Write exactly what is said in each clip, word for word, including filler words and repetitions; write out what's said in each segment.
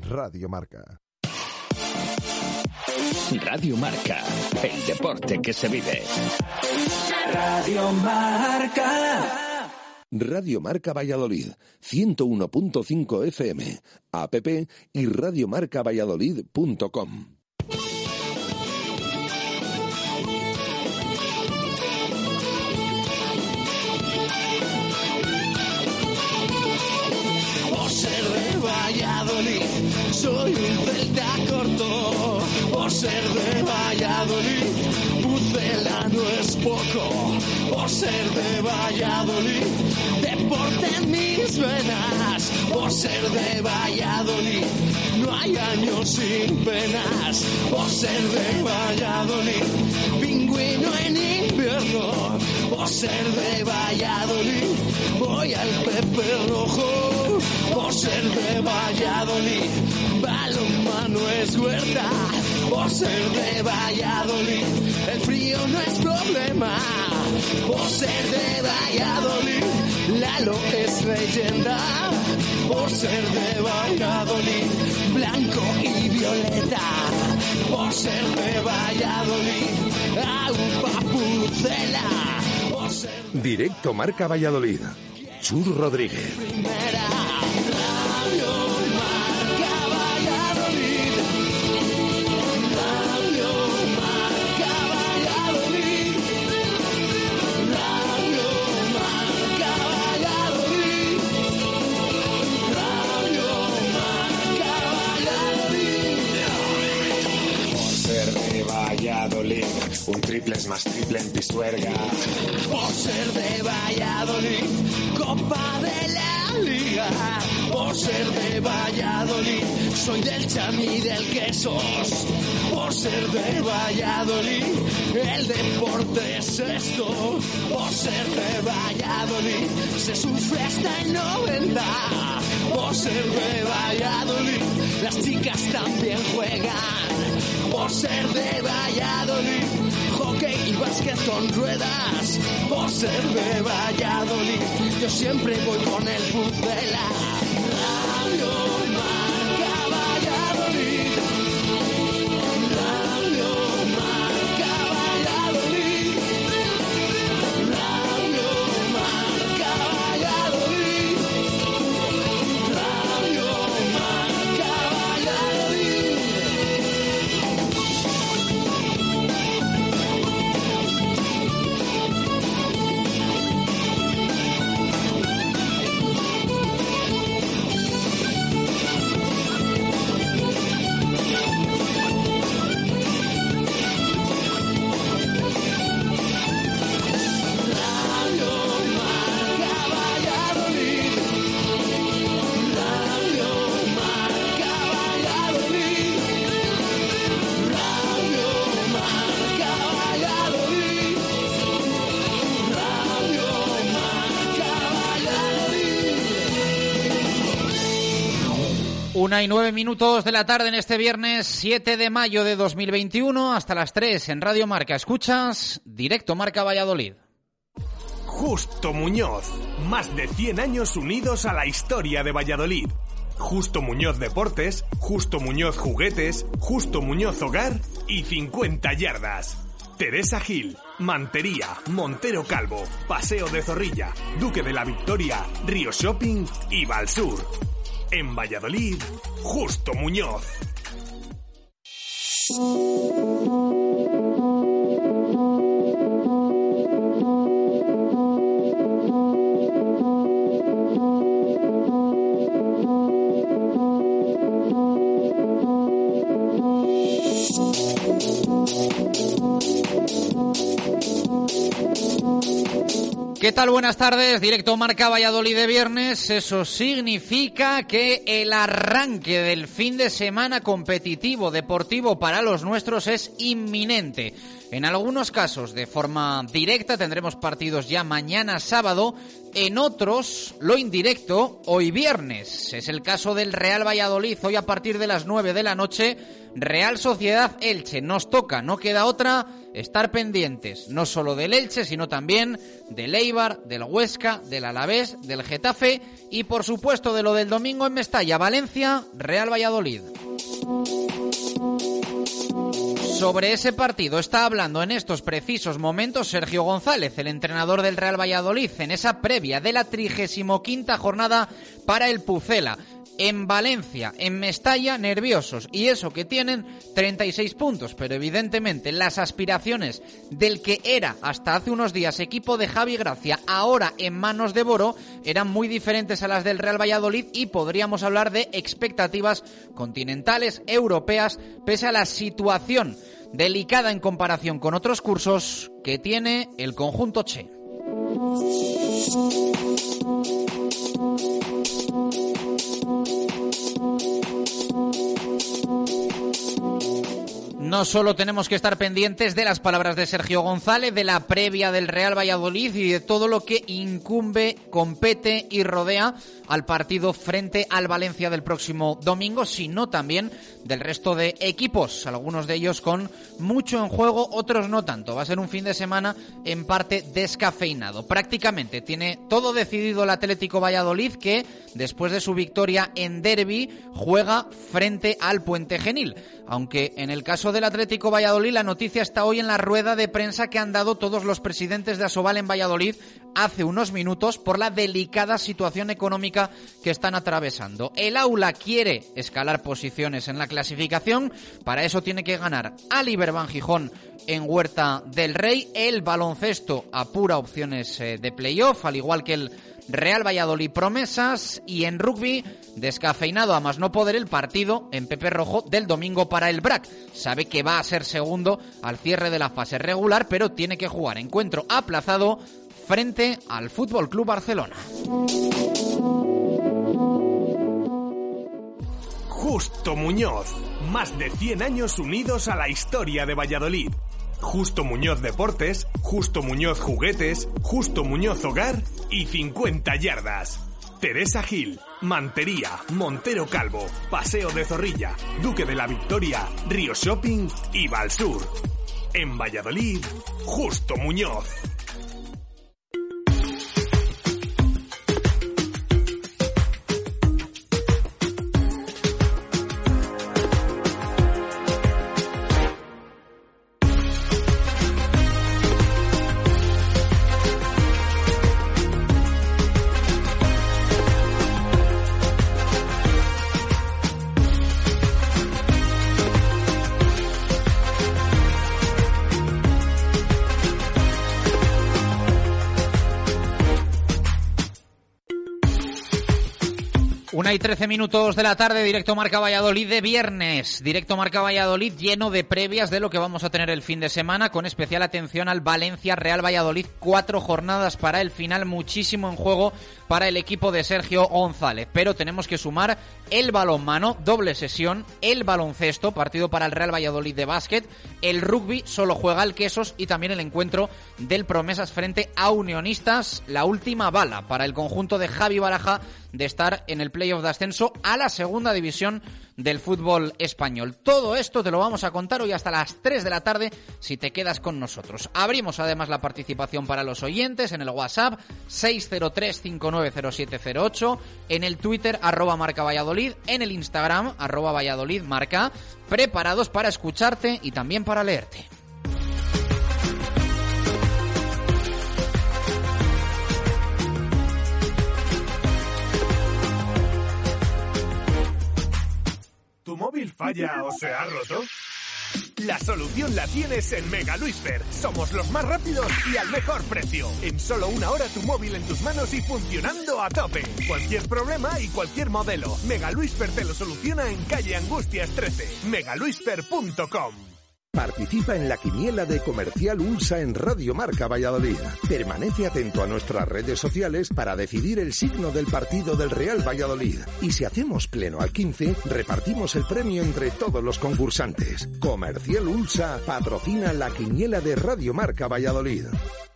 Radio Marca. Radio Marca, el deporte que se vive. Radio Marca. Radio Marca Valladolid, ciento uno punto cinco F M, app y radiomarca valladolid punto com. Por ser de Valladolid, soy un celta corto. Por ser de Valladolid, Pucela no es poco. Por ser de Valladolid, deporte en mis venas. Por ser de Valladolid, no hay años sin penas. Por ser de Valladolid, pingüino en invierno. Por ser de Valladolid, voy al Pepe Rojo. Por ser de Valladolid, balonmano es huerta. Por ser de Valladolid, el frío no es problema. Por ser de Valladolid, Lalo es leyenda. Por ser de Valladolid, blanco y violeta. Por ser de Valladolid, Aupa Pucela. Por ser de... Directo Marca Valladolid. Chur Rodríguez. Primera, Radio Marca Valladolid. Radio Marca Valladolid. Radio Marca Valladolid. Radio Marca Valladolid. Por ser de Valladolid, un triple es más triple en Pisuerga. Por ser de Valladolid, Copa de la Liga. Por ser de Valladolid, soy del Chami del Quesos. Por ser de Valladolid, el deporte es esto. Por ser de Valladolid, se sufre hasta el noventa. Por ser de Valladolid, las chicas también juegan. Por ser de Valladolid, hockey y básquet con ruedas. Por ser de Valladolid, yo siempre voy con el Pucela. Radio Marca Valladolid. Radio Marca Valladolid. Radio Marca Valladolid. Radio Marca Valladolid. Una y nueve minutos de la tarde en este viernes siete de mayo de dos mil veintiuno, hasta las tres en Radio Marca. Escuchas Directo Marca Valladolid. Justo Muñoz, más de cien años unidos a la historia de Valladolid. Justo Muñoz Deportes, Justo Muñoz Juguetes, Justo Muñoz Hogar y cincuenta yardas. Teresa Gil, Mantería, Montero Calvo, Paseo de Zorrilla, Duque de la Victoria, Río Shopping y Valsur. En Valladolid, Justo Muñoz. ¿Qué tal? Buenas tardes, Directo Marca Valladolid de viernes. Eso significa que el arranque del fin de semana competitivo, deportivo para los nuestros es inminente. En algunos casos, de forma directa, tendremos partidos ya mañana sábado. En otros, lo indirecto, hoy viernes. Es el caso del Real Valladolid. Hoy a partir de las nueve de la noche, Real Sociedad Elche. Nos toca, no queda otra, estar pendientes. No solo del Elche, sino también del Eibar, del Huesca, del Alavés, del Getafe y, por supuesto, de lo del domingo en Mestalla. Valencia, Real Valladolid. Sobre ese partido está hablando en estos precisos momentos Sergio González, el entrenador del Real Valladolid, en esa previa de la trigésima quinta jornada para el Pucela. En Valencia, en Mestalla, nerviosos, y eso que tienen treinta y seis puntos, pero evidentemente las aspiraciones del que era hasta hace unos días equipo de Javi Gracia, ahora en manos de Boro, eran muy diferentes a las del Real Valladolid y podríamos hablar de expectativas continentales, europeas, pese a la situación delicada en comparación con otros cursos que tiene el conjunto Che. No solo tenemos que estar pendientes de las palabras de Sergio González, de la previa del Real Valladolid y de todo lo que incumbe, compete y rodea al partido frente al Valencia del próximo domingo, sino también del resto de equipos, algunos de ellos con mucho en juego, otros no tanto. Va a ser un fin de semana en parte descafeinado. Prácticamente tiene todo decidido el Atlético Valladolid, que después de su victoria en derbi juega frente al Puente Genil. Aunque en el caso del Atlético Valladolid la noticia está hoy en la rueda de prensa que han dado todos los presidentes de Asobal en Valladolid hace unos minutos por la delicada situación económica que están atravesando. El Aula quiere escalar posiciones en la clasificación, para eso tiene que ganar al Iberban Gijón en Huerta del Rey. El baloncesto apura opciones de playoff, al igual que el Real Valladolid promesas, y en rugby descafeinado a más no poder el partido en Pepe Rojo del domingo para el B R A C. Sabe que va a ser segundo al cierre de la fase regular, pero tiene que jugar encuentro aplazado frente al F C Barcelona. Justo Muñoz, más de cien años unidos a la historia de Valladolid. Justo Muñoz Deportes, Justo Muñoz Juguetes, Justo Muñoz Hogar y cincuenta yardas. Teresa Gil, Mantería, Montero Calvo, Paseo de Zorrilla, Duque de la Victoria, Río Shopping y Valsur. En Valladolid, Justo Muñoz. Una y trece minutos de la tarde, directo Marca Valladolid de viernes. Directo Marca Valladolid lleno de previas de lo que vamos a tener el fin de semana, con especial atención al Valencia Real Valladolid. Cuatro jornadas para el final, muchísimo en juego para el equipo de Sergio González. Pero tenemos que sumar el balonmano, doble sesión, el baloncesto, partido para el Real Valladolid de básquet, el rugby, solo juega el Quesos, y también el encuentro del Promesas frente a Unionistas. La última bala para el conjunto de Javi Baraja de estar en el playoff de ascenso a la segunda división del fútbol español. Todo esto te lo vamos a contar hoy hasta las tres de la tarde si te quedas con nosotros. Abrimos además la participación para los oyentes en el WhatsApp seis cero tres cinco nueve cero siete cero ocho, en el Twitter arroba Marca Valladolid, en el Instagram arroba Valladolid Marca, preparados para escucharte y también para leerte. ¿Tu móvil falla o se ha roto? La solución la tienes en Mega Luisfer. Somos los más rápidos y al mejor precio. En solo una hora tu móvil en tus manos y funcionando a tope. Cualquier problema y cualquier modelo, Mega Luisfer te lo soluciona en calle Angustias trece. mega luisfer punto com. Participa en la quiniela de Comercial Ulsa en Radio Marca Valladolid. Permanece atento a nuestras redes sociales para decidir el signo del partido del Real Valladolid. Y si hacemos pleno al quince, repartimos el premio entre todos los concursantes. Comercial Ulsa patrocina la quiniela de Radio Marca Valladolid.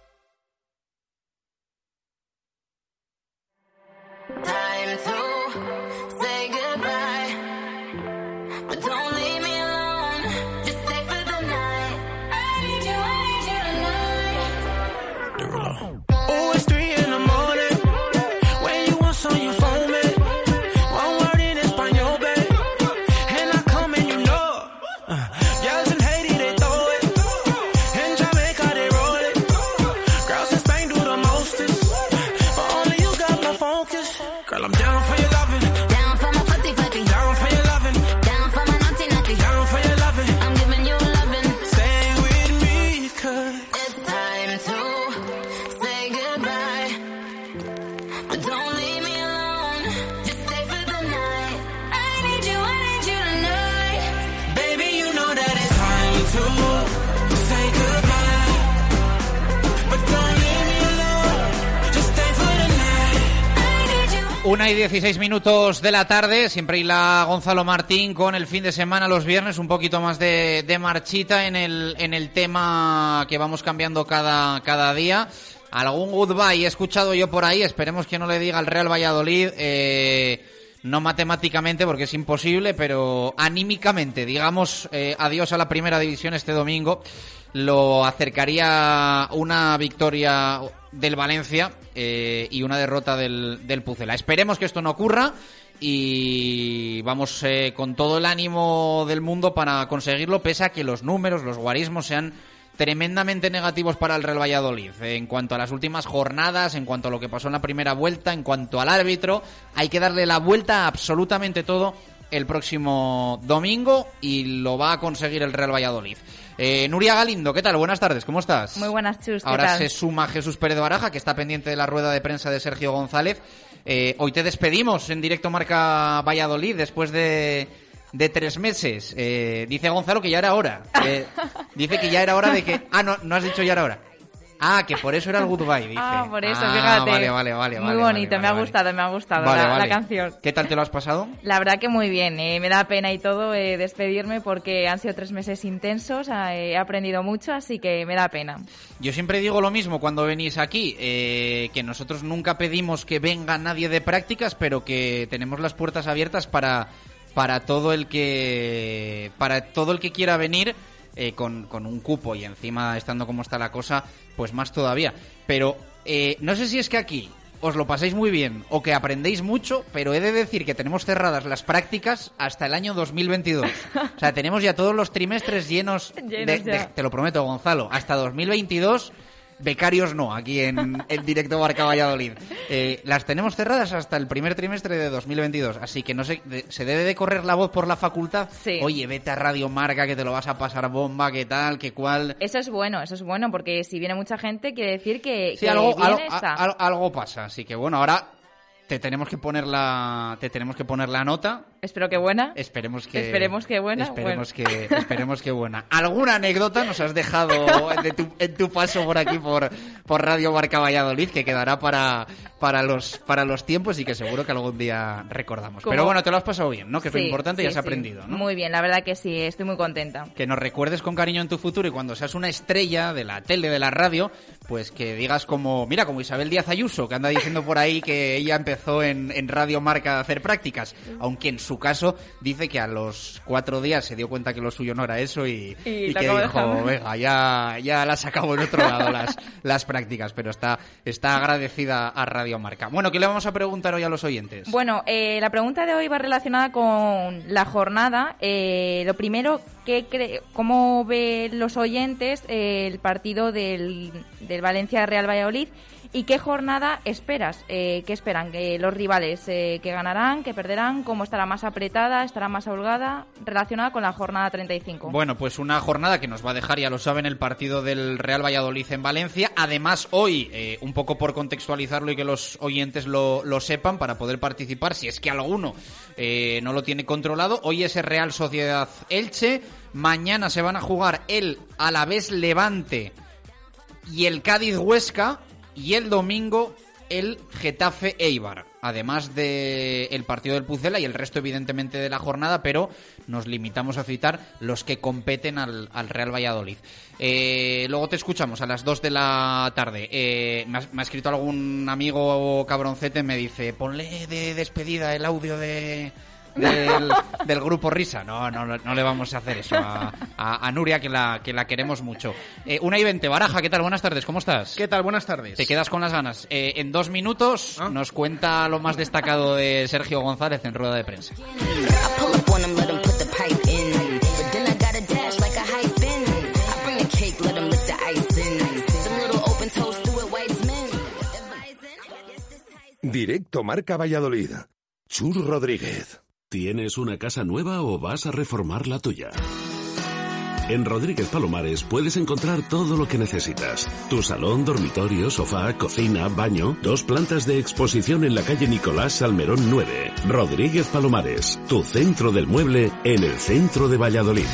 Una y dieciséis minutos de la tarde, siempre hila Gonzalo Martín con el fin de semana los viernes, un poquito más de, de marchita en el, en el tema que vamos cambiando cada, cada día. Algún goodbye he escuchado yo por ahí, esperemos que no le diga al Real Valladolid, eh, no matemáticamente porque es imposible, pero anímicamente, digamos eh, adiós a la primera división este domingo. Lo acercaría una victoria del Valencia eh, y una derrota del, del Pucela. Esperemos que esto no ocurra y vamos eh, con todo el ánimo del mundo para conseguirlo, pese a que los números, los guarismos sean tremendamente negativos para el Real Valladolid. En cuanto a las últimas jornadas, en cuanto a lo que pasó en la primera vuelta, en cuanto al árbitro, hay que darle la vuelta a absolutamente todo el próximo domingo y lo va a conseguir el Real Valladolid. Eh, Nuria Galindo, ¿qué tal? Buenas tardes, ¿cómo estás? Muy buenas, Chus, ¿qué Ahora tal? se suma Jesús Pérez Baraja, que está pendiente de la rueda de prensa de Sergio González. Eh, hoy te despedimos en directo Marca Valladolid después de, de tres meses. Eh, dice Gonzalo que ya era hora. Eh, dice que ya era hora de que... Ah, no, no has dicho ya era hora. Ah, que por eso era el goodbye, dice. Ah, por eso, ah, fíjate. Vale, vale, vale. Muy vale, bonito, vale, me ha vale. gustado, me ha gustado Vale, la, vale. la canción. ¿Qué tal te lo has pasado? La verdad que muy bien, eh, me da pena y todo eh, despedirme porque han sido tres meses intensos, eh, he aprendido mucho, así que me da pena. Yo siempre digo lo mismo cuando venís aquí, eh, que nosotros nunca pedimos que venga nadie de prácticas, pero que tenemos las puertas abiertas para, para todo el que, para todo el que quiera venir. Eh, con, con un cupo y encima estando como está la cosa, pues más todavía. Pero eh, no sé si es que aquí os lo pasáis muy bien o que aprendéis mucho, pero he de decir que tenemos cerradas las prácticas hasta el año dos mil veintidós. O sea, tenemos ya todos los trimestres llenos, Llenos de, de, ya. te lo prometo, Gonzalo, hasta dos mil veintidós... Becarios no, aquí en el directo Marca Valladolid. Eh, las tenemos cerradas hasta el primer trimestre de dos mil veintidós, así que no sé, de, se debe de correr la voz por la facultad. Sí. Oye, vete a Radio Marca que te lo vas a pasar bomba, qué tal, qué cual. Eso es bueno, eso es bueno, porque si viene mucha gente quiere decir que, Sí, que algo, bien algo, está. a- a- algo pasa, así que bueno, ahora te tenemos que poner la, te tenemos que poner la nota. Espero que buena. Esperemos que Esperemos que buena, Esperemos que esperemos que buena. ¿Alguna anécdota nos has dejado de tu, en tu paso por aquí por, por Radio Marca Valladolid que quedará para para los para los tiempos y que seguro que algún día recordamos? Como- Pero bueno, te lo has pasado bien, ¿no? Que es lo Sí, importante y sí, has sí. aprendido, ¿no? Muy bien, la verdad que sí, estoy muy contenta. Que nos recuerdes con cariño en tu futuro y cuando seas una estrella de la tele, de la radio, pues que digas como, mira, como Isabel Díaz Ayuso, que anda diciendo por ahí que ella empezó en, en Radio Marca a hacer prácticas, aunque en su caso dice que a los cuatro días se dio cuenta que lo suyo no era eso y, Y y la que acabo dijo, dejando. venga, ya, ya las acabo en otro lado las, las prácticas, pero está, está agradecida a Radio Marca. Bueno, ¿qué le vamos a preguntar hoy a los oyentes? Bueno, eh, la pregunta de hoy va relacionada con la jornada. Eh, lo primero, ¿qué cre- ¿cómo ven los oyentes eh, el partido del, del Valencia-Real Valladolid? ¿Y qué jornada esperas? Eh, ¿Qué esperan? ¿Que los rivales eh, que ganarán, que perderán? ¿Cómo estará más apretada? ¿Estará más holgada? Relacionada con la jornada treinta y cinco. Bueno, pues una jornada que nos va a dejar, ya lo saben, el partido del Real Valladolid en Valencia. Además, hoy, eh, un poco por contextualizarlo y que los oyentes lo, lo sepan para poder participar, si es que alguno eh, no lo tiene controlado, hoy es el Real Sociedad Elche, Mañana se van a jugar el Alavés Levante y el Cádiz Huesca, y el domingo el Getafe Eibar, además del partido del Pucela y el resto evidentemente de la jornada, pero nos limitamos a citar los que competen al, al Real Valladolid. Eh, luego te escuchamos a las dos de la tarde. Eh, me, ha, me ha escrito algún amigo cabroncete, me dice, ponle de despedida el audio de... Del, del grupo Risa. No, no, no le vamos a hacer eso a, a, a Nuria, que la, que la queremos mucho. Eh, una y veinte, Baraja, ¿qué tal? Buenas tardes, ¿cómo estás? ¿Qué tal? Buenas tardes. Te quedas con las ganas. Eh, en dos minutos ¿Ah? nos cuenta lo más destacado de Sergio González en rueda de prensa. Directo Marca Valladolid. Chus Rodríguez. ¿Tienes una casa nueva o vas a reformar la tuya? En Rodríguez Palomares puedes encontrar todo lo que necesitas. Tu salón, dormitorio, sofá, cocina, baño, dos plantas de exposición en la calle Nicolás Salmerón nueve. Rodríguez Palomares, tu centro del mueble en el centro de Valladolid.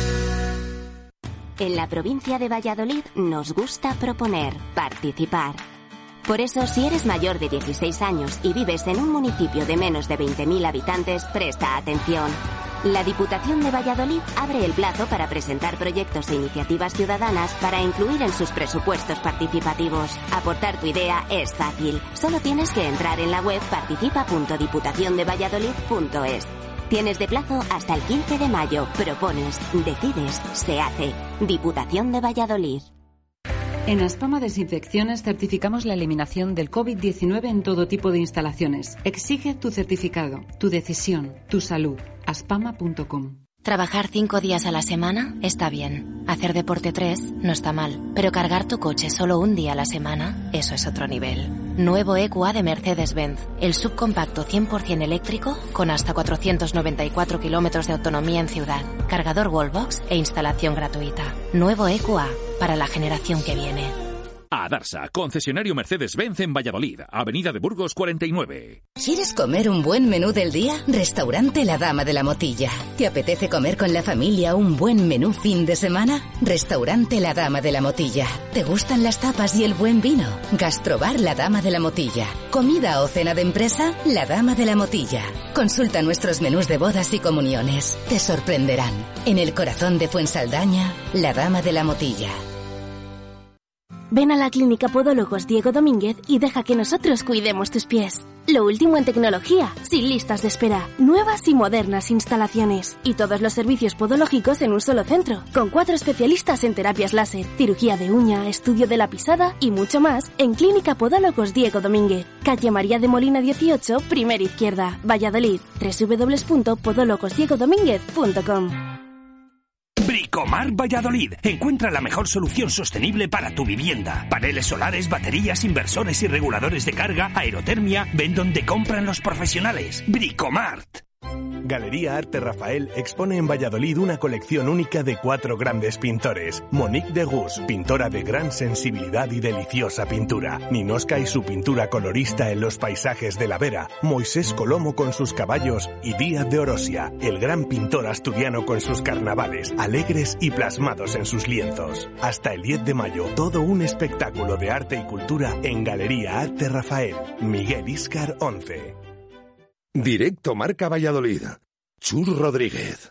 En la provincia de Valladolid nos gusta proponer, participar. Por eso, si eres mayor de dieciséis años y vives en un municipio de menos de veinte mil habitantes, presta atención. La Diputación de Valladolid abre el plazo para presentar proyectos e iniciativas ciudadanas para incluir en sus presupuestos participativos. Aportar tu idea es fácil. Solo tienes que entrar en la web participa punto diputación de valladolid punto es. Tienes de plazo hasta el quince de mayo. Propones, decides, se hace. Diputación de Valladolid. En Aspama Desinfecciones certificamos la eliminación del covid diecinueve en todo tipo de instalaciones. Exige tu certificado, tu decisión, tu salud. aspama punto com. Trabajar cinco días a la semana está bien. Hacer deporte tres no está mal. Pero cargar tu coche solo un día a la semana, eso es otro nivel. Nuevo E Q A de Mercedes-Benz. El subcompacto cien por ciento eléctrico con hasta cuatrocientos noventa y cuatro kilómetros de autonomía en ciudad. Cargador Wallbox e instalación gratuita. Nuevo E Q A para la generación que viene. Adarsa, concesionario Mercedes-Benz en Valladolid, Avenida de Burgos cuarenta y nueve. ¿Quieres comer un buen menú del día? Restaurante La Dama de la Motilla. ¿Te apetece comer con la familia un buen menú fin de semana? Restaurante La Dama de la Motilla. ¿Te gustan las tapas y el buen vino? Gastrobar La Dama de la Motilla. ¿Comida o cena de empresa? La Dama de la Motilla. Consulta nuestros menús de bodas y comuniones. Te sorprenderán. En el corazón de Fuensaldaña, La Dama de la Motilla. Ven a la Clínica Podólogos Diego Domínguez y deja que nosotros cuidemos tus pies. Lo último en tecnología, sin listas de espera, nuevas y modernas instalaciones y todos los servicios podológicos en un solo centro, con cuatro especialistas en terapias láser, cirugía de uña, estudio de la pisada y mucho más en Clínica Podólogos Diego Domínguez, calle María de Molina dieciocho, primera izquierda, Valladolid, doble u doble u doble u punto podólogos diego domínguez punto com. Bricomar Valladolid. Encuentra la mejor solución sostenible para tu vivienda. Paneles solares, baterías, inversores y reguladores de carga, aerotermia. Ven donde compran los profesionales. Bricomart. Galería Arte Rafael expone en Valladolid una colección única de cuatro grandes pintores. Monique de Gus, pintora de gran sensibilidad y deliciosa pintura. Ninosca y su pintura colorista en los paisajes de la Vera. Moisés Colomo con sus caballos y Díaz de Orosia, el gran pintor asturiano con sus carnavales, alegres y plasmados en sus lienzos. Hasta el diez de mayo, todo un espectáculo de arte y cultura en Galería Arte Rafael. Miguel Íscar once. Directo Marca Valladolid. Chus Rodríguez.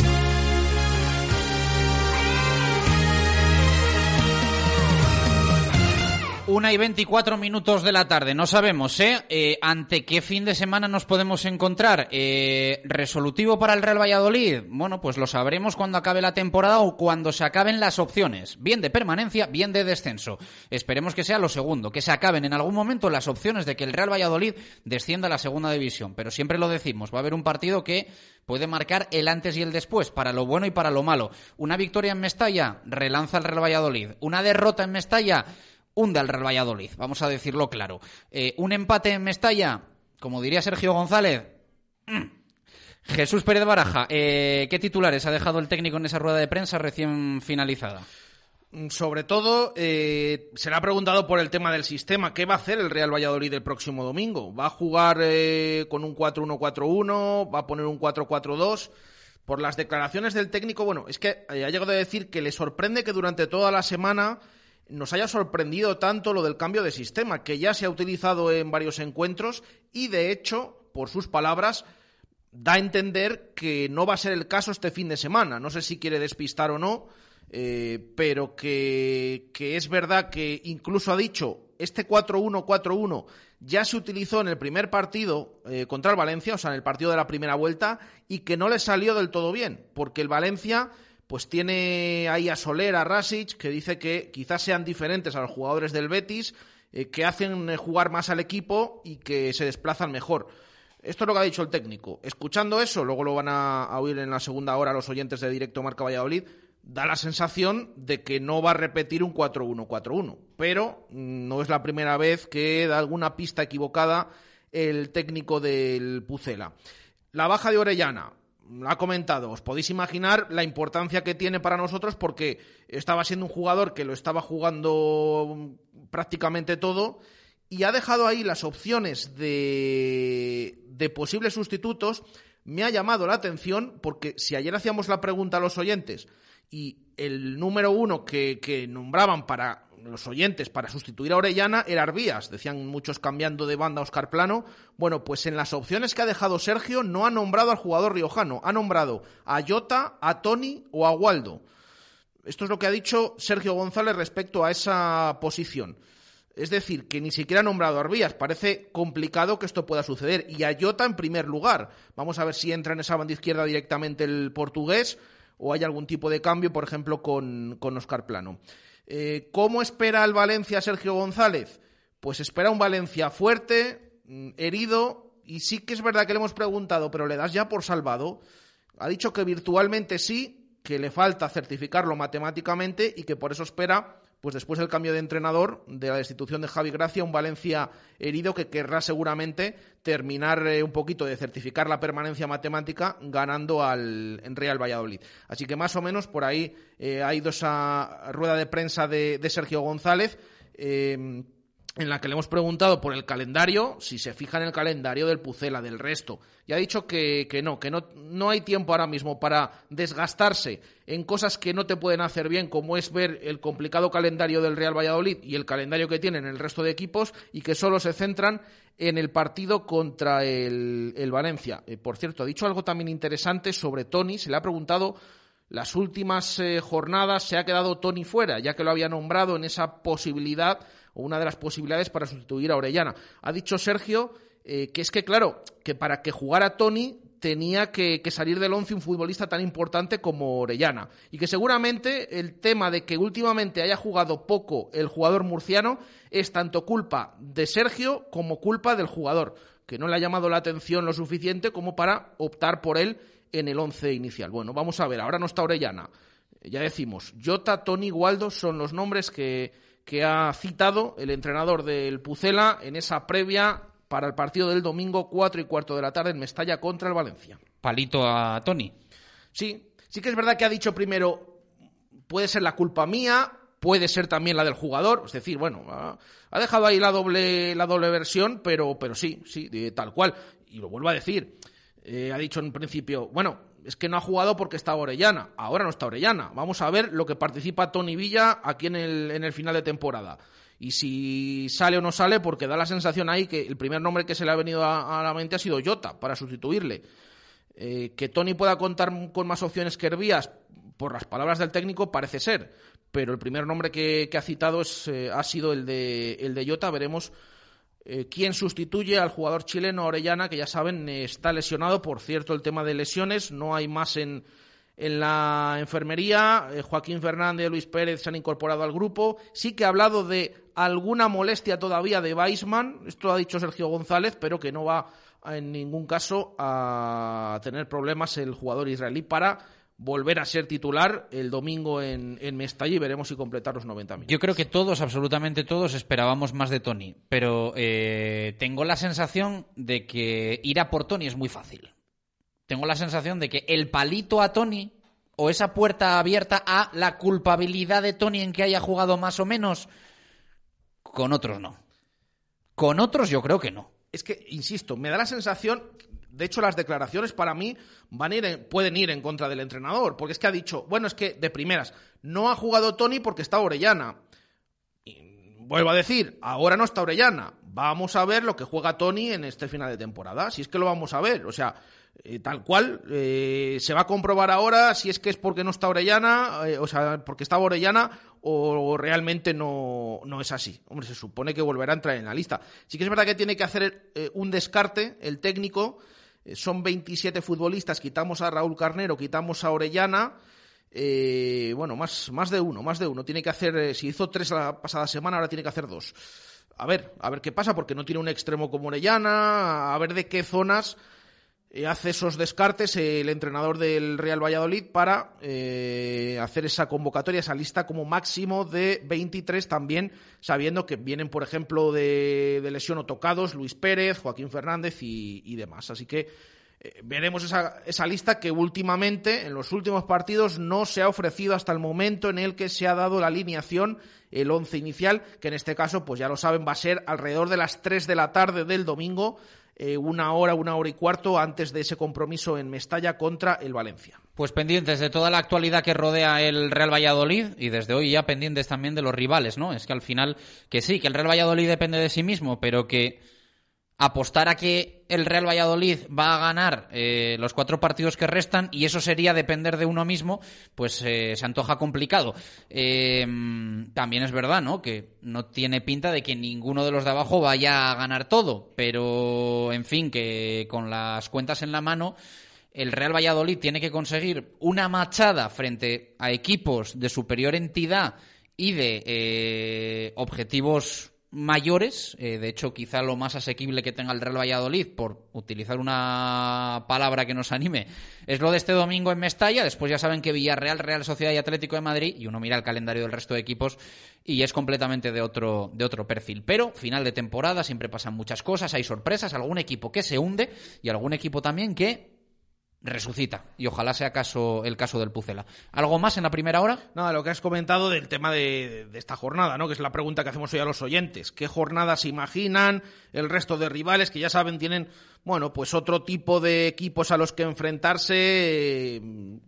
Una y veinticuatro minutos de la tarde. No sabemos, ¿eh? eh ¿Ante qué fin de semana nos podemos encontrar? Eh, ¿Resolutivo para el Real Valladolid? Bueno, pues lo sabremos cuando acabe la temporada o cuando se acaben las opciones. Bien de permanencia, bien de descenso. Esperemos que sea lo segundo, que se acaben en algún momento las opciones de que el Real Valladolid descienda a la segunda división. Pero siempre lo decimos, va a haber un partido que puede marcar el antes y el después, para lo bueno y para lo malo. Una victoria en Mestalla relanza al Real Valladolid. Una derrota en Mestalla hunde al Real Valladolid, vamos a decirlo claro. Eh, un empate en Mestalla, como diría Sergio González. Mm. Jesús Pérez Baraja, eh, ¿qué titulares ha dejado el técnico en esa rueda de prensa recién finalizada? Sobre todo, eh, se le ha preguntado por el tema del sistema. ¿Qué va a hacer el Real Valladolid el próximo domingo? ¿Va a jugar eh, con un cuatro uno cuatro uno? ¿Va a poner un cuatro cuatro dos? por las declaraciones del técnico, bueno, es que ha llegado a decir que le sorprende que durante toda la semana nos haya sorprendido tanto lo del cambio de sistema, que ya se ha utilizado en varios encuentros y, de hecho, por sus palabras, da a entender que no va a ser el caso este fin de semana. No sé si quiere despistar o no, eh, pero que, que es verdad que incluso ha dicho este cuatro uno cuatro uno ya se utilizó en el primer partido eh, contra el Valencia, o sea, en el partido de la primera vuelta, y que no le salió del todo bien, porque el Valencia pues tiene ahí a Soler, a Rasic, que dice que quizás sean diferentes a los jugadores del Betis, eh, que hacen jugar más al equipo y que se desplazan mejor. Esto es lo que ha dicho el técnico. Escuchando eso, luego lo van a, a oír en la segunda hora los oyentes de Directo Marca Valladolid, da la sensación de que no va a repetir un cuatro uno cuatro uno, pero no es la primera vez que da alguna pista equivocada el técnico del Pucela. La baja de Orellana, ha comentado, os podéis imaginar la importancia que tiene para nosotros porque estaba siendo un jugador que lo estaba jugando prácticamente todo y ha dejado ahí las opciones de, de posibles sustitutos. Me ha llamado la atención porque si ayer hacíamos la pregunta a los oyentes y el número uno que, que nombraban para los oyentes para sustituir a Orellana era Arbías, decían muchos cambiando de banda a Óscar Plano. Bueno, pues en las opciones que ha dejado Sergio no ha nombrado al jugador riojano, ha nombrado a Jota, a Toni o a Waldo. Esto es lo que ha dicho Sergio González respecto a esa posición. Es decir, que ni siquiera ha nombrado a Arbías. Parece complicado que esto pueda suceder. Y a Jota en primer lugar. Vamos a ver si entra en esa banda izquierda directamente el portugués o hay algún tipo de cambio, por ejemplo, con, con Óscar Plano. Eh, ¿Cómo espera el Valencia Sergio González? Pues espera un Valencia fuerte, herido, y sí que es verdad que le hemos preguntado, pero ¿le das ya por salvado? Ha dicho que virtualmente sí, que le falta certificarlo matemáticamente y que por eso espera, pues después del cambio de entrenador, de la destitución de Javi Gracia, un Valencia herido que querrá seguramente terminar eh, un poquito de certificar la permanencia matemática ganando al en Real Valladolid. Así que más o menos por ahí eh, ha ido esa rueda de prensa de, de Sergio González, eh, en la que le hemos preguntado por el calendario, si se fija en el calendario del Pucela, del resto. Y ha dicho que, que no, que no, no hay tiempo ahora mismo para desgastarse en cosas que no te pueden hacer bien, como es ver el complicado calendario del Real Valladolid y el calendario que tienen el resto de equipos, y que solo se centran en el partido contra el, el Valencia. Eh, por cierto, ha dicho algo también interesante sobre Toni. Se le ha preguntado, las últimas eh, jornadas se ha quedado Toni fuera, ya que lo había nombrado en esa posibilidad, o una de las posibilidades para sustituir a Orellana. Ha dicho Sergio eh, que es que, claro, que para que jugara Toni tenía que, que salir del once un futbolista tan importante como Orellana, y que seguramente el tema de que últimamente haya jugado poco el jugador murciano es tanto culpa de Sergio como culpa del jugador, que no le ha llamado la atención lo suficiente como para optar por él en el once inicial. Bueno, vamos a ver, ahora no está Orellana. Ya decimos, Jota, Toni, Waldo son los nombres que, que ha citado el entrenador del Pucela en esa previa para el partido del domingo, cuatro y cuarto de la tarde en Mestalla contra el Valencia. Palito a Toni. Sí, sí que es verdad que ha dicho primero, puede ser la culpa mía, puede ser también la del jugador, es decir, bueno, ha, ha dejado ahí la doble, la doble versión, pero, pero sí, sí, de, tal cual. Y lo vuelvo a decir, eh, ha dicho en principio, bueno, es que no ha jugado porque estaba Orellana, ahora no está Orellana. Vamos a ver lo que participa Toni Villa aquí en el, en el final de temporada. Y si sale o no sale, porque da la sensación ahí que el primer nombre que se le ha venido a, a la mente ha sido Jota, para sustituirle. Eh, que Toni pueda contar con más opciones que Hervías, por las palabras del técnico, parece ser. Pero el primer nombre que, que ha citado es, eh, ha sido el de, el de Jota. Veremos eh, quién sustituye al jugador chileno Orellana, que ya saben, eh, está lesionado. Por cierto, el tema de lesiones, no hay más en... En la enfermería, eh, Joaquín Fernández y Luis Pérez se han incorporado al grupo. Sí que ha hablado de alguna molestia todavía de Weissman, esto lo ha dicho Sergio González, pero que no va en ningún caso a tener problemas el jugador israelí para volver a ser titular el domingo en, en Mestalla, y veremos si completar los noventa minutos. Yo creo que todos, absolutamente todos, esperábamos más de Toni, pero eh, tengo la sensación de que ir a por Toni es muy fácil. Tengo la sensación de que el palito a Toni, o esa puerta abierta a la culpabilidad de Toni en que haya jugado más o menos, con otros no. Con otros yo creo que no. Es que, insisto, me da la sensación, De hecho, las declaraciones para mí van a ir en, pueden ir en contra del entrenador, porque es que ha dicho, bueno, es que de primeras, no ha jugado Toni porque está Orellana. Y vuelvo a decir, ahora no está Orellana. Vamos a ver lo que juega Toni en este final de temporada, si es que lo vamos a ver. O sea, eh, tal cual, eh, se va a comprobar ahora si es que es porque no está Orellana, eh, o sea, porque estaba Orellana o realmente no, no es así. Hombre, se supone que volverá a entrar en la lista. Sí que es verdad que tiene que hacer eh, un descarte el técnico. Eh, son veintisiete futbolistas, quitamos a Raúl Carnero, quitamos a Orellana. Eh, bueno, más, más de uno, más de uno. Tiene que hacer, eh, si hizo tres la pasada semana, ahora tiene que hacer dos. A ver, a ver qué pasa, porque no tiene un extremo como Orellana, a ver de qué zonas eh, hace esos descartes el entrenador del Real Valladolid para eh, hacer esa convocatoria, esa lista como máximo de veintitrés, también sabiendo que vienen, por ejemplo, de, de lesión o tocados Luis Pérez, Joaquín Fernández y, y demás. Así que eh, veremos esa, esa lista que últimamente, en los últimos partidos, no se ha ofrecido hasta el momento en el que se ha dado la alineación, el once inicial, que en este caso, pues ya lo saben, va a ser alrededor de las tres de la tarde del domingo, eh, una hora, una hora y cuarto antes de ese compromiso en Mestalla contra el Valencia. Pues pendientes de toda la actualidad que rodea el Real Valladolid y desde hoy ya pendientes también de los rivales, ¿no? Es que al final, que sí, que el Real Valladolid depende de sí mismo, pero que apostar a que el Real Valladolid va a ganar eh, los cuatro partidos que restan y eso sería depender de uno mismo, pues eh, se antoja complicado. Eh, también es verdad, ¿no?, que no tiene pinta de que ninguno de los de abajo vaya a ganar todo, pero en fin, que con las cuentas en la mano el Real Valladolid tiene que conseguir una machada frente a equipos de superior entidad y de eh, objetivos mayores. Eh, de hecho, quizá lo más asequible que tenga el Real Valladolid, por utilizar una palabra que nos anime, es lo de este domingo en Mestalla. Después ya saben que Villarreal, Real Sociedad y Atlético de Madrid, y uno mira el calendario del resto de equipos y es completamente de otro, de otro perfil. Pero final de temporada, siempre pasan muchas cosas, hay sorpresas, algún equipo que se hunde y algún equipo también que resucita, y ojalá sea caso, el caso del Pucela. ¿Algo más en la primera hora? Nada, lo que has comentado del tema de, de esta jornada, ¿no?, que es la pregunta que hacemos hoy a los oyentes. ¿Qué jornadas se imaginan el resto de rivales que ya saben tienen, bueno, pues otro tipo de equipos a los que enfrentarse eh,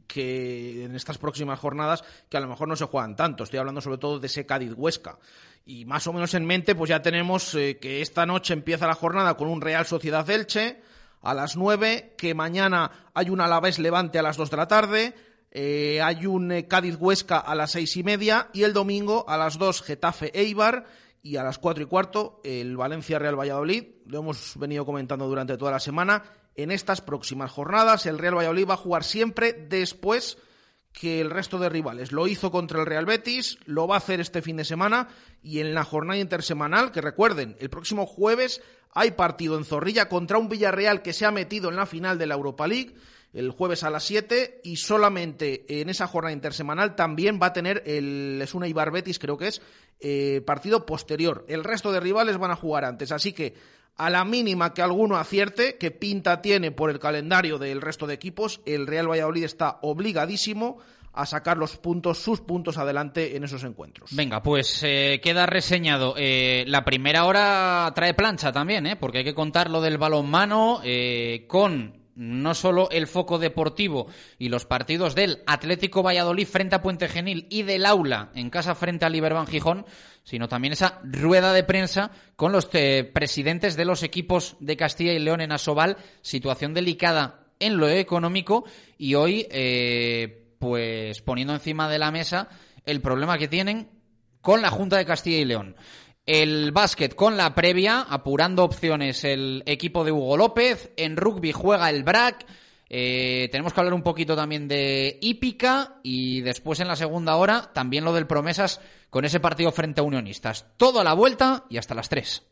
que en estas próximas jornadas que a lo mejor no se juegan tanto? Estoy hablando sobre todo de ese Cádiz-Huesca. Y más o menos en mente pues ya tenemos eh, que esta noche empieza la jornada con un Real Sociedad Elche a las nueve, que mañana hay un Alavés Levante a las dos de la tarde, eh, hay un eh, Cádiz-Huesca a las seis y media y el domingo a las dos Getafe Eibar y a las cuatro y cuarto el Valencia-Real Valladolid. Lo hemos venido comentando durante toda la semana. En estas próximas jornadas el Real Valladolid va a jugar siempre después que el resto de rivales. Lo hizo contra el Real Betis, lo va a hacer este fin de semana y en la jornada intersemanal, que recuerden, el próximo jueves hay partido en Zorrilla contra un Villarreal que se ha metido en la final de la Europa League el jueves a las siete, y solamente en esa jornada intersemanal también va a tener el es un Eibar Betis, creo que es, eh, partido posterior. El resto de rivales van a jugar antes, así que a la mínima que alguno acierte, que pinta tiene por el calendario del resto de equipos, el Real Valladolid está obligadísimo a sacar los puntos, sus puntos adelante en esos encuentros. Venga, pues eh, queda reseñado. Eh, la primera hora trae plancha también, ¿eh? Porque hay que contar lo del balonmano eh, con no solo el foco deportivo y los partidos del Atlético Valladolid frente a Puente Genil y del Aula en casa frente al Iberban Gijón, sino también esa rueda de prensa con los eh, presidentes de los equipos de Castilla y León en Asobal, situación delicada en lo económico, y hoy eh, pues poniendo encima de la mesa el problema que tienen con la Junta de Castilla y León. El básquet con la previa, apurando opciones el equipo de Hugo López. En rugby juega el B R A C. Eh, tenemos que hablar un poquito también de hípica y después en la segunda hora también lo del Promesas con ese partido frente a Unionistas. Todo a la vuelta y hasta las tres.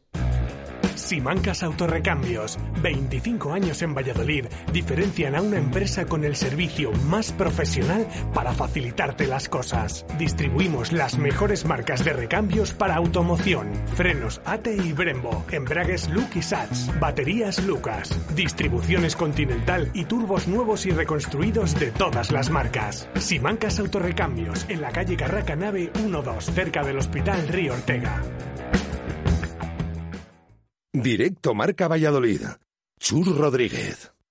Simancas Autorrecambios, veinticinco años en Valladolid, diferencian a una empresa con el servicio más profesional para facilitarte las cosas. Distribuimos las mejores marcas de recambios para automoción, frenos A T y Brembo, embragues Luke y Sats, baterías Lucas, distribuciones Continental y turbos nuevos y reconstruidos de todas las marcas. Simancas Autorrecambios, en la calle Carraca Nave uno dos, cerca del Hospital Río Ortega. Directo Marca Valladolid. Chus Rodríguez.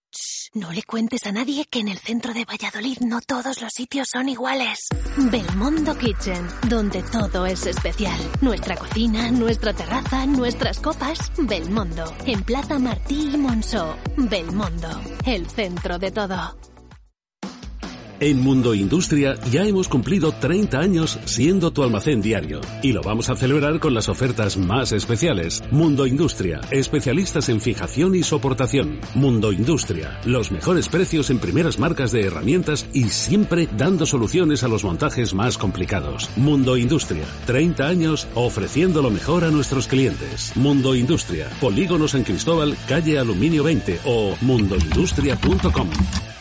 no le cuentes a nadie que en el centro de Valladolid no todos los sitios son iguales. Belmondo Kitchen, donde todo es especial. Nuestra cocina, nuestra terraza, nuestras copas. Belmondo, en Plaza Martí y Monceau. Belmondo, el centro de todo. En Mundo Industria ya hemos cumplido treinta años siendo tu almacén diario y lo vamos a celebrar con las ofertas más especiales. Mundo Industria, especialistas en fijación y soportación. Mundo Industria, los mejores precios en primeras marcas de herramientas y siempre dando soluciones a los montajes más complicados. Mundo Industria, treinta años ofreciendo lo mejor a nuestros clientes. Mundo Industria, Polígono San Cristóbal, calle Aluminio veinte o mundo industria punto com.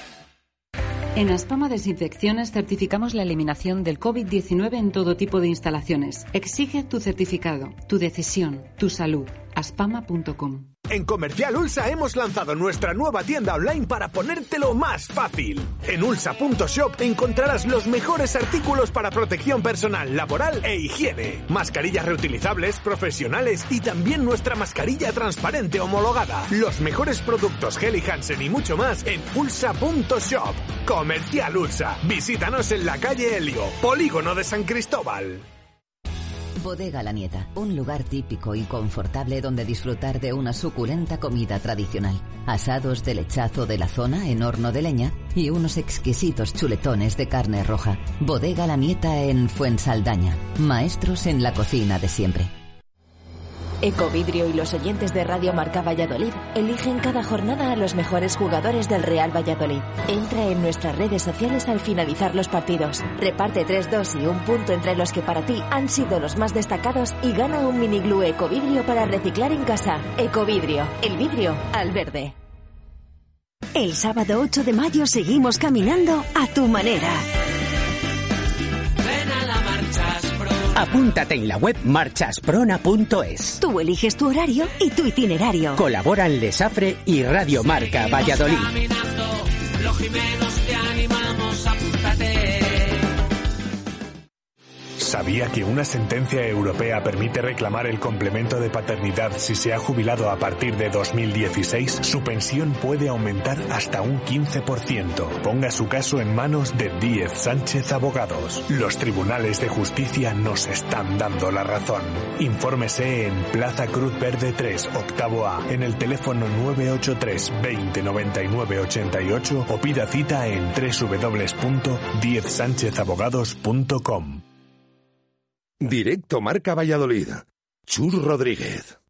En Aspama Desinfecciones certificamos la eliminación del covid diecinueve en todo tipo de instalaciones. Exige tu certificado, tu decisión, tu salud. aspama punto com. En Comercial Ulsa hemos lanzado nuestra nueva tienda online para ponértelo más fácil. En ulsa punto shop encontrarás los mejores artículos para protección personal, laboral e higiene. Mascarillas reutilizables, profesionales y también nuestra mascarilla transparente homologada. Los mejores productos Helly Hansen y mucho más en ulsa punto shop. Comercial Ulsa. Visítanos en la calle Helio, Polígono de San Cristóbal. Bodega La Nieta, un lugar típico y confortable donde disfrutar de una suculenta comida tradicional. Asados de lechazo de la zona en horno de leña y unos exquisitos chuletones de carne roja. Bodega La Nieta en Fuensaldaña. Maestros en la cocina de siempre. Ecovidrio y los oyentes de Radio Marca Valladolid eligen cada jornada a los mejores jugadores del Real Valladolid. Entra en nuestras redes sociales al finalizar los partidos. Reparte tres, dos y un punto entre los que para ti han sido los más destacados y gana un mini glue Ecovidrio para reciclar en casa. Ecovidrio, el vidrio al verde. El sábado ocho de mayo seguimos caminando a tu manera. Apúntate en la web marchasprona punto es. Tú eliges tu horario y tu itinerario. Colaboran Lesafre y Radio Marca Valladolid. Los Jimenos te animamos, apúntate. ¿Sabía que una sentencia europea permite reclamar el complemento de paternidad si se ha jubilado a partir de dos mil dieciséis? Su pensión puede aumentar hasta un quince por ciento. Ponga su caso en manos de Díez Sánchez Abogados. Los tribunales de justicia nos están dando la razón. Infórmese en Plaza Cruz Verde tres, octavo A, en el teléfono nueve ocho tres, veinte, noventa y nueve, ochenta y ocho o pida cita en doble u doble u doble u punto diez sánchez abogados punto com. Directo Marca Valladolid. Chus Rodríguez.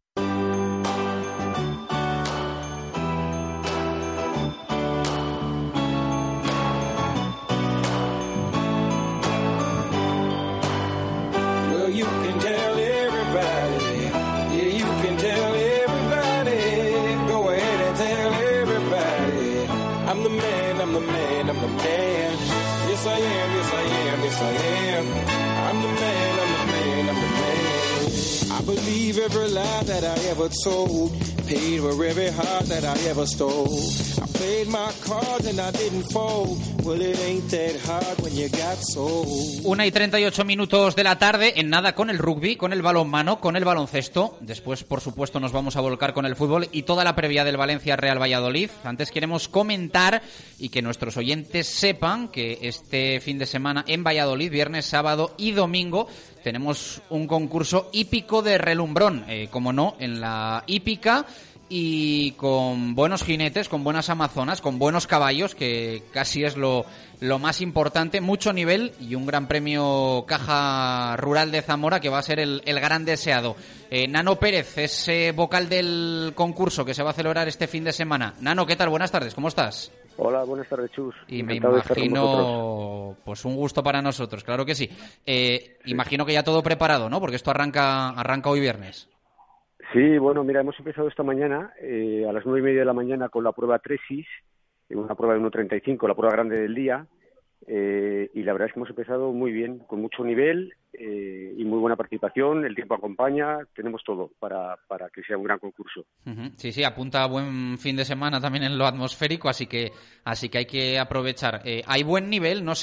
Well, you can tell everybody. Yeah, you can tell everybody. Go ahead and tell everybody. I'm the man, I'm the man, I'm the man. Yes, I am, yes, I am, yes, I am. I'm the man, I'm the man, I'm the man. I believe every lie that I ever told. Paid for every heart that I ever stole. I played my cards and I didn't fold. Well, it ain't that hard when you got sold. Una y treinta y ocho minutos de la tarde, en nada con el rugby, con el balonmano, con el baloncesto. Después, por supuesto, nos vamos a volcar con el fútbol y toda la previa del Valencia Real Valladolid. Antes queremos comentar y que nuestros oyentes sepan que este fin de semana en Valladolid, viernes, sábado y domingo, tenemos un concurso hípico de relumbrón, eh, como no, en la hípica, y con buenos jinetes, con buenas amazonas, con buenos caballos, que casi es lo, lo más importante, mucho nivel y un gran premio Caja Rural de Zamora que va a ser el, el gran deseado. Eh, Nano Pérez es eh, vocal del concurso que se va a celebrar este fin de semana. Nano, ¿qué tal? Buenas tardes, ¿cómo estás? Hola, buenas tardes, Chus. Y me Encantado de estar con imagino, vosotros. pues un gusto para nosotros, claro que sí. Eh, sí. Imagino que ya todo preparado, ¿no? Porque esto arranca arranca hoy viernes. Sí, bueno, mira, hemos empezado esta mañana eh, a las nueve y media de la mañana con la prueba Tresis, una prueba de uno treinta y cinco, la prueba grande del día, eh, y la verdad es que hemos empezado muy bien, con mucho nivel eh, y muy buena participación, el tiempo acompaña, tenemos todo para, para que sea un gran concurso. Uh-huh. Sí, sí, apunta a buen fin de semana también en lo atmosférico, así que así que hay que aprovechar. Eh, hay buen nivel, no sé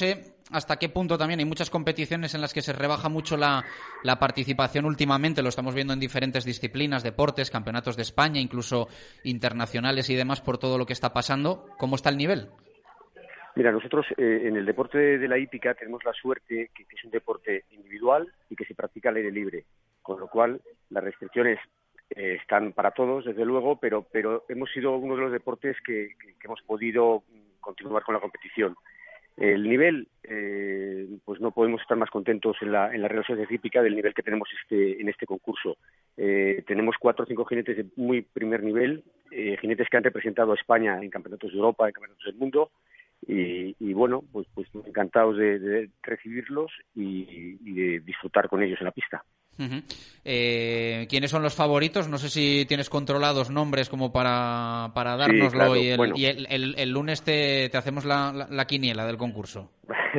hasta qué punto también hay muchas competiciones en las que se rebaja mucho la, la participación últimamente, lo estamos viendo en diferentes disciplinas, deportes, campeonatos de España, incluso internacionales y demás, por todo lo que está pasando. ¿Cómo está el nivel? Mira, nosotros eh, en el deporte de la hípica tenemos la suerte que, que es un deporte individual y que se practica al aire libre, con lo cual las restricciones eh, están para todos, desde luego, pero pero hemos sido uno de los deportes que, que, que hemos podido continuar con la competición. El nivel, eh, pues no podemos estar más contentos en la, en la Real Sociedad Hípica del nivel que tenemos este, en este concurso. Eh, tenemos cuatro o cinco jinetes de muy primer nivel, eh, jinetes que han representado a España en campeonatos de Europa, en campeonatos del mundo. Y, y bueno, pues, pues encantados de, de recibirlos y, y de disfrutar con ellos en la pista. Uh-huh. Eh, ¿Quiénes son los favoritos? No sé si tienes controlados nombres como para, para dárnoslo. Sí, claro. y, el, bueno. y el, el, el lunes te, te hacemos la, la, la quiniela del concurso.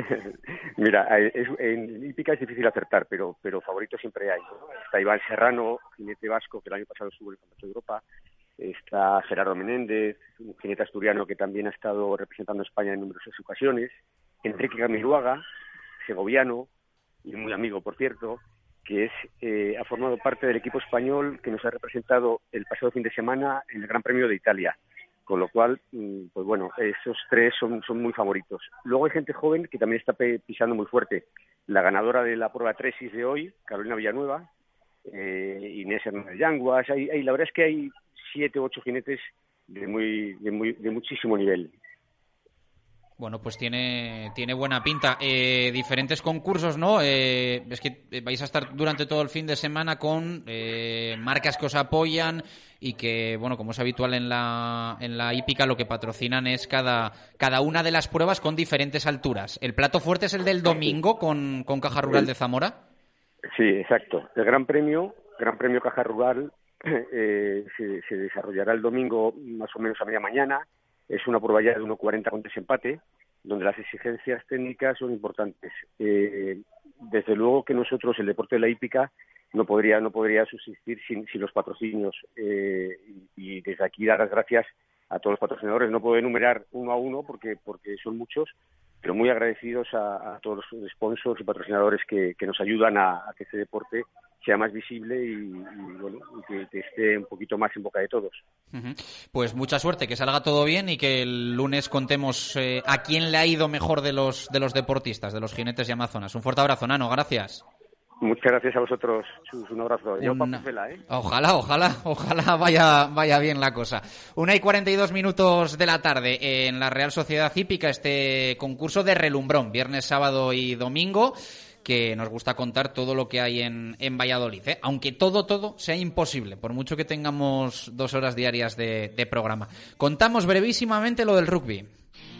Mira, es, en hípica es difícil acertar, pero pero favoritos siempre hay, ¿no? Está Iván Serrano, jinete vasco, que el año pasado estuvo en el Campeonato de Europa. Está Gerardo Menéndez, un jinete asturiano que también ha estado representando a España en numerosas ocasiones. Enrique Camiluaga, segoviano, y muy amigo, por cierto, que es eh, ha formado parte del equipo español que nos ha representado el pasado fin de semana en el Gran Premio de Italia. Con lo cual, pues bueno, esos tres son, son muy favoritos. Luego hay gente joven que también está pisando muy fuerte. La ganadora de la prueba Tresis de hoy, Carolina Villanueva, eh, Inés Hernández Yanguas. Hay, hay, la verdad es que hay siete u ocho jinetes de muy de muy de muchísimo nivel. Bueno, pues tiene tiene buena pinta. Eh, diferentes concursos, ¿no? Eh, es que vais a estar durante todo el fin de semana con eh, marcas que os apoyan y que, bueno, como es habitual en la en la hípica, lo que patrocinan es cada cada una de las pruebas con diferentes alturas. ¿El plato fuerte es el del domingo con, con Caja Rural de Zamora? Sí, exacto. El Gran Premio, Gran Premio Caja Rural, Eh, se, se desarrollará el domingo más o menos a media mañana. Es una prueba ya de uno cuarenta con desempate, donde las exigencias técnicas son importantes. Eh, desde luego que nosotros, el deporte de la hípica, no podría no podría subsistir sin, sin los patrocinios. Eh, y, y desde aquí dar las gracias a todos los patrocinadores. No puedo enumerar uno a uno porque porque son muchos, pero muy agradecidos a, a todos los sponsors y patrocinadores que, que nos ayudan a, a que este deporte sea más visible y, y bueno, y que, que esté un poquito más en boca de todos. Uh-huh. Pues mucha suerte, que salga todo bien y que el lunes contemos eh, a quién le ha ido mejor de los de los deportistas, de los jinetes y amazonas. Un fuerte abrazo, Nano, gracias. Muchas gracias a vosotros. Un abrazo. Una... ¿eh? Ojalá, ojalá, ojalá vaya vaya bien la cosa. Una y cuarenta y dos minutos de la tarde en la Real Sociedad Hípica, este concurso de relumbrón, viernes, sábado y domingo, que nos gusta contar todo lo que hay en, en Valladolid, ¿eh? Aunque todo, todo sea imposible, por mucho que tengamos dos horas diarias de, de programa. Contamos brevísimamente lo del rugby.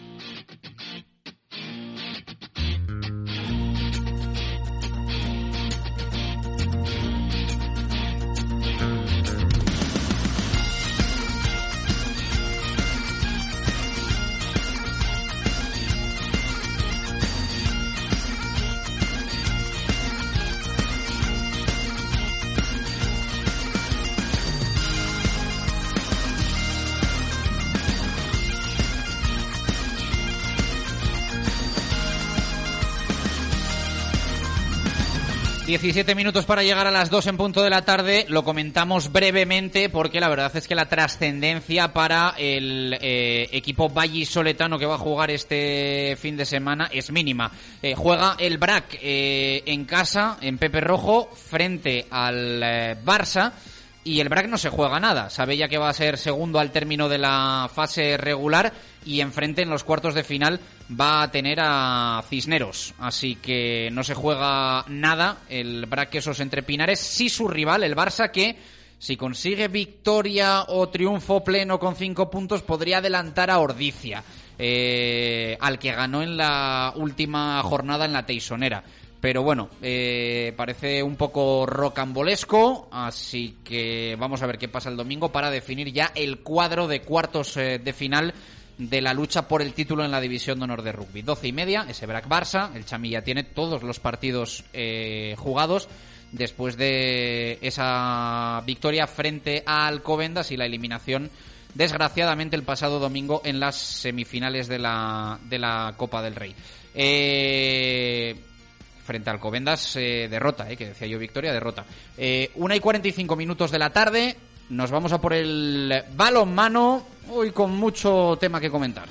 diecisiete minutos para llegar a las dos en punto de la tarde. Lo comentamos brevemente porque la verdad es que la trascendencia para el eh, equipo vallisoletano que va a jugar este fin de semana es mínima. Eh, juega el B R A C eh, en casa, en Pepe Rojo, frente al eh, Barça. Y el B R A C no se juega nada. Sabe ya que va a ser segundo al término de la fase regular y enfrente en los cuartos de final va a tener a Cisneros. Así que no se juega nada el B R A C esos entre Pinares. Sí su rival, el Barça, que si consigue victoria o triunfo pleno con cinco puntos podría adelantar a Ordizia, eh, al que ganó en la última jornada en la Teisonera. Pero bueno, eh, parece un poco rocambolesco, así que vamos a ver qué pasa el domingo para definir ya el cuadro de cuartos eh, de final de la lucha por el título en la División de Honor de Rugby. doce y media, ese B R A C Barça, el Chami ya tiene todos los partidos eh, jugados después de esa victoria frente a Alcobendas y la eliminación desgraciadamente el pasado domingo en las semifinales de la, de la Copa del Rey. Eh, frente al Alcobendas, eh, derrota, eh, que decía yo victoria, derrota. Eh, una y cuarenta y cinco minutos de la tarde, nos vamos a por el balonmano, hoy con mucho tema que comentar.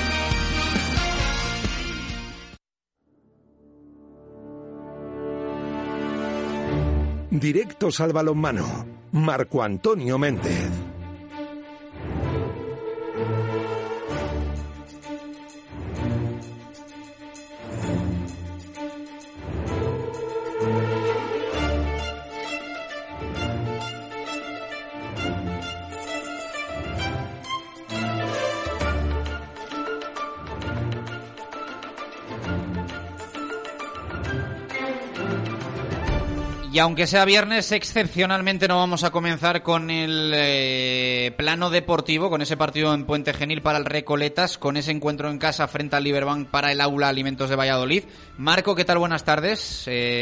Directos al balonmano. Marco Antonio Méndez. Y aunque sea viernes, excepcionalmente no vamos a comenzar con el eh, plano deportivo, con ese partido en Puente Genil para el Recoletas, con ese encuentro en casa frente al Liberbank para el Aula Alimentos de Valladolid. Marco, ¿qué tal? Buenas tardes.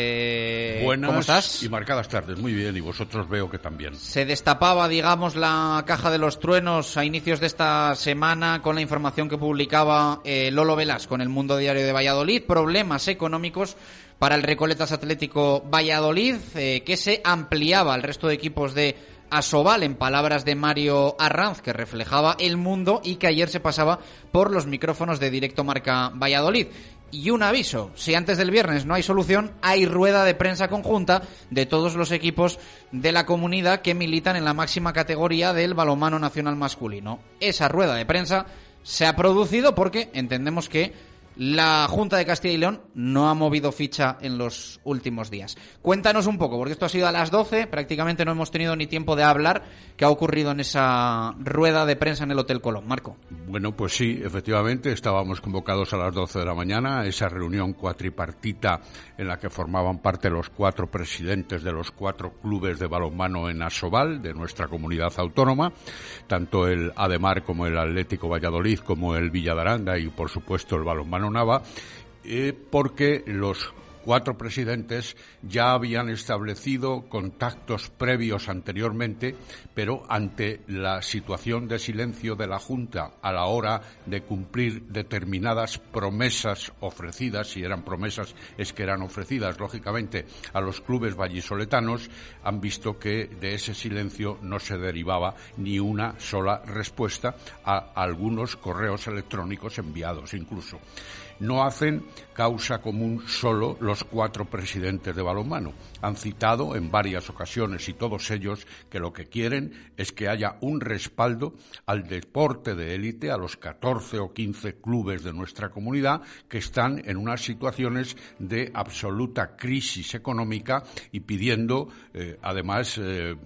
Eh, Buenas ¿Cómo estás? Y marcadas tardes, muy bien, y vosotros veo que también. Se destapaba, digamos, la caja de los truenos a inicios de esta semana con la información que publicaba eh, Lolo Velasco en el Mundo Diario de Valladolid. Problemas económicos para el Recoletas Atlético Valladolid, eh, que se ampliaba al resto de equipos de Asobal, en palabras de Mario Arranz, que reflejaba el mundo y que ayer se pasaba por los micrófonos de Directo Marca Valladolid. Y un aviso, si antes del viernes no hay solución, hay rueda de prensa conjunta de todos los equipos de la comunidad que militan en la máxima categoría del balonmano nacional masculino. Esa rueda de prensa se ha producido porque entendemos que la Junta de Castilla y León no ha movido ficha en los últimos días. Cuéntanos un poco, porque esto ha sido a las doce, prácticamente no hemos tenido ni tiempo de hablar. ¿Qué ha ocurrido en esa rueda de prensa en el Hotel Colón, Marco? Bueno, pues sí, efectivamente, estábamos convocados a las doce de la mañana a esa reunión cuatripartita en la que formaban parte los cuatro presidentes de los cuatro clubes de balonmano en Asobal, de nuestra comunidad autónoma, tanto el Ademar como el Atlético Valladolid, como el Villadaranda y, por supuesto, el balonmano Nava, eh, porque los cuatro presidentes ya habían establecido contactos previos anteriormente, pero ante la situación de silencio de la Junta a la hora de cumplir determinadas promesas ofrecidas, si eran promesas es que eran ofrecidas, lógicamente, a los clubes vallisoletanos, han visto que de ese silencio no se derivaba ni una sola respuesta a algunos correos electrónicos enviados incluso. No hacen causa común solo los cuatro presidentes de balonmano. Han citado en varias ocasiones y todos ellos que lo que quieren es que haya un respaldo al deporte de élite, a los catorce o quince clubes de nuestra comunidad que están en unas situaciones de absoluta crisis económica y pidiendo, eh, además, eh,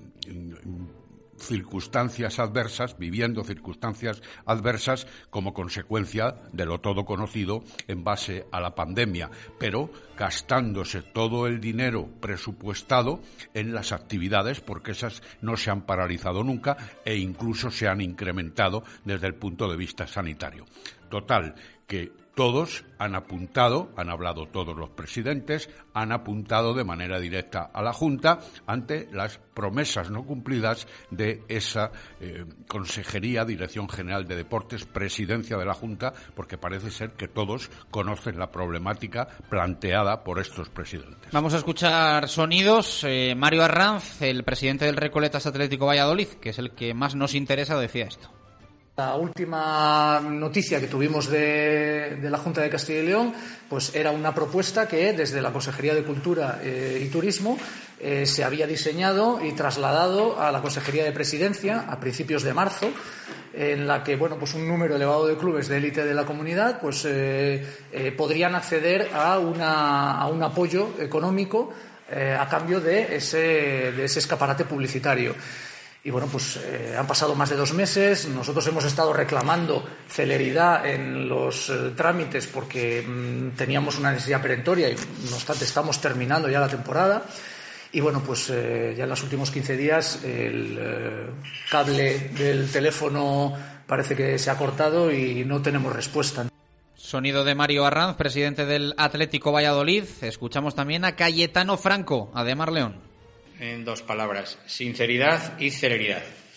circunstancias adversas, viviendo circunstancias adversas como consecuencia de lo todo conocido en base a la pandemia, pero gastándose todo el dinero presupuestado en las actividades, porque esas no se han paralizado nunca e incluso se han incrementado desde el punto de vista sanitario. Total, que todos han apuntado, han hablado todos los presidentes, han apuntado de manera directa a la Junta ante las promesas no cumplidas de esa eh, Consejería, Dirección General de Deportes, Presidencia de la Junta, porque parece ser que todos conocen la problemática planteada por estos presidentes. Vamos a escuchar sonidos. Eh, Mario Arranz, el presidente del Recoletas Atlético Valladolid, que es el que más nos interesa, decía esto. La última noticia que tuvimos de, de la Junta de Castilla y León pues era una propuesta que desde la Consejería de Cultura eh, y Turismo eh, se había diseñado y trasladado a la Consejería de Presidencia a principios de marzo, en la que bueno pues un número elevado de clubes de élite de la comunidad pues eh, eh, podrían acceder a, una, a un apoyo económico eh, a cambio de ese, de ese escaparate publicitario. Y bueno, pues eh, han pasado más de dos meses, nosotros hemos estado reclamando celeridad en los eh, trámites porque mmm, teníamos una necesidad perentoria y no obstante estamos terminando ya la temporada. Y bueno, pues eh, ya en los últimos quince días el eh, cable del teléfono parece que se ha cortado y no tenemos respuesta. Sonido de Mario Arranz, presidente del Atlético Valladolid. Escuchamos también a Cayetano Franco, Ademar León. En dos palabras, sinceridad y celeridad.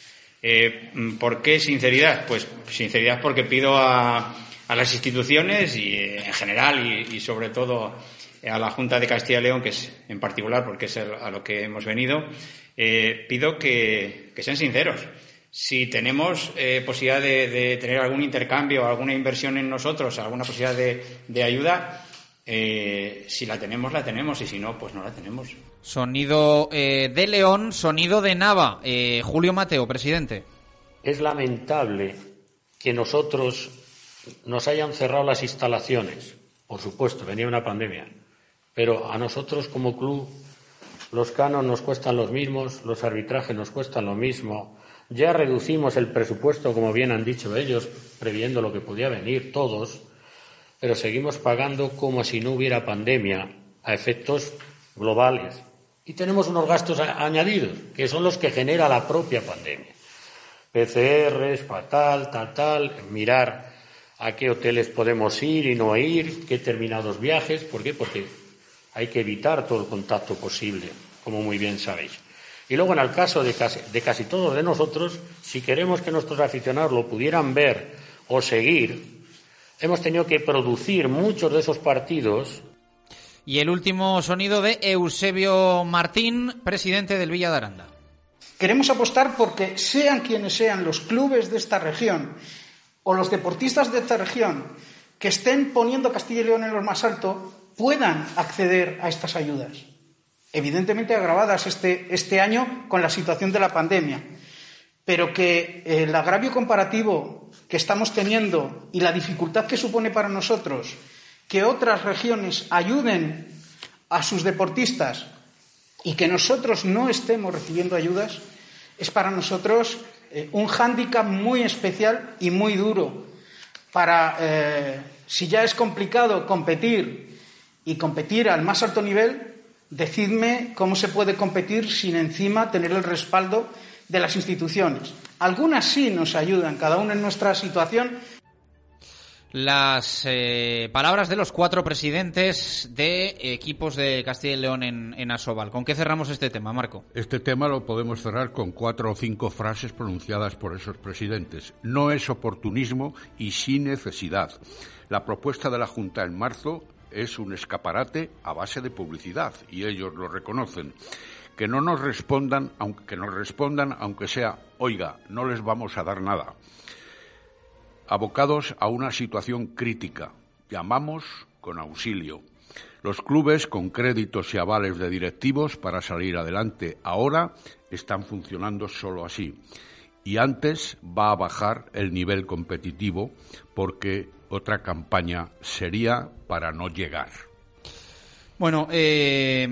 Eh, ¿Por qué sinceridad? Pues sinceridad porque pido a, a las instituciones y eh, en general y, y sobre todo a la Junta de Castilla y León, que es en particular porque es a lo que hemos venido, eh, pido que, que sean sinceros. Si tenemos eh, posibilidad de, de tener algún intercambio, alguna inversión en nosotros, alguna posibilidad de, de ayuda, eh, si la tenemos, la tenemos, y si no, pues no la tenemos. Sonido eh, de León, sonido de Nava. Eh, Julio Mateo, presidente. Es lamentable que nosotros nos hayan cerrado las instalaciones. Por supuesto, venía una pandemia. Pero a nosotros como club los canos nos cuestan los mismos, los arbitrajes nos cuestan lo mismo. Ya reducimos el presupuesto, como bien han dicho ellos, previendo lo que podía venir, todos, pero seguimos pagando como si no hubiera pandemia a efectos globales. Y tenemos unos gastos a- añadidos, que son los que genera la propia pandemia. P C Rs, para tal, tal, tal, mirar a qué hoteles podemos ir y no ir, qué determinados viajes. ¿Por qué? Porque hay que evitar todo el contacto posible, como muy bien sabéis. Y luego, en el caso de casi, de casi todos de nosotros, si queremos que nuestros aficionados lo pudieran ver o seguir, hemos tenido que producir muchos de esos partidos. Y el último sonido de Eusebio Martín, presidente del Villa de Aranda. Queremos apostar porque sean quienes sean los clubes de esta región o los deportistas de esta región que estén poniendo a Castilla y León en lo más alto, puedan acceder a estas ayudas. Evidentemente agravadas este, este año con la situación de la pandemia, pero que el agravio comparativo que estamos teniendo y la dificultad que supone para nosotros que otras regiones ayuden a sus deportistas y que nosotros no estemos recibiendo ayudas, es para nosotros eh, un hándicap muy especial y muy duro para, eh, si ya es complicado competir y competir al más alto nivel, decidme cómo se puede competir sin encima tener el respaldo de las instituciones. Algunas sí nos ayudan, cada una en nuestra situación. Las eh, palabras de los cuatro presidentes de equipos de Castilla y León en, en Asobal. ¿Con qué cerramos este tema, Marco? Este tema lo podemos cerrar con cuatro o cinco frases pronunciadas por esos presidentes. No es oportunismo y sin necesidad. La propuesta de la Junta en marzo es un escaparate a base de publicidad, y ellos lo reconocen. Que no nos respondan, aunque nos respondan, aunque sea, oiga, no les vamos a dar nada. Abocados a una situación crítica, llamamos con auxilio. Los clubes con créditos y avales de directivos para salir adelante ahora están funcionando solo así. Y antes va a bajar el nivel competitivo porque otra campaña sería para no llegar. Bueno, eh,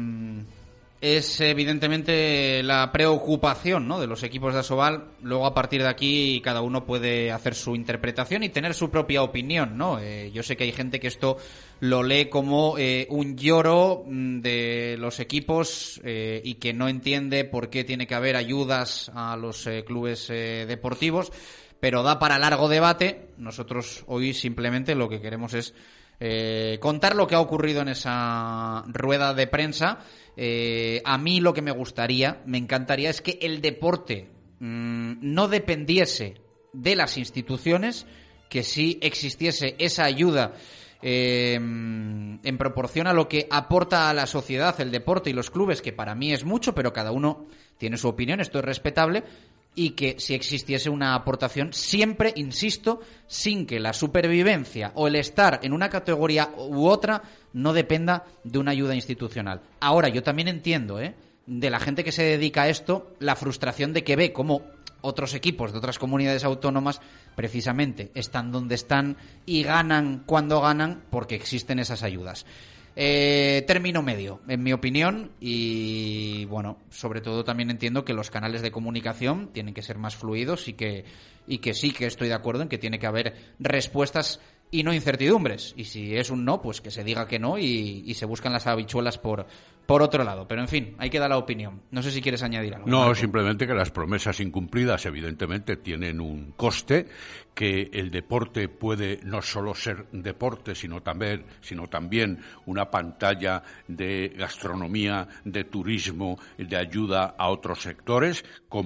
es evidentemente la preocupación, ¿no?, de los equipos de Asobal. Luego, a partir de aquí, cada uno puede hacer su interpretación y tener su propia opinión, ¿no? Eh, yo sé que hay gente que esto lo lee como eh, un lloro de los equipos eh, y que no entiende por qué tiene que haber ayudas a los eh, clubes eh, deportivos, pero da para largo debate. Nosotros hoy simplemente lo que queremos es eh, contar lo que ha ocurrido en esa rueda de prensa. Eh, a mí lo que me gustaría, me encantaría, es que el deporte mmm, no dependiese de las instituciones, que sí existiese esa ayuda eh, en proporción a lo que aporta a la sociedad el deporte y los clubes, que para mí es mucho, pero cada uno tiene su opinión, esto es respetable, y que si existiese una aportación siempre, insisto, sin que la supervivencia o el estar en una categoría u otra no dependa de una ayuda institucional. Ahora, yo también entiendo, ¿eh?, de la gente que se dedica a esto, la frustración de que ve cómo otros equipos de otras comunidades autónomas precisamente están donde están y ganan cuando ganan porque existen esas ayudas. Eh, término medio, en mi opinión, y bueno, sobre todo también entiendo que los canales de comunicación tienen que ser más fluidos y que, y que sí que estoy de acuerdo en que tiene que haber respuestas y no incertidumbres, y si es un no, pues que se diga que no y, y se buscan las habichuelas por, por otro lado. Pero en fin, hay que dar la opinión. No sé si quieres añadir algo. No, Marco. Simplemente que las promesas incumplidas evidentemente tienen un coste, que el deporte puede no solo ser deporte, sino también, sino también una pantalla de gastronomía, de turismo, de ayuda a otros sectores, como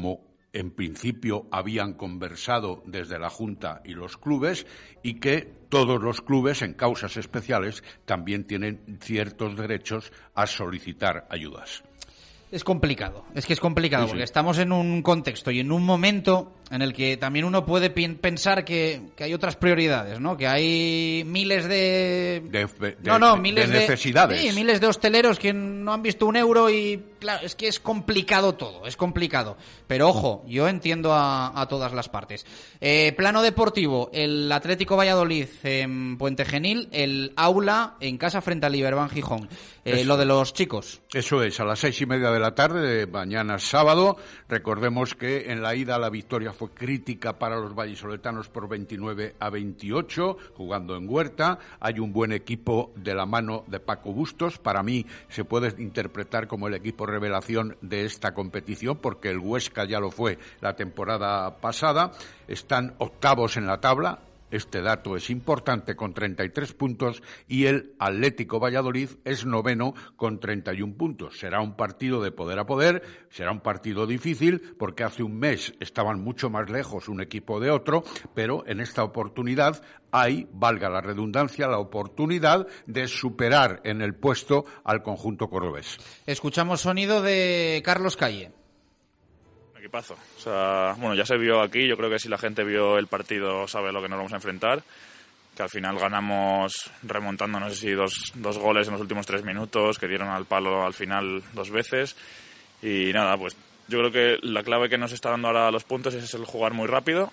en principio habían conversado desde la Junta y los clubes, y que todos los clubes en causas especiales también tienen ciertos derechos a solicitar ayudas. Es complicado, es que es complicado, sí, sí. Porque estamos en un contexto y en un momento en el que también uno puede pi- pensar que, que hay otras prioridades, ¿no? Que hay miles de... De, de no, no, miles de necesidades. De, sí, miles de hosteleros que no han visto un euro y, claro, es que es complicado todo, es complicado. Pero ojo, yo entiendo a, a todas las partes. Eh, plano deportivo, el Atlético Valladolid en Puente Genil, el Aula en casa frente al Iberban Gijón. Eh, lo de los chicos. Eso es, a las seis y media de la tarde de mañana sábado. Recordemos que en la ida la victoria fue crítica para los vallisoletanos por veintinueve a veintiocho, jugando en Huerta. Hay un buen equipo de la mano de Paco Bustos. Para mí se puede interpretar como el equipo revelación de esta competición, porque el Huesca ya lo fue la temporada pasada. Están octavos en la tabla. Este dato es importante, con treinta y tres puntos, y el Atlético Valladolid es noveno con treinta y un puntos. Será un partido de poder a poder, será un partido difícil, porque hace un mes estaban mucho más lejos un equipo de otro, pero en esta oportunidad hay, valga la redundancia, la oportunidad de superar en el puesto al conjunto cordobés. Escuchamos sonido de Carlos Calle. Equipazo. O sea, bueno, ya se vio aquí, yo creo que si la gente vio el partido sabe lo que nos vamos a enfrentar, que al final ganamos remontando, no sé si dos, dos goles en los últimos tres minutos, que dieron al palo al final dos veces, y nada, pues yo creo que la clave que nos está dando ahora los puntos es el jugar muy rápido,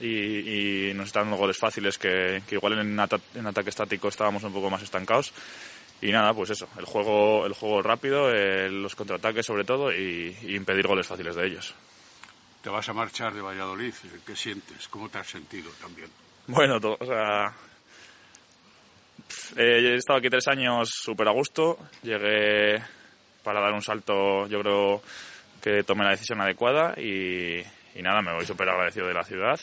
y, y nos están dando goles fáciles que, que igual en, ata- en ataque estático estábamos un poco más estancados. Y nada, pues eso, el juego el juego rápido, eh, los contraataques sobre todo, y, y impedir goles fáciles de ellos. Te vas a marchar de Valladolid, ¿qué sientes? ¿Cómo te has sentido también? Bueno, to- o sea, eh, he estado aquí tres años súper a gusto, llegué para dar un salto, yo creo que tomé la decisión adecuada, y, y nada, me voy súper agradecido de la ciudad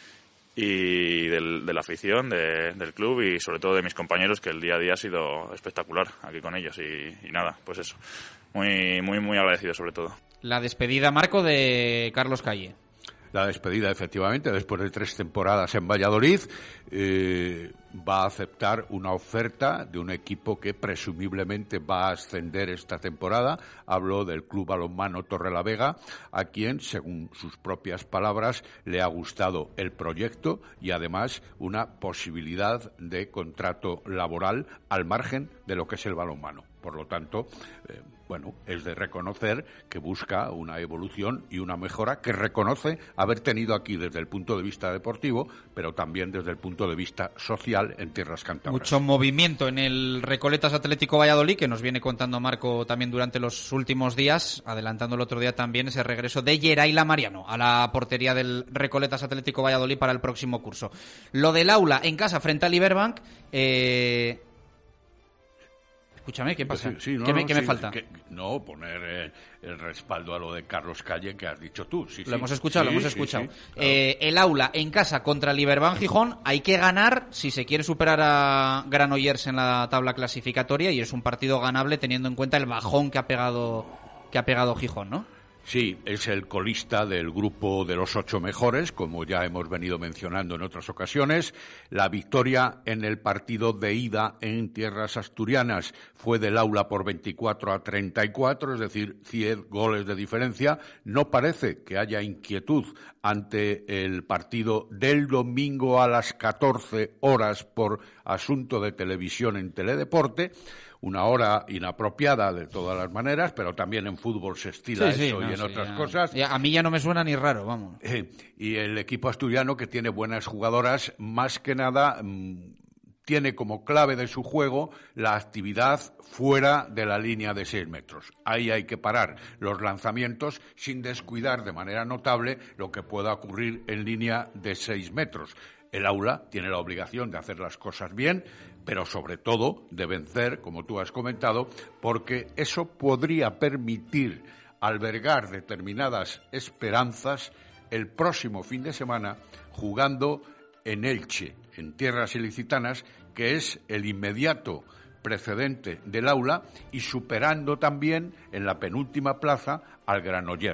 y del, de la afición, de, del club, y sobre todo de mis compañeros, que el día a día ha sido espectacular aquí con ellos, y, y nada, pues eso, muy muy muy agradecido sobre todo. La despedida, Marco, de Carlos Calle. La despedida, efectivamente, después de tres temporadas en Valladolid, eh, va a aceptar una oferta de un equipo que presumiblemente va a ascender esta temporada. Habló del Club Balonmano Torrelavega, a quien, según sus propias palabras, le ha gustado el proyecto y además una posibilidad de contrato laboral al margen de lo que es el balonmano. Por lo tanto, eh, bueno, es de reconocer que busca una evolución y una mejora que reconoce haber tenido aquí desde el punto de vista deportivo, pero también desde el punto de vista social en tierras cántabras. Mucho movimiento en el Recoletas Atlético Valladolid, que nos viene contando Marco también durante los últimos días, adelantando el otro día también ese regreso de Yeraila Mariano a la portería del Recoletas Atlético Valladolid para el próximo curso. Lo del Aula en casa frente al Iberbank, eh... Escúchame, ¿qué pasa? Sí, sí, no, ¿Qué, me, no, ¿qué sí, me falta? Que, no, poner eh, el respaldo a lo de Carlos Calle que has dicho tú. Sí, lo sí. hemos escuchado, sí, lo hemos sí, escuchado. Sí, claro. eh, el Aula en casa contra el Iberban Gijón. Hay que ganar si se quiere superar a Granollers en la tabla clasificatoria, y es un partido ganable teniendo en cuenta el bajón que ha pegado, que ha pegado Gijón, ¿no? Sí, es el colista del grupo de los ocho mejores, como ya hemos venido mencionando en otras ocasiones. La victoria en el partido de ida en tierras asturianas fue del Aula por veinticuatro a treinta y cuatro, es decir, cien goles de diferencia. No parece que haya inquietud ante el partido del domingo a las catorce horas por asunto de televisión en Teledeporte. Una hora inapropiada de todas las maneras, pero también en fútbol se estila sí, sí, eso no, y en sí, otras ya, cosas. Ya, a mí ya no me suena ni raro, vamos. Eh, y el equipo asturiano, que tiene buenas jugadoras, más que nada mmm, tiene como clave de su juego la actividad fuera de la línea de seis metros. Ahí hay que parar los lanzamientos sin descuidar de manera notable lo que pueda ocurrir en línea de seis metros. El Aula tiene la obligación de hacer las cosas bien, pero sobre todo de vencer, como tú has comentado, porque eso podría permitir albergar determinadas esperanzas el próximo fin de semana jugando en Elche, en tierras ilicitanas, que es el inmediato precedente del Aula, y superando también en la penúltima plaza al Granollers.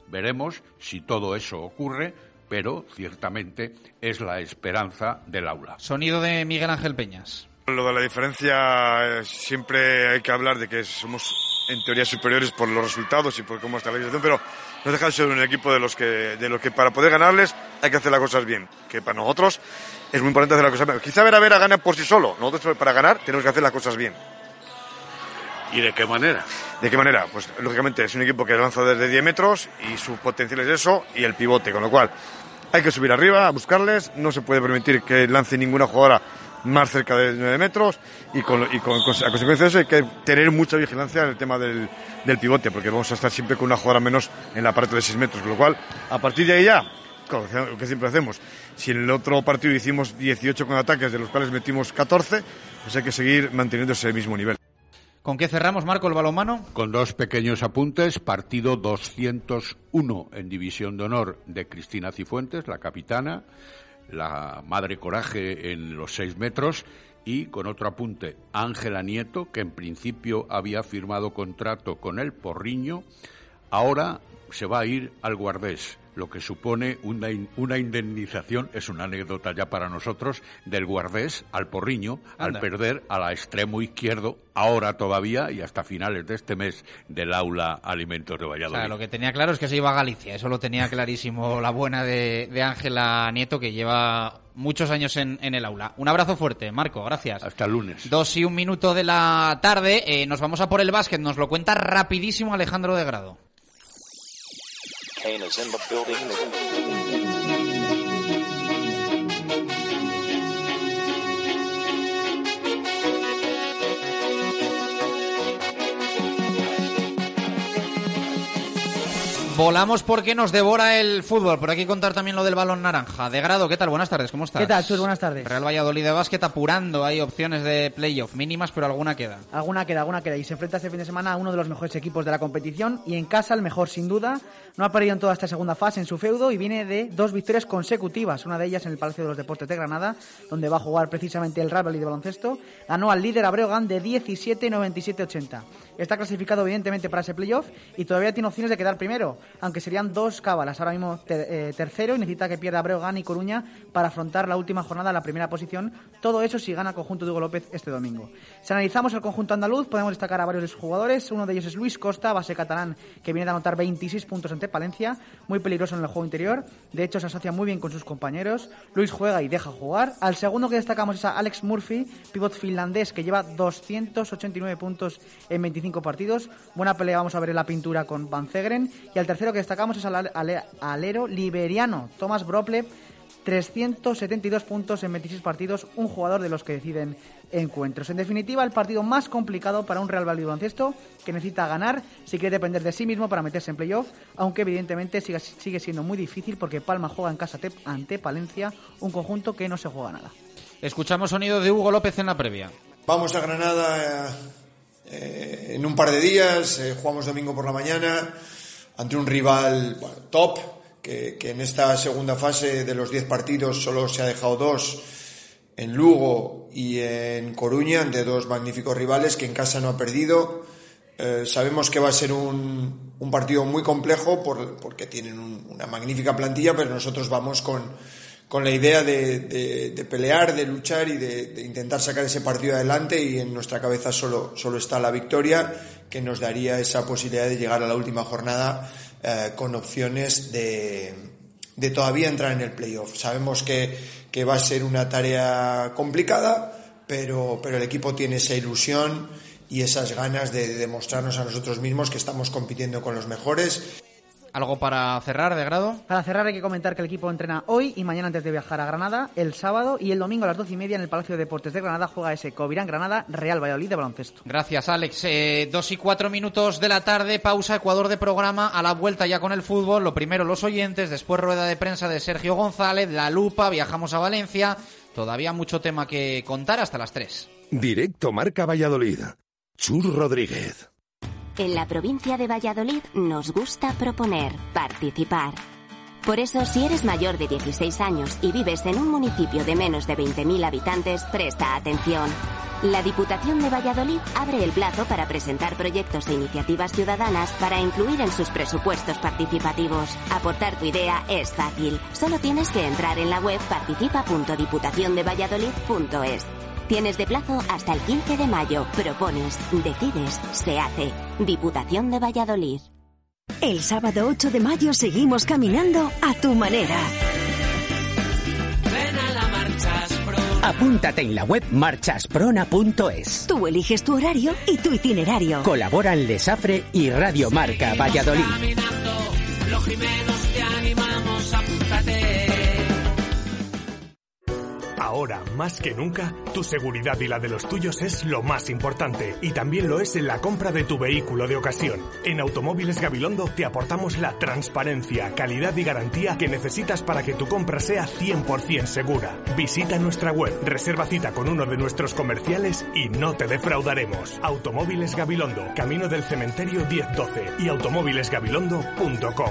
Veremos si todo eso ocurre, pero ciertamente es la esperanza del aula. Sonido de Miguel Ángel Peñas. Lo de la diferencia, siempre hay que hablar de que somos en teoría superiores por los resultados y por cómo está la situación, pero no deja de ser un equipo de los que de los que para poder ganarles hay que hacer las cosas bien, que para nosotros es muy importante hacer las cosas bien. Quizá Vera Vera gana por sí solo, nosotros para ganar tenemos que hacer las cosas bien. ¿Y de qué manera? ¿De qué manera? Pues lógicamente es un equipo que lanza desde diez metros y su potencial es eso y el pivote, con lo cual hay que subir arriba a buscarles, no se puede permitir que lance ninguna jugadora más cerca de nueve metros y, con, y con, con, a consecuencia de eso hay que tener mucha vigilancia en el tema del, del pivote, porque vamos a estar siempre con una jugadora menos en la parte de seis metros, con lo cual a partir de ahí ya, lo que siempre hacemos, si en el otro partido hicimos dieciocho con ataques, de los cuales metimos catorce, pues hay que seguir manteniendo ese mismo nivel. ¿Con qué cerramos, Marco, el balonmano? Con dos pequeños apuntes. Partido doscientos uno en División de Honor de Cristina Cifuentes, la capitana, la madre coraje en los seis metros, y con otro apunte, Ángela Nieto, que en principio había firmado contrato con el Porriño, ahora se va a ir al Guardés, lo que supone una, in, una indemnización, es una anécdota ya para nosotros, del Guardés al Porriño, Anda. al perder a la extremo izquierdo, ahora todavía y hasta finales de este mes, del Aula Alimentos de Valladolid. O sea, lo que tenía claro es que se iba a Galicia, eso lo tenía clarísimo la buena de Ángela Nieto, que lleva muchos años en, en el aula. Un abrazo fuerte, Marco, gracias. Hasta el lunes. Dos y un minuto de la tarde, eh, nos vamos a por el básquet, nos lo cuenta rapidísimo Alejandro de Grado. Kane is in the building. Volamos porque nos devora el fútbol. Por aquí contar también lo del balón naranja. De Grado, ¿qué tal? Buenas tardes, ¿cómo estás? ¿Qué tal, Chus? Buenas tardes. Real Valladolid de básquet apurando. Hay opciones de playoff mínimas, pero alguna queda. Alguna queda, alguna queda. Y se enfrenta este fin de semana a uno de los mejores equipos de la competición. Y en casa, el mejor sin duda. No ha perdido en toda esta segunda fase en su feudo y viene de dos victorias consecutivas. Una de ellas en el Palacio de los Deportes de Granada, donde va a jugar precisamente el Real Valladolid de baloncesto. Ganó al líder Breogán de diecisiete noventa y siete ochenta. Está clasificado evidentemente para ese playoff y todavía tiene opciones de quedar primero, aunque serían dos cábalas. Ahora mismo ter, eh, tercero y necesita que pierda Breogán y Coruña para afrontar la última jornada a la primera posición. Todo eso si gana el conjunto de Hugo López este domingo. Si analizamos el conjunto andaluz, podemos destacar a varios de sus jugadores. Uno de ellos es Luis Costa, base catalán, que viene de anotar veintiséis puntos ante Palencia, muy peligroso en el juego interior. De hecho, se asocia muy bien con sus compañeros. Luis juega y deja jugar. Al segundo que destacamos es a Alex Murphy, pívot finlandés, que lleva doscientos ochenta y nueve puntos en veinticinco partidos. Buena pelea vamos a ver en la pintura con Van Zegren. Y al tercero que destacamos es al alero liberiano, Thomas Brople, trescientos setenta y dos puntos en veintiséis partidos, un jugador de los que deciden encuentros. En definitiva, el partido más complicado para un Real Valladolid baloncesto, que necesita ganar si quiere depender de sí mismo para meterse en playoff, aunque evidentemente sigue, sigue siendo muy difícil porque Palma juega en casa ante Palencia, un conjunto que no se juega nada. Escuchamos sonido de Hugo López en la previa. Vamos a Granada eh, en un par de días, eh, jugamos domingo por la mañana ante un rival bueno, top, que, que en esta segunda fase de los diez partidos solo se ha dejado dos, en Lugo y en Coruña, ante dos magníficos rivales que en casa no ha perdido. Eh, sabemos que va a ser un, un partido muy complejo por, porque tienen un, una magnífica plantilla, pero nosotros vamos con, con la idea de, de, de pelear, de luchar y de, de intentar sacar ese partido adelante, y en nuestra cabeza solo, solo está la victoria, que nos daría esa posibilidad de llegar a la última jornada eh, con opciones de, de todavía entrar en el playoff. Sabemos que, que va a ser una tarea complicada, pero, pero el equipo tiene esa ilusión y esas ganas de, de demostrarnos a nosotros mismos que estamos compitiendo con los mejores. ¿Algo para cerrar, De Grado? Para cerrar hay que comentar que el equipo entrena hoy y mañana antes de viajar a Granada, el sábado, y el domingo a las doce y media en el Palacio de Deportes de Granada juega ese Covirán Granada Real Valladolid de baloncesto. Gracias, Alex. Eh, dos y cuatro minutos de la tarde, pausa, Ecuador de programa, a la vuelta ya con el fútbol. Lo primero los oyentes, después rueda de prensa de Sergio González, La Lupa, viajamos a Valencia. Todavía mucho tema que contar hasta las tres. Directo Marca Valladolid. Chus Rodríguez. En la provincia de Valladolid nos gusta proponer, participar. Por eso, si eres mayor de dieciséis años y vives en un municipio de menos de veinte mil habitantes, presta atención. La Diputación de Valladolid abre el plazo para presentar proyectos e iniciativas ciudadanas para incluir en sus presupuestos participativos. Aportar tu idea es fácil. Solo tienes que entrar en la web participa punto diputación de valladolid punto es. Tienes de plazo hasta el quince de mayo. Propones, decides, se hace. Diputación de Valladolid. El sábado ocho de mayo seguimos caminando a tu manera. Ven a la Marchaspro. Apúntate en la web marchasprona punto es. Tú eliges tu horario y tu itinerario. Colaboran Lesafre y Radio Marca Valladolid. Caminando, los Jimenos te animamos, apúntate. Ahora, más que nunca, tu seguridad y la de los tuyos es lo más importante, y también lo es en la compra de tu vehículo de ocasión. En Automóviles Gabilondo te aportamos la transparencia, calidad y garantía que necesitas para que tu compra sea cien por ciento segura. Visita nuestra web, reserva cita con uno de nuestros comerciales y no te defraudaremos. Automóviles Gabilondo, Camino del Cementerio diez doce y automóviles gabilondo punto com.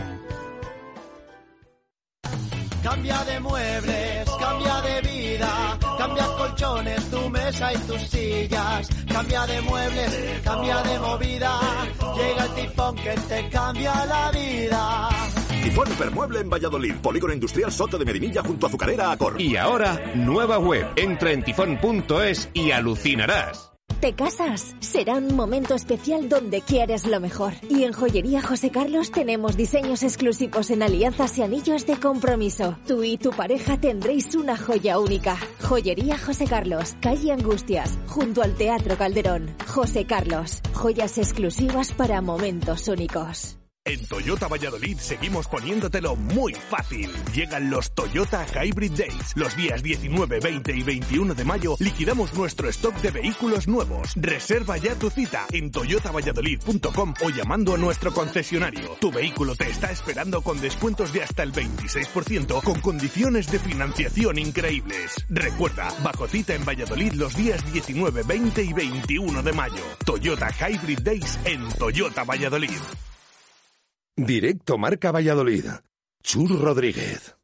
Cambia de muebles, cambia de vida, cambia colchones, tu mesa y tus sillas. Cambia de muebles, cambia de movida, llega el tifón que te cambia la vida. Tifón Hipermueble en Valladolid, Polígono Industrial Soto de Medinilla junto a Azucarera Acor. Y ahora, nueva web. Entra en tifón punto es y alucinarás. ¿Te casas? Será un momento especial donde quieres lo mejor. Y en Joyería José Carlos tenemos diseños exclusivos en alianzas y anillos de compromiso. Tú y tu pareja tendréis una joya única. Joyería José Carlos, calle Angustias, junto al Teatro Calderón. José Carlos, joyas exclusivas para momentos únicos. En Toyota Valladolid seguimos poniéndotelo muy fácil. Llegan los Toyota Hybrid Days. Los días diecinueve, veinte y veintiuno de mayo liquidamos nuestro stock de vehículos nuevos. Reserva ya tu cita en toyota valladolid punto com o llamando a nuestro concesionario. Tu vehículo te está esperando con descuentos de hasta el veintiséis por ciento con condiciones de financiación increíbles. Recuerda, bajo cita en Valladolid los días diecinueve, veinte y veintiuno de mayo. Toyota Hybrid Days en Toyota Valladolid. Directo Marca Valladolid. Chus Rodríguez.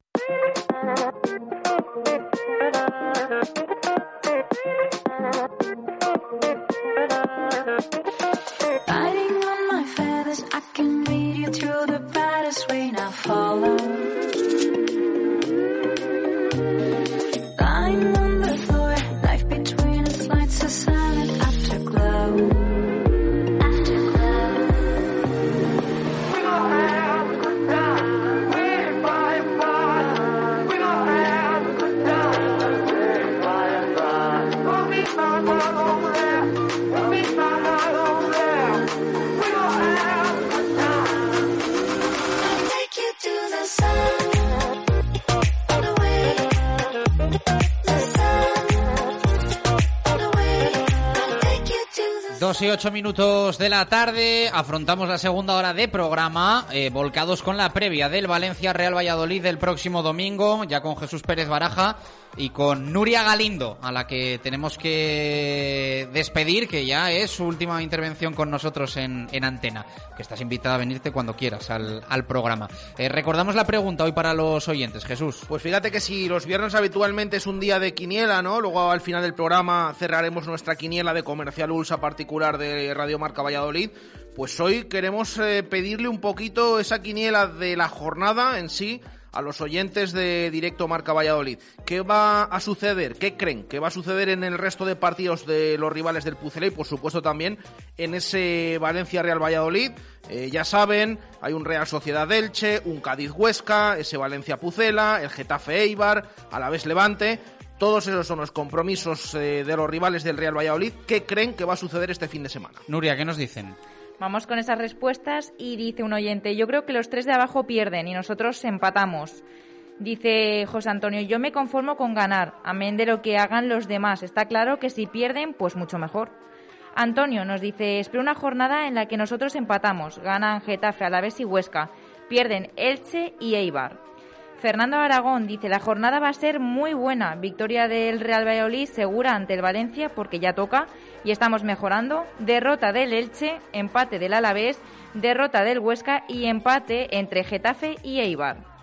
Dos y ocho minutos de la tarde, afrontamos la segunda hora de programa, eh, volcados con la previa del Valencia Real Valladolid del próximo domingo, ya con Jesús Pérez Baraja y con Nuria Galindo, a la que tenemos que despedir, que ya es su última intervención con nosotros en, en Antena, que estás invitada a venirte cuando quieras al, al programa. Eh, recordamos la pregunta hoy para los oyentes, Jesús. Pues fíjate que si los viernes habitualmente es un día de quiniela, ¿no? Luego al final del programa cerraremos nuestra quiniela de Comercial Ulsa particular de Radio Marca Valladolid. Pues hoy queremos eh, pedirle un poquito esa quiniela de la jornada en sí a los oyentes de Directo Marca Valladolid. ¿Qué va a suceder? ¿Qué creen que va a suceder en el resto de partidos de los rivales del Pucela y por supuesto también en ese Valencia Real Valladolid? Eh, ya saben, hay un Real Sociedad Elche, un Cádiz Huesca, ese Valencia Pucela, el Getafe Eibar, Alavés Levante. Todos esos son los compromisos eh, de los rivales del Real Valladolid. ¿Qué creen que va a suceder este fin de semana? Nuria, ¿qué nos dicen? Vamos con esas respuestas y dice un oyente, yo creo que los tres de abajo pierden y nosotros empatamos. Dice José Antonio, yo me conformo con ganar, amén de lo que hagan los demás. Está claro que si pierden, pues mucho mejor. Antonio nos dice, espero una jornada en la que nosotros empatamos. Ganan Getafe, Alavés y Huesca. Pierden Elche y Eibar. Fernando Aragón dice, la jornada va a ser muy buena. Victoria del Real Valladolid segura ante el Valencia porque ya toca y estamos mejorando. Derrota del Elche, empate del Alavés, derrota del Huesca y empate entre Getafe y Eibar.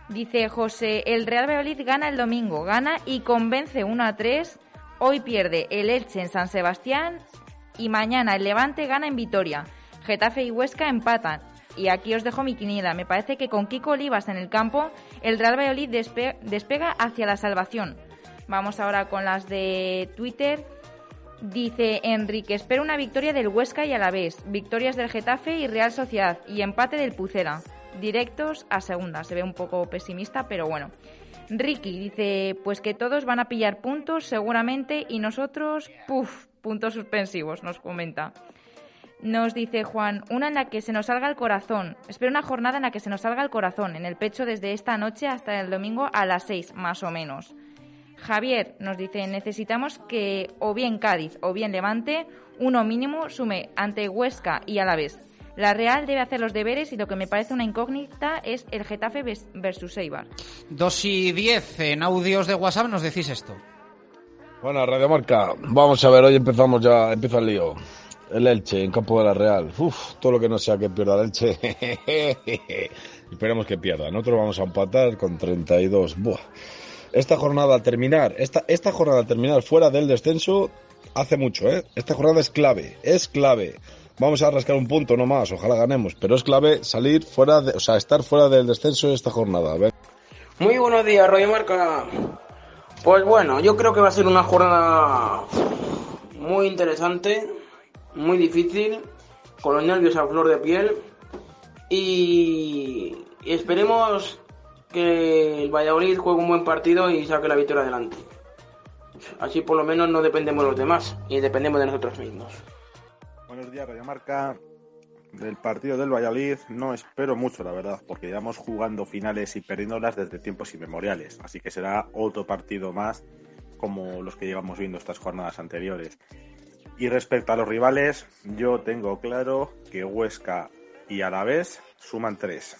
Dice José, el Real Valladolid gana el domingo, gana y convence uno a tres. Hoy pierde el Elche en San Sebastián y mañana el Levante gana en Vitoria. Getafe y Huesca empatan. Y aquí os dejo mi quiniela. Me parece que con Kiko Olivas en el campo, el Real Valladolid despe- despega hacia la salvación. Vamos ahora con las de Twitter. Dice Enrique, espero una victoria del Huesca y Alavés, victorias del Getafe y Real Sociedad y empate del Pucela. Directos a segunda. Se ve un poco pesimista, pero bueno. Ricky dice, pues que todos van a pillar puntos seguramente y nosotros, puf, puntos suspensivos, nos comenta. Nos dice Juan, una en la que se nos salga el corazón. Espero una jornada en la que se nos salga el corazón, en el pecho desde esta noche hasta el domingo a las seis, más o menos. Javier nos dice, necesitamos que o bien Cádiz o bien Levante, uno mínimo, sume ante Huesca y Alavés. La Real debe hacer los deberes y lo que me parece una incógnita es el Getafe versus Eibar. dos y diez, en audios de WhatsApp nos decís esto. Bueno, Radio Marca, vamos a ver, hoy empezamos ya, empieza el lío. El Elche en campo de la Real. Uf, todo lo que no sea que pierda el Elche. Esperemos que pierda. Nosotros vamos a empatar con treinta y dos. Buah. Esta jornada a terminar, esta, esta jornada a terminar fuera del descenso hace mucho, ¿eh? Esta jornada es clave, es clave. Vamos a rascar un punto, no más, ojalá ganemos, pero es clave salir fuera, de, o sea, estar fuera del descenso esta jornada. ¿Ven? Muy buenos días, Radio Marca. Pues bueno, yo creo que va a ser una jornada muy interesante, muy difícil, con los nervios a flor de piel y, y esperemos que el Valladolid juegue un buen partido y saque la victoria adelante. Así por lo menos no dependemos de los demás y dependemos de nosotros mismos. Buenos días, Radio Marca. Del partido del Valladolid no espero mucho, la verdad, porque llevamos jugando finales y perdiéndolas desde tiempos inmemoriales. Así que será otro partido más como los que llevamos viendo estas jornadas anteriores. Y respecto a los rivales, yo tengo claro que Huesca y Alavés suman tres.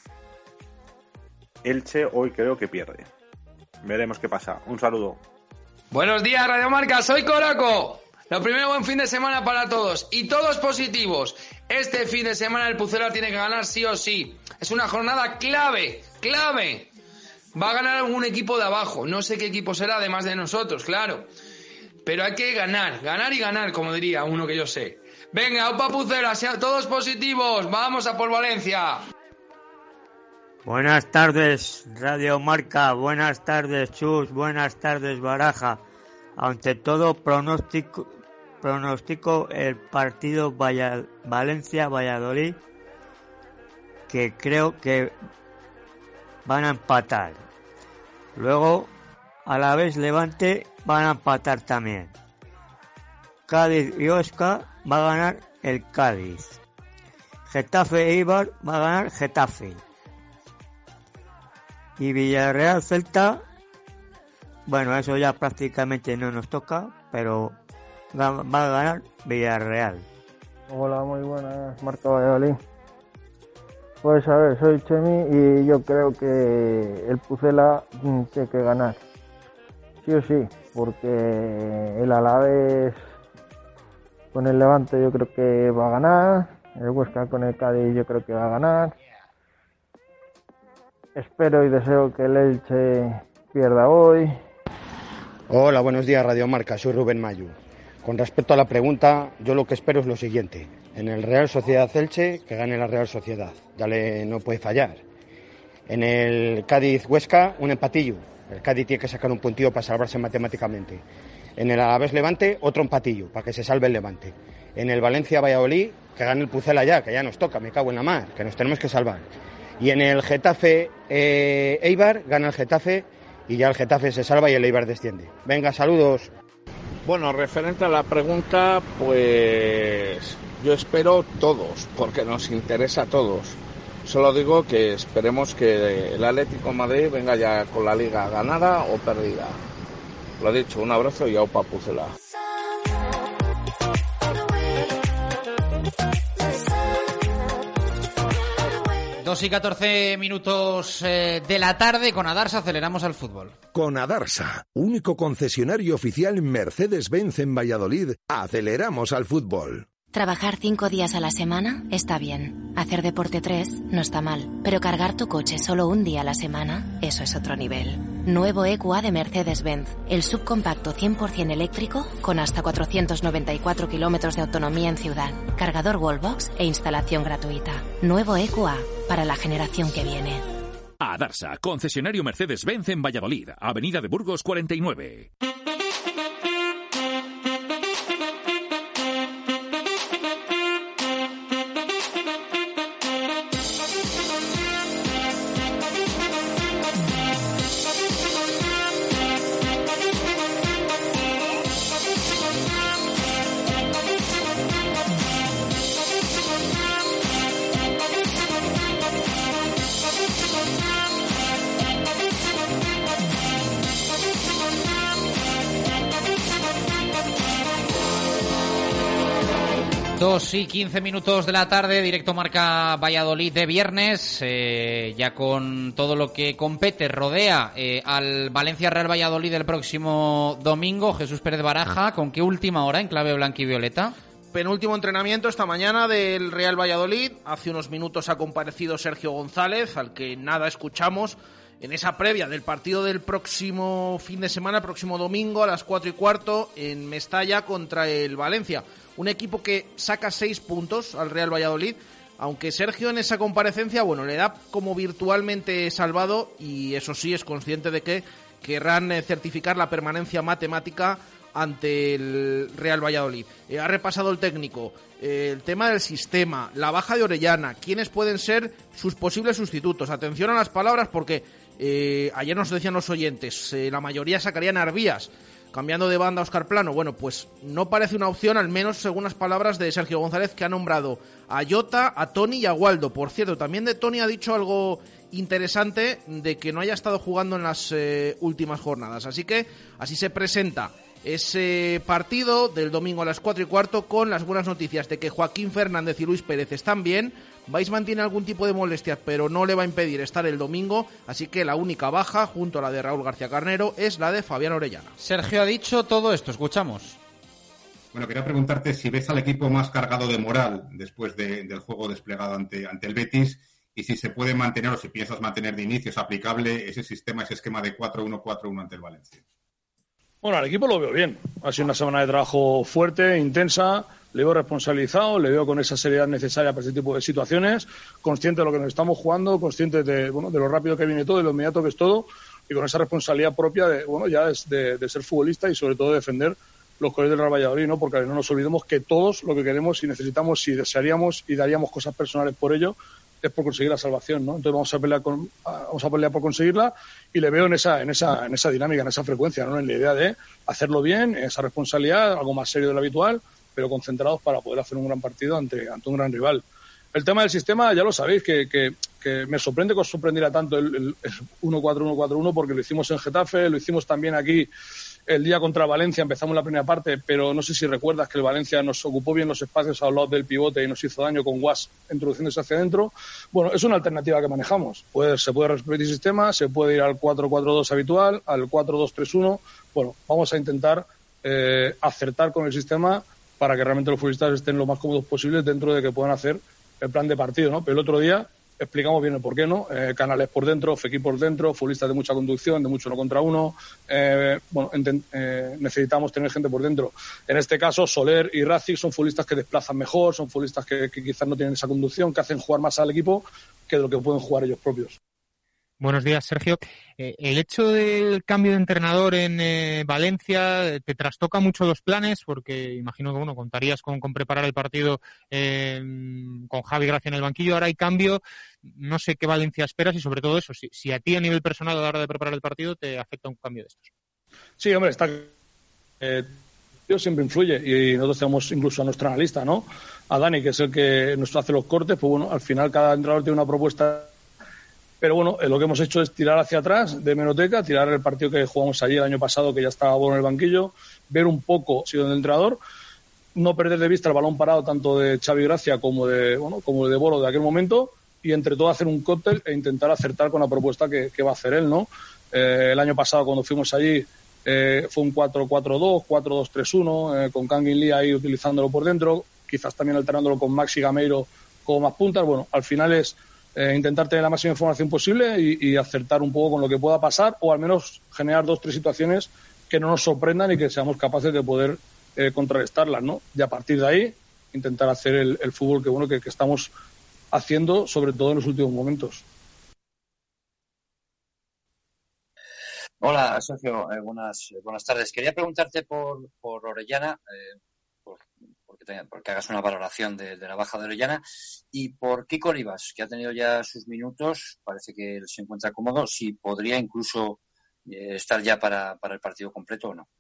Elche hoy creo que pierde. Veremos qué pasa. Un saludo. Buenos días, Radio Marca. Soy Coraco. Lo primero, buen fin de semana para todos. Y todos positivos. Este fin de semana el Pucela tiene que ganar sí o sí. Es una jornada clave, clave. Va a ganar algún equipo de abajo. No sé qué equipo será, además de nosotros, claro. Pero hay que ganar, ganar y ganar, como diría uno que yo sé. Venga, opa Pucela, sean todos positivos. Vamos a por Valencia. Buenas tardes, Radio Marca. Buenas tardes, Chus. Buenas tardes, Baraja. Ante todo, pronóstico, pronóstico el partido Valla, Valencia-Valladolid, que creo que van a empatar. Luego, Alavés Levante van a empatar también. Cádiz y Huesca va a ganar el Cádiz. Getafe e Eibar va a ganar Getafe. Y Villarreal Celta, bueno, eso ya prácticamente no nos toca, pero va a ganar Villarreal. Hola, muy buenas, Marca Valladolid. Pues a ver, soy Chemi y yo creo que el Pucela tiene que ganar. Sí o sí, porque el Alavés con el Levante yo creo que va a ganar, el Huesca con el Cádiz yo creo que va a ganar. Espero y deseo que el Elche pierda hoy. Hola, buenos días, Radio Marca. Soy Rubén Mayu. Con respecto a la pregunta, yo lo que espero es lo siguiente. En el Real Sociedad Elche, que gane la Real Sociedad. Ya le no puede fallar. En el Cádiz Huesca, un empatillo. El Cádiz tiene que sacar un puntillo para salvarse matemáticamente. En el Alavés Levante, otro empatillo, para que se salve el Levante. En el Valencia Valladolid, que gane el Pucela ya, que ya nos toca, me cago en la mar, que nos tenemos que salvar. Y en el Getafe eh, Eibar, gana el Getafe y ya el Getafe se salva y el Eibar desciende. Venga, saludos. Bueno, referente a la pregunta, pues yo espero todos, porque nos interesa a todos. Solo digo que esperemos que el Atlético de Madrid venga ya con la liga ganada o perdida. Lo dicho, un abrazo y aupa Pucela. dos y catorce minutos eh, de la tarde, con Adarsa aceleramos al fútbol. Con Adarsa, único concesionario oficial Mercedes-Benz en Valladolid, aceleramos al fútbol. Trabajar cinco días a la semana está bien. Hacer deporte tres no está mal. Pero cargar tu coche solo un día a la semana, eso es otro nivel. Nuevo E Q A de Mercedes-Benz. El subcompacto cien por ciento eléctrico con hasta cuatrocientos noventa y cuatro kilómetros de autonomía en ciudad. Cargador Wallbox e instalación gratuita. Nuevo E Q A para la generación que viene. Adarsa, concesionario Mercedes-Benz en Valladolid. Avenida de Burgos cuarenta y nueve. Dos y quince minutos de la tarde, directo Marca Valladolid de viernes, eh, ya con todo lo que compete, rodea eh, al Valencia Real Valladolid el próximo domingo. Jesús Pérez Baraja, ¿con qué última hora en clave blanquivioleta? Penúltimo entrenamiento esta mañana del Real Valladolid. Hace unos minutos ha comparecido Sergio González, al que nada escuchamos en esa previa del partido del próximo fin de semana, próximo domingo a las cuatro y cuarto en Mestalla contra el Valencia. Un equipo que saca seis puntos al Real Valladolid, aunque Sergio en esa comparecencia, bueno, le da como virtualmente salvado y eso sí es consciente de que querrán certificar la permanencia matemática ante el Real Valladolid. Eh, ha repasado el técnico, eh, el tema del sistema, la baja de Orellana, quiénes pueden ser sus posibles sustitutos. Atención a las palabras porque eh, ayer nos decían los oyentes, eh, la mayoría sacarían a Arbías, cambiando de banda a Óscar Plano. Bueno, pues no parece una opción, al menos según las palabras de Sergio González, que ha nombrado a Jota, a Toni y a Waldo. Por cierto, también de Toni ha dicho algo interesante de que no haya estado jugando en las eh, últimas jornadas. Así que así se presenta ese partido del domingo a las cuatro y cuarto, con las buenas noticias de que Joaquín Fernández y Luis Pérez están bien. Weissman tiene algún tipo de molestias, pero no le va a impedir estar el domingo, así que la única baja, junto a la de Raúl García Carnero, es la de Fabián Orellana. Sergio ha dicho todo esto, escuchamos. Bueno, quería preguntarte si ves al equipo más cargado de moral después de, del juego desplegado ante, ante el Betis, y si se puede mantener, o si piensas mantener de inicio, es aplicable ese sistema, ese esquema de cuatro uno cuatro uno ante el Valencia. Bueno, al equipo lo veo bien. Ha sido una semana de trabajo fuerte, intensa. Le veo responsabilizado, le veo con esa seriedad necesaria para este tipo de situaciones, consciente de lo que nos estamos jugando, consciente de, bueno, de lo rápido que viene todo, de lo inmediato que es todo, y con esa responsabilidad propia de, bueno, ya de, de ser futbolista y sobre todo de defender los colores del Real Valladolid, ¿no? Porque no nos olvidemos que todos lo que queremos y necesitamos, si desearíamos y daríamos cosas personales por ello, es por conseguir la salvación, ¿no? Entonces vamos a pelear con, vamos a pelear por conseguirla, y le veo en esa, en esa, en esa dinámica, en esa frecuencia, ¿no? En la idea de hacerlo bien, esa responsabilidad, algo más serio de lo habitual, pero concentrados para poder hacer un gran partido ante, ante un gran rival. El tema del sistema, ya lo sabéis, que, que, que me sorprende que os sorprendiera tanto el, el, el uno cuatro uno cuatro uno, porque lo hicimos en Getafe, lo hicimos también aquí el día contra Valencia, empezamos la primera parte, pero no sé si recuerdas que el Valencia nos ocupó bien los espacios al lado del pivote y nos hizo daño con Guas introduciéndose hacia adentro. Bueno, es una alternativa que manejamos. Puede, se puede repetir el sistema, se puede ir al cuatro cuatro dos habitual, al cuatro dos tres uno. Bueno, vamos a intentar eh, acertar con el sistema para que realmente los futbolistas estén lo más cómodos posibles dentro de que puedan hacer el plan de partido, ¿no? Pero el otro día explicamos bien el por qué, ¿no? Eh, canales por dentro, Fekir por dentro, futbolistas de mucha conducción, de mucho uno contra uno. Eh, bueno, enten, eh, necesitamos tener gente por dentro. En este caso, Soler y Racic son futbolistas que desplazan mejor, son futbolistas que, que quizás no tienen esa conducción, que hacen jugar más al equipo que de lo que pueden jugar ellos propios. Buenos días, Sergio. Eh, el hecho del cambio de entrenador en eh, Valencia, ¿te trastoca mucho los planes? Porque imagino que bueno, contarías con, con preparar el partido eh, con Javi Gracia en el banquillo. Ahora hay cambio. No sé qué Valencia esperas y sobre todo eso, si, si a ti a nivel personal a la hora de preparar el partido te afecta un cambio de estos. Sí, hombre, está... Eh, siempre influye y nosotros tenemos incluso a nuestro analista, ¿no? A Dani, que es el que nos hace los cortes. Pues bueno, al final cada entrenador tiene una propuesta. Pero bueno, lo que hemos hecho es tirar hacia atrás de hemeroteca, tirar el partido que jugamos allí el año pasado, que ya estaba bueno en el banquillo, ver un poco si del entrenador, no perder de vista el balón parado tanto de Xavi Gracia como de bueno como de Boro de aquel momento, y entre todo hacer un cóctel e intentar acertar con la propuesta que, que va a hacer él, ¿no? Eh, el año pasado cuando fuimos allí eh, fue un cuatro cuatro dos, cuatro dos tres uno, eh, con Kangin Lee ahí utilizándolo por dentro. quizás también alternándolo con Maxi Gameiro como más puntas. Bueno, al final es eh, intentar tener la máxima información posible y, y acertar un poco con lo que pueda pasar, o al menos generar dos, tres situaciones que no nos sorprendan y que seamos capaces de poder eh, contrarrestarlas, ¿no? Y a partir de ahí intentar hacer el, el fútbol que bueno que, que estamos haciendo, sobre todo en los últimos momentos. Hola, Sergio. Eh, buenas buenas tardes. Quería preguntarte por, por Orellana, eh, por, porque, te, porque hagas una valoración de, de la baja de Orellana, y por Kiko Rivas, que ha tenido ya sus minutos, parece que él se encuentra cómodo, si podría incluso eh, estar ya para, para el partido completo o no.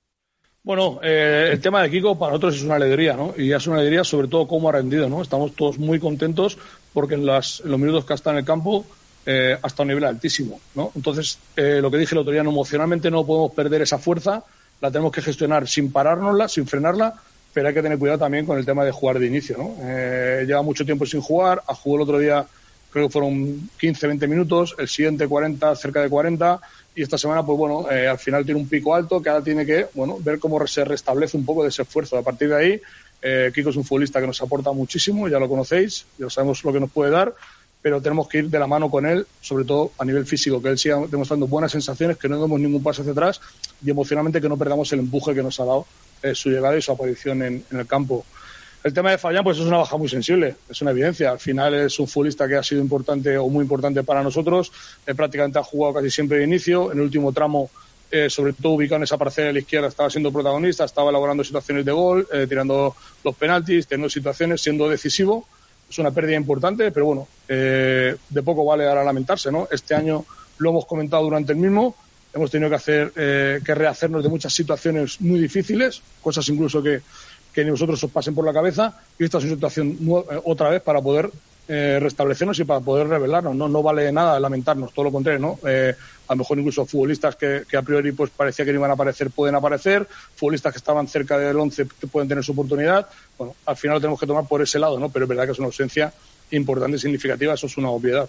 Bueno, eh, el tema de Kiko para nosotros es una alegría, ¿no? Y es una alegría sobre todo cómo ha rendido, ¿no? Estamos todos muy contentos porque en, las, en los minutos que ha estado en el campo Eh, hasta un nivel altísimo, ¿no? Entonces, eh, lo que dije el otro día, no, emocionalmente no podemos perder esa fuerza, la tenemos que gestionar sin parárnosla, sin frenarla, pero hay que tener cuidado también con el tema de jugar de inicio, ¿no? Eh, lleva mucho tiempo sin jugar, ha jugado el otro día, creo que fueron quince, veinte minutos, el siguiente cuarenta, cerca de cuarenta, y esta semana, pues bueno, eh, al final tiene un pico alto que ahora tiene que, bueno, ver cómo se restablece un poco de ese esfuerzo. A partir de ahí, eh, Kiko es un futbolista que nos aporta muchísimo, ya lo conocéis, ya sabemos lo que nos puede dar, pero tenemos que ir de la mano con él, sobre todo a nivel físico, que él siga demostrando buenas sensaciones, que no demos ningún paso hacia atrás y emocionalmente que no perdamos el empuje que nos ha dado eh, su llegada y su aparición en, en el campo. El tema de Fallán, pues es una baja muy sensible, es una evidencia. Al final es un futbolista que ha sido importante o muy importante para nosotros, eh, prácticamente ha jugado casi siempre de inicio, en el último tramo, eh, sobre todo ubicado en esa parcela de la izquierda, estaba siendo protagonista, estaba elaborando situaciones de gol, eh, tirando los penaltis, teniendo situaciones, siendo decisivo. Es una pérdida importante, pero bueno, eh, de poco vale ahora lamentarse, ¿no? Este año lo hemos comentado durante el mismo, hemos tenido que hacer eh, que rehacernos de muchas situaciones muy difíciles, cosas incluso que, que ni vosotros os pasen por la cabeza, y esta es una situación nueva, eh, otra vez para poder eh, restablecernos y para poder revelarnos, ¿no? No vale de nada lamentarnos, todo lo contrario, ¿no? Eh, a lo mejor incluso futbolistas que, que a priori pues parecía que no iban a aparecer pueden aparecer, futbolistas que estaban cerca del once que pueden tener su oportunidad. Bueno, al final lo tenemos que tomar por ese lado, ¿no? Pero es verdad que es una ausencia importante y significativa, eso es una obviedad.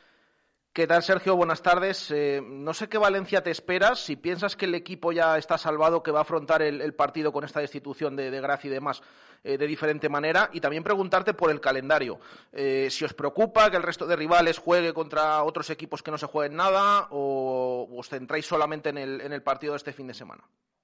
¿Qué tal, Sergio? Buenas tardes. Eh, no sé qué Valencia te esperas, si piensas que el equipo ya está salvado, que va a afrontar el, el partido con esta destitución de, de Gracia y demás eh, de diferente manera, y también preguntarte por el calendario. Eh, si os preocupa que el resto de rivales juegue contra otros equipos que no se jueguen nada, o os centráis solamente en el, en el partido de este fin de semana.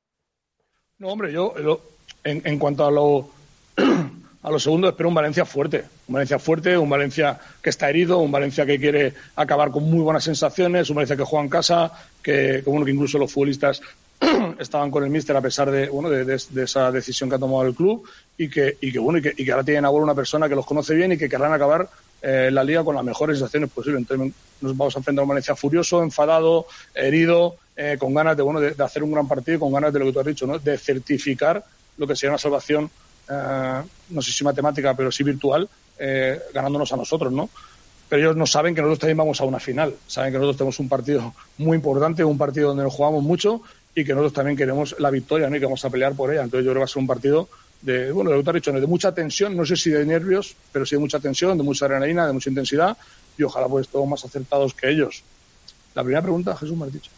No, hombre, yo lo, en, en cuanto a lo... A lo segundo espero un Valencia fuerte, un Valencia fuerte, un Valencia que está herido, un Valencia que quiere acabar con muy buenas sensaciones, un Valencia que juega en casa, que, que bueno, que incluso los futbolistas estaban con el míster a pesar de bueno de, de, de esa decisión que ha tomado el club, y que y que bueno y que, y que ahora tienen a bordo una persona que los conoce bien y que querrán acabar eh, la liga con las mejores sensaciones posibles. Entonces nos vamos a enfrentar a un Valencia furioso, enfadado, herido, eh, con ganas de bueno de, de hacer un gran partido y con ganas de lo que tú has dicho, ¿no? De certificar lo que sería una salvación. Uh, no sé si matemática, pero sí virtual, eh, ganándonos a nosotros, ¿no? Pero ellos no saben que nosotros también vamos a una final, saben que nosotros tenemos un partido muy importante, un partido donde nos jugamos mucho y que nosotros también queremos la victoria, ¿no? Y que vamos a pelear por ella. Entonces yo creo que va a ser un partido de, bueno, lo que te has dicho, de mucha tensión, no sé si de nervios, pero sí de mucha tensión, de mucha adrenalina, de mucha intensidad, y ojalá pues todos más acertados que ellos. La primera pregunta, Jesús, me has dicho.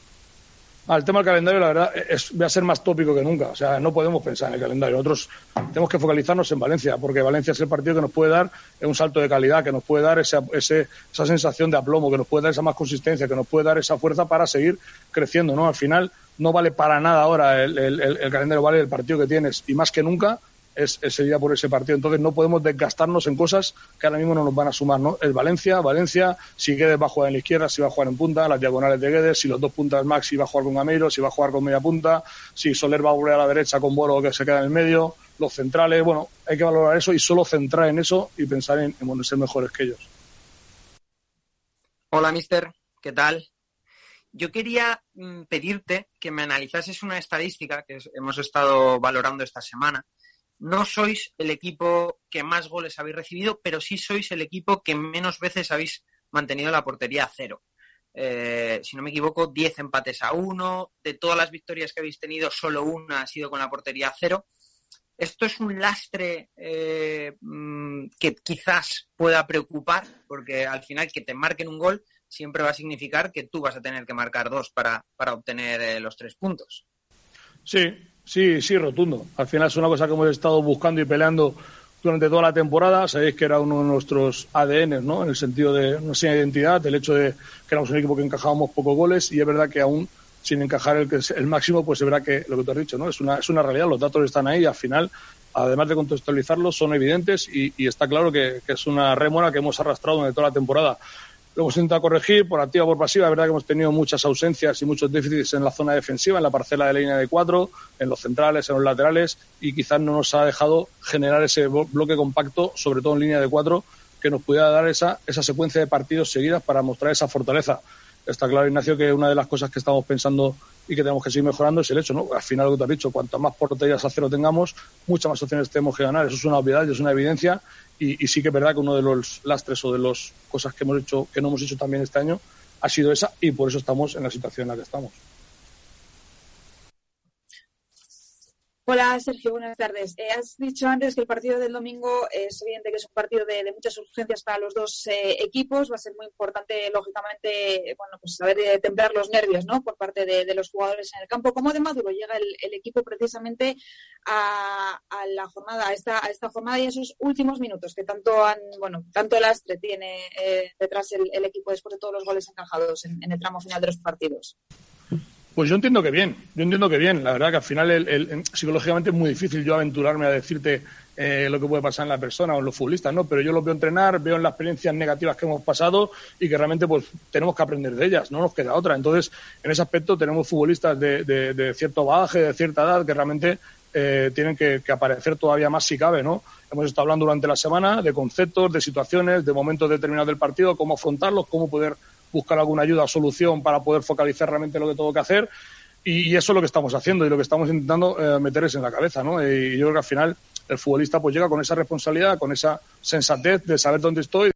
Ah, el tema del calendario, la verdad, es, va a ser más tópico que nunca. O sea, no podemos pensar en el calendario. Nosotros tenemos que focalizarnos en Valencia, porque Valencia es el partido que nos puede dar un salto de calidad, que nos puede dar esa, ese, esa sensación de aplomo, que nos puede dar esa más consistencia, que nos puede dar esa fuerza para seguir creciendo, ¿no? Al final, no vale para nada ahora el, el, el, el calendario, vale el partido que tienes, y más que nunca es ese día por ese partido. Entonces no podemos desgastarnos en cosas que ahora mismo no nos van a sumar, ¿no? El Valencia, Valencia, si Guedes va a jugar en la izquierda, si va a jugar en punta, las diagonales de Guedes, si los dos puntas Max, si va a jugar con Gameiro, si va a jugar con media punta, si Soler va a volver a la derecha con Boro que se queda en el medio, los centrales, bueno, hay que valorar eso y solo centrar en eso y pensar en, en bueno, ser mejores que ellos. Hola, mister, ¿qué tal? Yo quería mm, pedirte que me analizases una estadística que hemos estado valorando esta semana. No sois el equipo que más goles habéis recibido, pero sí sois el equipo que menos veces habéis mantenido la portería a cero. Eh, si no me equivoco, diez empates a uno. De todas las victorias que habéis tenido, solo una ha sido con la portería a cero. Esto es un lastre eh, que quizás pueda preocupar, porque al final que te marquen un gol siempre va a significar que tú vas a tener que marcar dos para, para obtener eh, los tres puntos. Sí, Sí, sí, rotundo. Al final es una cosa que hemos estado buscando y peleando durante toda la temporada. Sabéis que era uno de nuestros A D N, ¿no? En el sentido de nuestra identidad, el hecho de que éramos un equipo que encajábamos pocos goles, y es verdad que aún sin encajar el, el máximo, pues es verdad que lo que tú has dicho, ¿no? Es una, es una realidad, los datos están ahí y al final, además de contextualizarlos, son evidentes y, y está claro que, que es una rémora que hemos arrastrado durante toda la temporada. Lo hemos intentado corregir por activa o por pasiva. Es verdad que hemos tenido muchas ausencias y muchos déficits en la zona defensiva, en la parcela de la línea de cuatro, en los centrales, en los laterales, y quizás no nos ha dejado generar ese bloque compacto, sobre todo en línea de cuatro, que nos pudiera dar esa, esa secuencia de partidos seguidas para mostrar esa fortaleza. Está claro, Ignacio, que una de las cosas que estamos pensando y que tenemos que seguir mejorando es el hecho, ¿no? Al final, lo que te has dicho, cuanto más porterías a cero tengamos, muchas más opciones tenemos que ganar. Eso es una obviedad y es una evidencia. Y, y sí que es verdad que uno de los lastres o de las cosas que hemos hecho, que no hemos hecho también este año, ha sido esa, y por eso estamos en la situación en la que estamos. Hola, Sergio, buenas tardes. Eh, has dicho antes que el partido del domingo es evidente que es un partido de, de muchas urgencias para los dos eh, equipos. Va a ser muy importante, lógicamente, bueno, pues saber eh, templar los nervios, ¿no? Por parte de, de los jugadores en el campo. ¿Cómo de maduro llega el, el equipo precisamente a, a la jornada, a esta, a esta jornada y a esos últimos minutos que tanto han, bueno, tanto lastre tiene eh, detrás el, el equipo después de todos los goles encajados en, en el tramo final de los partidos? Pues yo entiendo que bien, yo entiendo que bien. La verdad que al final el, el, psicológicamente es muy difícil yo aventurarme a decirte eh, lo que puede pasar en la persona o en los futbolistas, ¿no? Pero yo los veo entrenar, veo en las experiencias negativas que hemos pasado y que realmente pues tenemos que aprender de ellas, no nos queda otra. Entonces, en ese aspecto tenemos futbolistas de, de, de cierto bagaje, de cierta edad, que realmente eh, tienen que, que aparecer todavía más si cabe, ¿no? Hemos estado hablando durante la semana de conceptos, de situaciones, de momentos determinados del partido, cómo afrontarlos, cómo poder buscar alguna ayuda o solución para poder focalizar realmente lo que tengo que hacer, y, y eso es lo que estamos haciendo y lo que estamos intentando eh, meterles en la cabeza, ¿no? Y yo creo que al final el futbolista pues llega con esa responsabilidad, con esa sensatez de saber dónde estoy,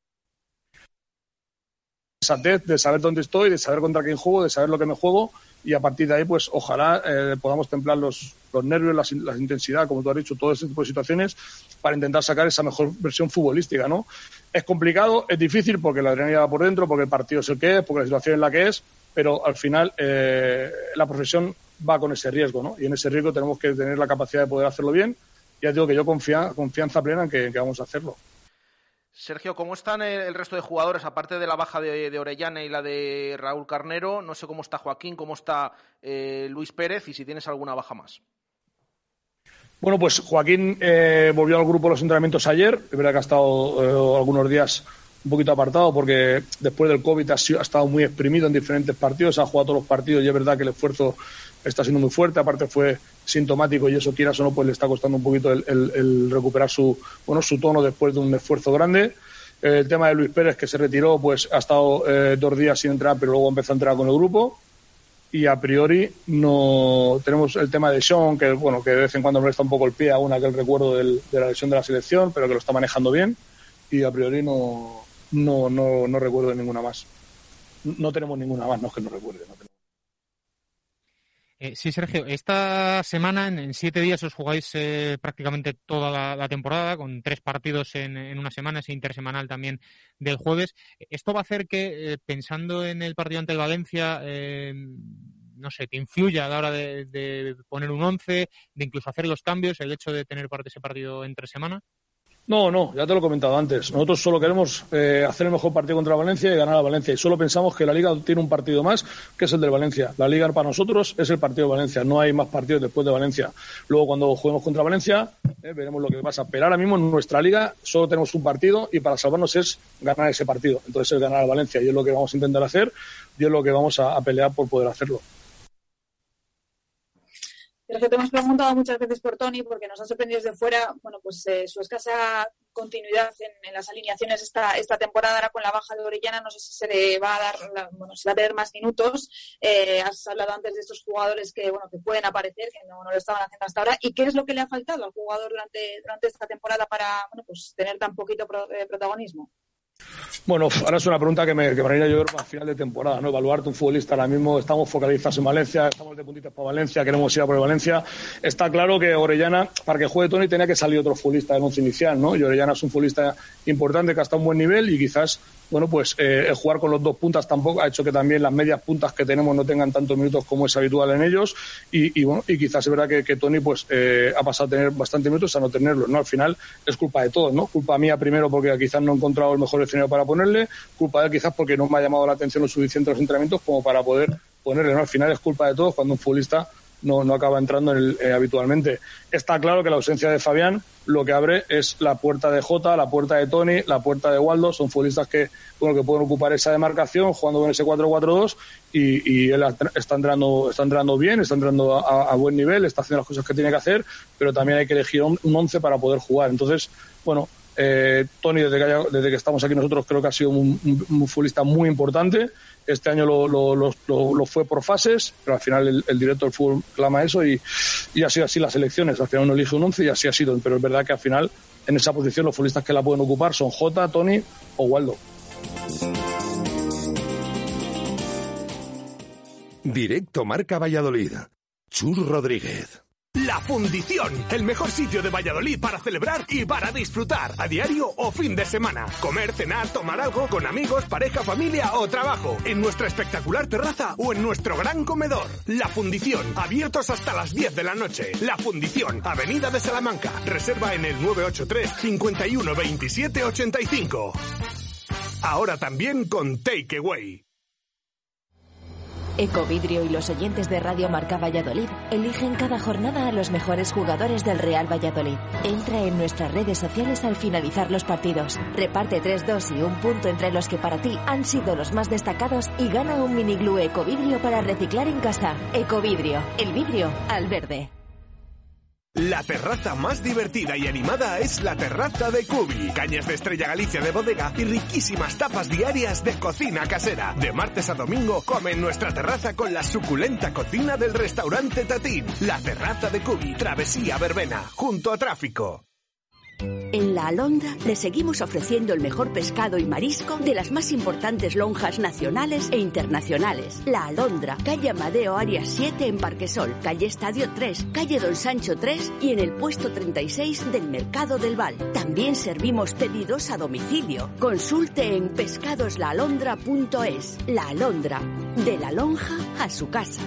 sensatez de saber dónde estoy, de saber contra quién juego, de saber lo que me juego, y a partir de ahí pues ojalá eh, podamos templar los, los nervios, la, la intensidad, como tú has dicho, todo ese tipo de situaciones para intentar sacar esa mejor versión futbolística, ¿no? Es complicado, es difícil porque la adrenalina va por dentro, porque el partido es el que es, porque la situación es la que es, pero al final eh, la profesión va con ese riesgo, ¿no? Y en ese riesgo tenemos que tener la capacidad de poder hacerlo bien. Ya digo que yo confía, confianza plena en que, que vamos a hacerlo. Sergio, ¿cómo están el resto de jugadores, aparte de la baja de, de Orellana y la de Raúl Carnero? No sé cómo está Joaquín, cómo está eh, Luis Pérez y si tienes alguna baja más. Bueno, pues Joaquín eh, volvió al grupo de los entrenamientos ayer. Es verdad que ha estado eh, algunos días un poquito apartado porque después del COVID ha, sido, ha estado muy exprimido en diferentes partidos, ha jugado todos los partidos y es verdad que el esfuerzo está siendo muy fuerte. Aparte fue sintomático y eso, quieras o no, pues le está costando un poquito el, el, el recuperar su, bueno, su tono después de un esfuerzo grande. Eh, el tema de Luis Pérez, que se retiró, pues ha estado eh, dos días sin entrar, pero luego empezó a entrar con el grupo. Y a priori no tenemos el tema de Sean, que bueno, que de vez en cuando molesta un poco el pie, aún aquel recuerdo del, de la lesión de la selección, pero que lo está manejando bien. Y a priori no, no, no, no recuerdo de ninguna más. No tenemos ninguna más, no es que no recuerde. No tenemos. Eh, sí, Sergio, esta semana, en, en siete días, os jugáis eh, prácticamente toda la, la temporada, con tres partidos en, en una semana, ese intersemanal también del jueves. ¿Esto va a hacer que, eh, pensando en el partido ante el Valencia, eh, no sé, te influya a la hora de, de poner un once, de incluso hacer los cambios, el hecho de tener parte ese partido entre semana? No, no, ya te lo he comentado antes. Nosotros solo queremos eh, hacer el mejor partido contra Valencia y ganar a Valencia. Y solo pensamos que la Liga tiene un partido más, que es el de Valencia. La Liga para nosotros es el partido de Valencia. No hay más partidos después de Valencia. Luego, cuando juguemos contra Valencia, eh, veremos lo que pasa. Pero ahora mismo en nuestra Liga solo tenemos un partido y para salvarnos es ganar ese partido. Entonces es ganar a Valencia y es lo que vamos a intentar hacer y es lo que vamos a, a pelear por poder hacerlo. Pero te hemos preguntado muchas veces por Toni, porque nos han sorprendido desde fuera, bueno, pues eh, su escasa continuidad en, en las alineaciones esta esta temporada. Ahora con la baja de Orellana, no sé si se le va a dar, la, bueno, se va a tener más minutos. Eh, has hablado antes de estos jugadores que, bueno, que pueden aparecer, que no, no lo estaban haciendo hasta ahora. ¿Y qué es lo que le ha faltado al jugador durante durante esta temporada para, bueno, pues tener tan poquito pro, eh, protagonismo? Bueno, ahora es una pregunta que me, que me haría yo para el final de temporada, ¿no? Evaluarte un futbolista ahora mismo, estamos focalizados en Valencia, estamos de puntitas para Valencia, queremos ir a por Valencia. Está claro que Orellana, para que juegue Toni, tenía que salir otro futbolista del once inicial, ¿no? Y Orellana es un futbolista importante que ha estado a un buen nivel y quizás, bueno, pues eh, el jugar con los dos puntas tampoco ha hecho que también las medias puntas que tenemos no tengan tantos minutos como es habitual en ellos y, y bueno, y quizás es verdad que, que Toni pues eh, ha pasado a tener bastantes minutos a no tenerlos, ¿no? Al final es culpa de todos, ¿no? Culpa mía primero porque quizás no he encontrado el mejor escenario para ponerle, culpa de él quizás porque no me ha llamado la atención lo suficiente los entrenamientos como para poder ponerle, ¿no? Al final es culpa de todos cuando un futbolista no, no acaba entrando en el, eh, habitualmente. Está claro que la ausencia de Fabián lo que abre es la puerta de Jota, la puerta de Toni, la puerta de Waldo, son futbolistas que, bueno, que pueden ocupar esa demarcación jugando con ese cuatro cuatro dos y, y él está entrando, está entrando bien, está entrando a, a buen nivel, está haciendo las cosas que tiene que hacer, pero también hay que elegir un, un once para poder jugar. Entonces, bueno, eh, Toni desde que, haya, desde que estamos aquí nosotros creo que ha sido un, un, un futbolista muy importante. Este año lo, lo, lo, lo, lo fue por fases, pero al final el, el director del fútbol clama eso y, y ha sido así las elecciones. Al final uno elige un once y así ha sido. Pero es verdad que al final en esa posición los futbolistas que la pueden ocupar son Jota, Toni o Waldo. Directo Marca Valladolid. Chus Rodríguez. La Fundición, el mejor sitio de Valladolid para celebrar y para disfrutar, a diario o fin de semana. Comer, cenar, tomar algo con amigos, pareja, familia o trabajo, en nuestra espectacular terraza o en nuestro gran comedor. La Fundición, abiertos hasta las diez de la noche. La Fundición, Avenida de Salamanca. Reserva en el nueve ocho tres, cincuenta y uno, veintisiete, ochenta y cinco. Ahora también con Takeaway. Ecovidrio y los oyentes de Radio Marca Valladolid eligen cada jornada a los mejores jugadores del Real Valladolid. Entra en nuestras redes sociales al finalizar los partidos. Reparte tres, dos y un punto entre los que para ti han sido los más destacados y gana un mini glue Ecovidrio para reciclar en casa. Ecovidrio, el vidrio al verde. La terraza más divertida y animada es la terraza de Cubi. Cañas de Estrella Galicia de bodega y riquísimas tapas diarias de cocina casera. De martes a domingo, come en nuestra terraza con la suculenta cocina del restaurante Tatín. La terraza de Cubi, Travesía Verbena, junto a Tráfico. En La Alondra le seguimos ofreciendo el mejor pescado y marisco de las más importantes lonjas nacionales e internacionales. La Alondra, calle Amadeo Arias siete en Parquesol, calle Estadio tres, calle Don Sancho tres y en el puesto treinta y seis del Mercado del Val. También servimos pedidos a domicilio. Consulte en pescados la alondra punto es. La Alondra, de la lonja a su casa.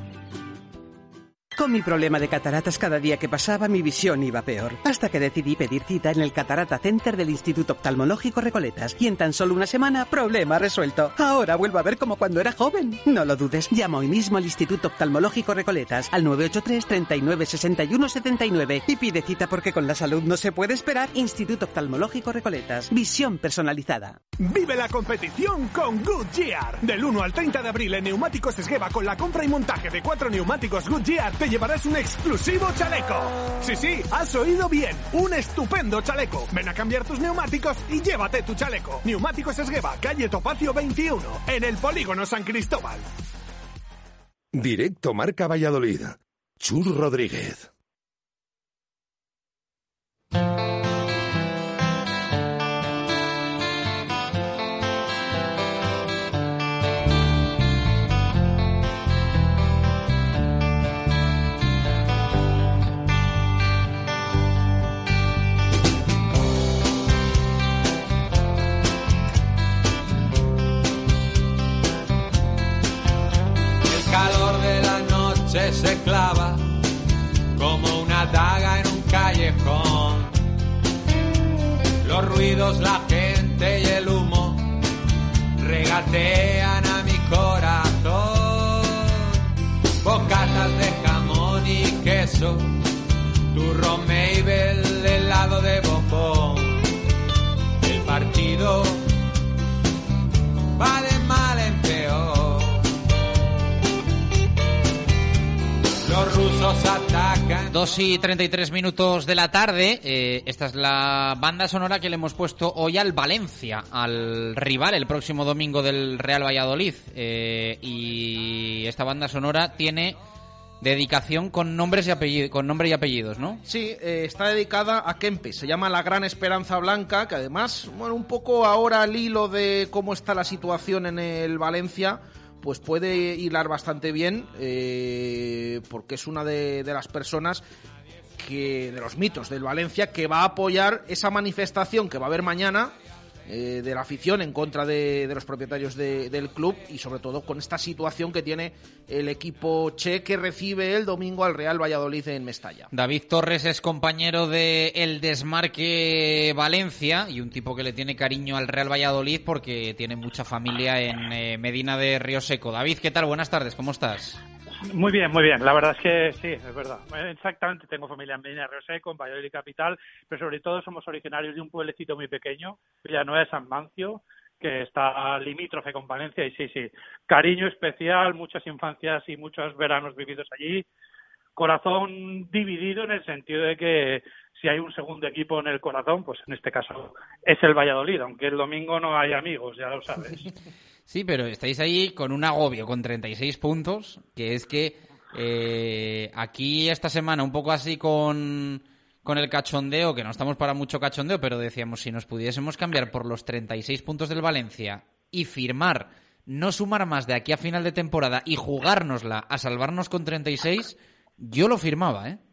Con mi problema de cataratas cada día que pasaba mi visión iba peor, hasta que decidí pedir cita en el Catarata Center del Instituto Oftalmológico Recoletas y en tan solo una semana, problema resuelto. Ahora vuelvo a ver como cuando era joven. No lo dudes, llama hoy mismo al Instituto Oftalmológico Recoletas al nueve ocho tres, treinta y nueve, sesenta y uno, setenta y nueve y pide cita porque con la salud no se puede esperar. Instituto Oftalmológico Recoletas, visión personalizada. Vive la competición con Goodyear. Del uno al treinta de abril en Neumáticos Esgueva, con la compra y montaje de cuatro neumáticos Goodyear te llevarás un exclusivo chaleco. Sí, sí, has oído bien, un estupendo chaleco. Ven a cambiar tus neumáticos y llévate tu chaleco. Neumáticos Esgueva, calle Topacio veintiuno, en el Polígono San Cristóbal. Directo Marca Valladolid. Chus Rodríguez. Se clava como una daga en un callejón. Los ruidos, la gente y el humo regatean a mi corazón. Bocatas de jamón y queso, turrón Mabel, helado de bombón. El partido va de mal en peor. Los rusos atacan. dos y treinta y tres minutos de la tarde. Eh, esta es la banda sonora que le hemos puesto hoy al Valencia, al rival el próximo domingo del Real Valladolid. Eh, y esta banda sonora tiene dedicación con nombres y apellidos, con nombre y apellidos, ¿no? Sí, eh, está dedicada a Kempes, se llama La Gran Esperanza Blanca, que además, bueno, un poco ahora al hilo de cómo está la situación en el Valencia, pues puede hilar bastante bien, eh, porque es una de, de las personas que, de los mitos del Valencia, que va a apoyar esa manifestación que va a haber mañana eh, de la afición en contra de, de los propietarios de, del club, y sobre todo con esta situación que tiene el equipo che, que recibe el domingo al Real Valladolid en Mestalla. David Torres es compañero de El Desmarque Valencia y un tipo que le tiene cariño al Real Valladolid porque tiene mucha familia en eh, Medina de Río Seco. David, ¿qué tal? Buenas tardes, ¿cómo estás? Muy bien, muy bien. La verdad es que sí, es verdad. Exactamente, tengo familia en Medina de Río Seco, en Valladolid capital, pero sobre todo somos originarios de un pueblecito muy pequeño, Villanueva de San Mancio, que está limítrofe con Valencia, y sí, sí, cariño especial, muchas infancias y muchos veranos vividos allí, corazón dividido en el sentido de que si hay un segundo equipo en el corazón, pues en este caso es el Valladolid, aunque el domingo no hay amigos, ya lo sabes. Sí, pero estáis ahí con un agobio, con treinta y seis puntos, que es que eh, aquí esta semana un poco así con, con el cachondeo, que no estamos para mucho cachondeo, pero decíamos, si nos pudiésemos cambiar por los treinta y seis puntos del Valencia y firmar, no sumar más de aquí a final de temporada y jugárnosla a salvarnos con treinta y seis, yo lo firmaba, ¿eh?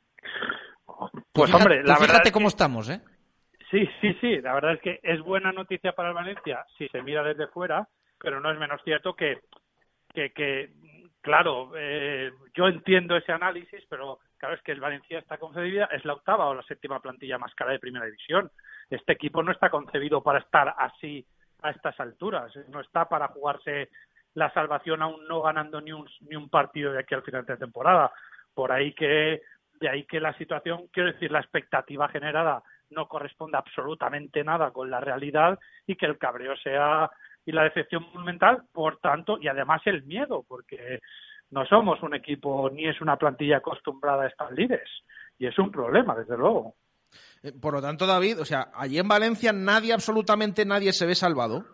Pues fíjate, hombre, la fíjate verdad cómo es que, estamos, ¿eh? Sí, sí, sí, la verdad es que es buena noticia para el Valencia si se mira desde fuera, pero no es menos cierto que, que, que claro, eh, yo entiendo ese análisis, pero claro, es que el Valencia está concebido, es la octava o la séptima plantilla más cara de Primera División. Este equipo no está concebido para estar así a estas alturas, no está para jugarse la salvación aún no ganando ni un, ni un partido de aquí al final de temporada. Por ahí que, de ahí que la situación, quiero decir, la expectativa generada no corresponde absolutamente nada con la realidad y que el cabreo sea y la decepción monumental, por tanto, y además el miedo, porque no somos un equipo ni es una plantilla acostumbrada a estar líderes, y es un problema, desde luego. Por lo tanto, David, o sea, allí en Valencia nadie, absolutamente nadie se ve salvado.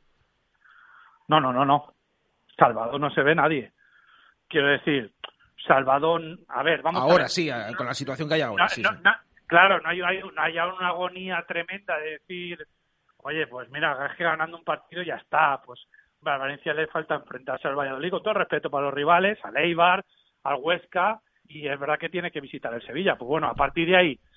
No, no, no, no. Salvado no se ve nadie. Quiero decir, salvado, a ver, vamos ahora, a ver. sí, con la situación que hay ahora. No, sí, no, sí. no, claro, no hay, hay, no hay una agonía tremenda de decir, oye, pues mira, es que ganando un partido ya está, pues a Valencia le falta enfrentarse al Valladolid, con todo respeto para los rivales, al Eibar, al Huesca, y es verdad que tiene que visitar el Sevilla. Pues bueno, a partir de ahí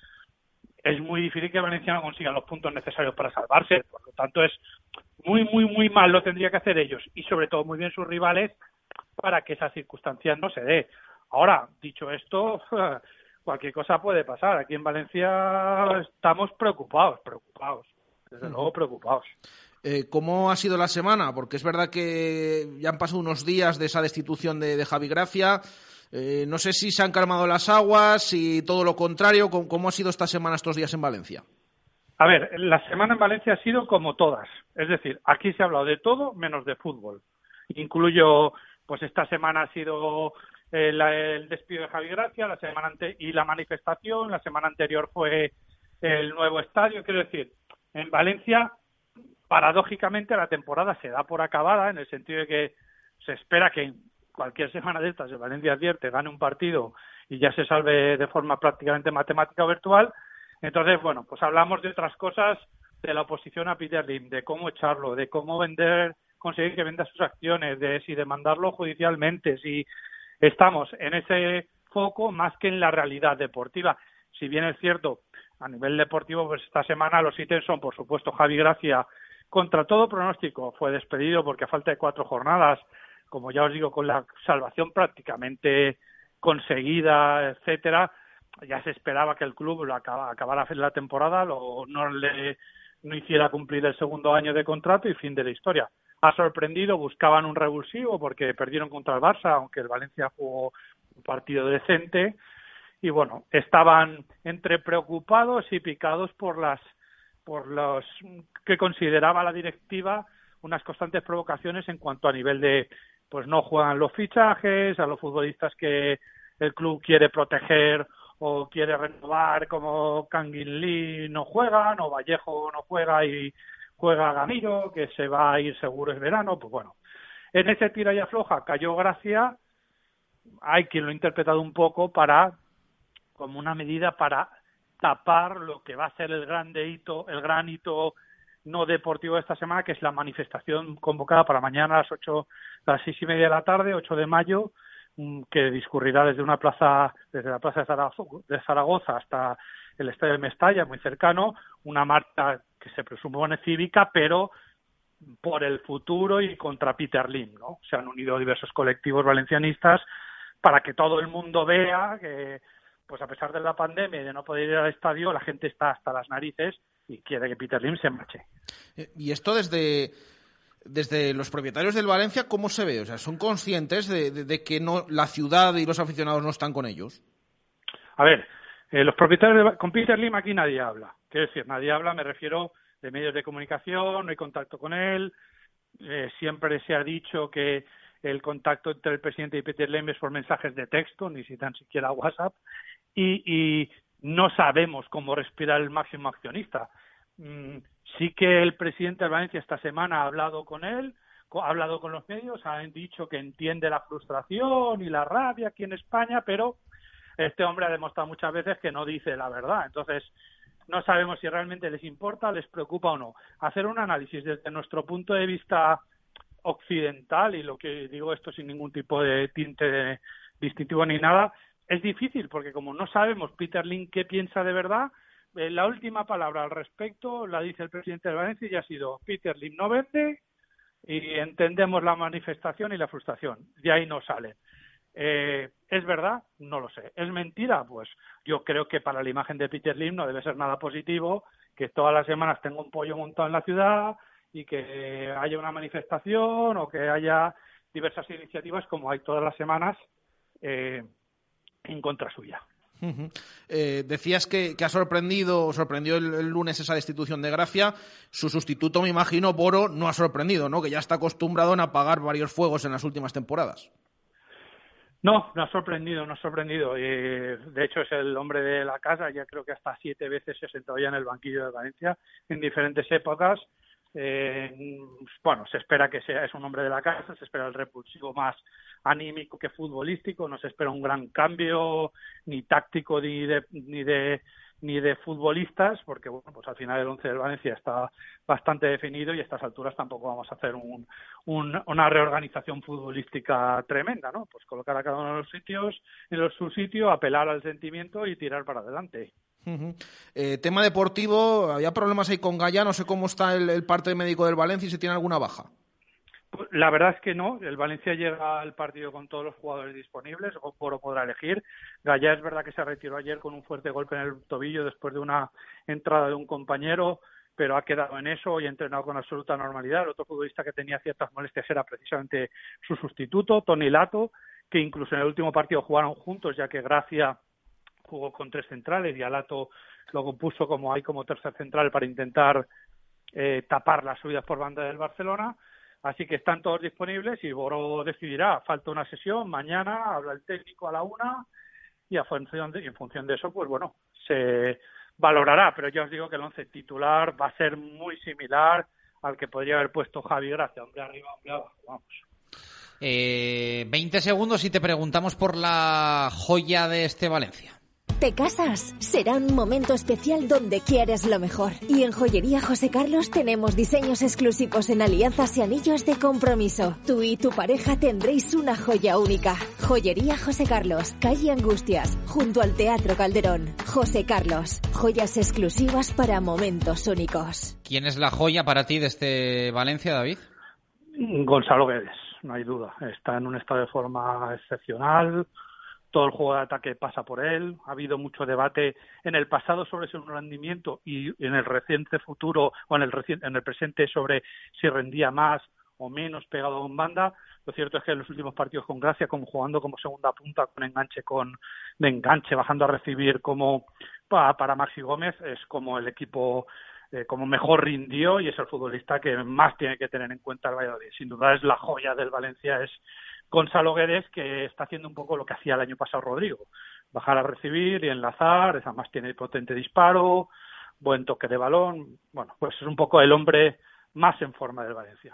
es muy difícil que Valencia no consiga los puntos necesarios para salvarse, por lo tanto es muy, muy, muy mal lo tendría que hacer ellos, y sobre todo muy bien sus rivales, para que esas circunstancias no se dé. Ahora, dicho esto, cualquier cosa puede pasar. Aquí en Valencia estamos preocupados, preocupados, desde uh-huh. luego preocupados. Eh, ¿Cómo ha sido la semana? Porque es verdad que ya han pasado unos días de esa destitución de, de Javi Gracia. Eh, no sé si se han calmado las aguas, si todo lo contrario. ¿Cómo, cómo ha sido esta semana, estos días en Valencia? A ver, la semana en Valencia ha sido como todas. Es decir, aquí se ha hablado de todo menos de fútbol. Incluyo, pues esta semana ha sido el, el despido de Javi Gracia, la semana ante- y la manifestación. La semana anterior fue el nuevo estadio. Quiero decir, en Valencia, paradójicamente, la temporada se da por acabada, en el sentido de que se espera que cualquier semana de estas el Valencia advierte, gane un partido y ya se salve de forma prácticamente matemática o virtual. Entonces, bueno, pues hablamos de otras cosas, de la oposición a Peter Lim, de cómo echarlo, de cómo vender, conseguir que venda sus acciones, de si demandarlo judicialmente, si estamos en ese foco más que en la realidad deportiva. Si bien es cierto, a nivel deportivo, pues esta semana los ítems son, por supuesto, Javi Gracia, contra todo pronóstico, fue despedido porque a falta de cuatro jornadas, como ya os digo, con la salvación prácticamente conseguida, etcétera, ya se esperaba que el club lo acaba, acabara la temporada, lo, no le no hiciera cumplir el segundo año de contrato y fin de la historia. Ha sorprendido, buscaban un revulsivo porque perdieron contra el Barça, aunque el Valencia jugó un partido decente, y bueno, estaban entre preocupados y picados por las por los que consideraba la directiva unas constantes provocaciones en cuanto a nivel de, pues no juegan los fichajes, a los futbolistas que el club quiere proteger o quiere renovar, como Kangin Lee no juegan, o Vallejo no juega y juega Gamiro, que se va a ir seguro en verano. Pues bueno, en ese tira y afloja cayó Gracia, hay quien lo ha interpretado un poco para como una medida para tapar lo que va a ser el gran hito, el gran hito no deportivo de esta semana, que es la manifestación convocada para mañana a las ocho, a las seis y media de la tarde, ocho de mayo, que discurrirá desde una plaza, desde la plaza de Zaragoza hasta el estadio de Mestalla, muy cercano, una marcha que se presupone cívica, pero por el futuro y contra Peter Lim, ¿no? Se han unido diversos colectivos valencianistas para que todo el mundo vea que, pues a pesar de la pandemia y de no poder ir al estadio, la gente está hasta las narices y quiere que Peter Lim se marche. Y esto desde, desde los propietarios del Valencia, ¿cómo se ve? O sea, ¿son conscientes de, de, de que no la ciudad y los aficionados no están con ellos? A ver, eh, los propietarios de, con Peter Lim aquí nadie habla. Quiero decir, nadie habla, me refiero de medios de comunicación, no hay contacto con él. Eh, siempre se ha dicho que el contacto entre el presidente y Peter Lim es por mensajes de texto, ni si tan siquiera WhatsApp, y, y no sabemos cómo respira el máximo accionista. Mm, sí que el presidente de Valencia esta semana ha hablado con él, ha hablado con los medios, han dicho que entiende la frustración y la rabia aquí en España, pero este hombre ha demostrado muchas veces que no dice la verdad. Entonces, no sabemos si realmente les importa, les preocupa o no. Hacer un análisis desde nuestro punto de vista occidental, y lo que digo esto sin ningún tipo de tinte de distintivo ni nada, es difícil, porque como no sabemos Peter Lim qué piensa de verdad, eh, la última palabra al respecto la dice el presidente de Valencia y ha sido: Peter Lim no vende y entendemos la manifestación y la frustración. De ahí no sale. Eh, ¿Es verdad? No lo sé. ¿Es mentira? Pues yo creo que para la imagen de Peter Lim no debe ser nada positivo que todas las semanas tenga un pollo montado en la ciudad y que haya una manifestación o que haya diversas iniciativas como hay todas las semanas eh, en contra suya. Uh-huh. Eh, decías que, que ha sorprendido, sorprendió el, el lunes esa destitución de Gracia. Su sustituto, me imagino, Boro, no ha sorprendido, ¿no? Que ya está acostumbrado en apagar varios fuegos en las últimas temporadas. No, no ha sorprendido, no ha sorprendido. Eh, de hecho, es el hombre de la casa. Ya creo que hasta siete veces se ha sentado ya en el banquillo de Valencia en diferentes épocas. Eh, bueno, se espera que sea es un hombre de la casa, se espera el repulsivo más anímico que futbolístico, no se espera un gran cambio ni táctico ni de ni de ni de futbolistas, porque bueno, pues al final el once del Valencia está bastante definido y a estas alturas tampoco vamos a hacer un, un, una reorganización futbolística tremenda, ¿no? Pues colocar a cada uno de los sitios en los, su sitio, apelar al sentimiento y tirar para adelante. Uh-huh. Eh, tema deportivo, había problemas ahí con Gaya, no sé cómo está el, el parte médico del Valencia y si tiene alguna baja. La verdad es que no, el Valencia llega al partido con todos los jugadores disponibles, Boro podrá elegir. Gaya es verdad que se retiró ayer con un fuerte golpe en el tobillo después de una entrada de un compañero, pero ha quedado en eso y ha entrenado con absoluta normalidad. El otro futbolista que tenía ciertas molestias era precisamente su sustituto, Toni Lato, que incluso en el último partido jugaron juntos, ya que Gracia jugó con tres centrales y a Lato lo puso como ahí como tercer central para intentar eh, tapar las subidas por banda del Barcelona. Así que están todos disponibles y Boro decidirá. Falta una sesión, mañana habla el técnico a la una y a función de, y en función de eso, pues bueno, se valorará. Pero ya os digo que el once titular va a ser muy similar al que podría haber puesto Javi Gracia. Hombre arriba, hombre abajo, vamos. Eh, veinte segundos y te preguntamos por la joya de este Valencia. ¿Te casas? Será un momento especial donde quieres lo mejor. Y en Joyería José Carlos tenemos diseños exclusivos en alianzas y anillos de compromiso. Tú y tu pareja tendréis una joya única. Joyería José Carlos, calle Angustias, junto al Teatro Calderón. José Carlos, joyas exclusivas para momentos únicos. ¿Quién es la joya para ti de este Valencia, David? Gonzalo Guedes, no hay duda. Está en un estado de forma excepcional. Todo el juego de ataque pasa por él. Ha habido mucho debate en el pasado sobre su rendimiento y en el reciente futuro o en el reciente, en el presente sobre si rendía más o menos pegado con banda. Lo cierto es que en los últimos partidos con Gracia, como jugando como segunda punta, con enganche con de enganche, bajando a recibir como para, para Maxi Gómez, es como el equipo eh, como mejor rindió y es el futbolista que más tiene que tener en cuenta el Valladolid. Sin duda es la joya del Valencia, es Gonzalo Guedes, que está haciendo un poco lo que hacía el año pasado Rodrigo, bajar a recibir y enlazar, además tiene potente disparo, buen toque de balón, bueno, pues es un poco el hombre más en forma del Valencia.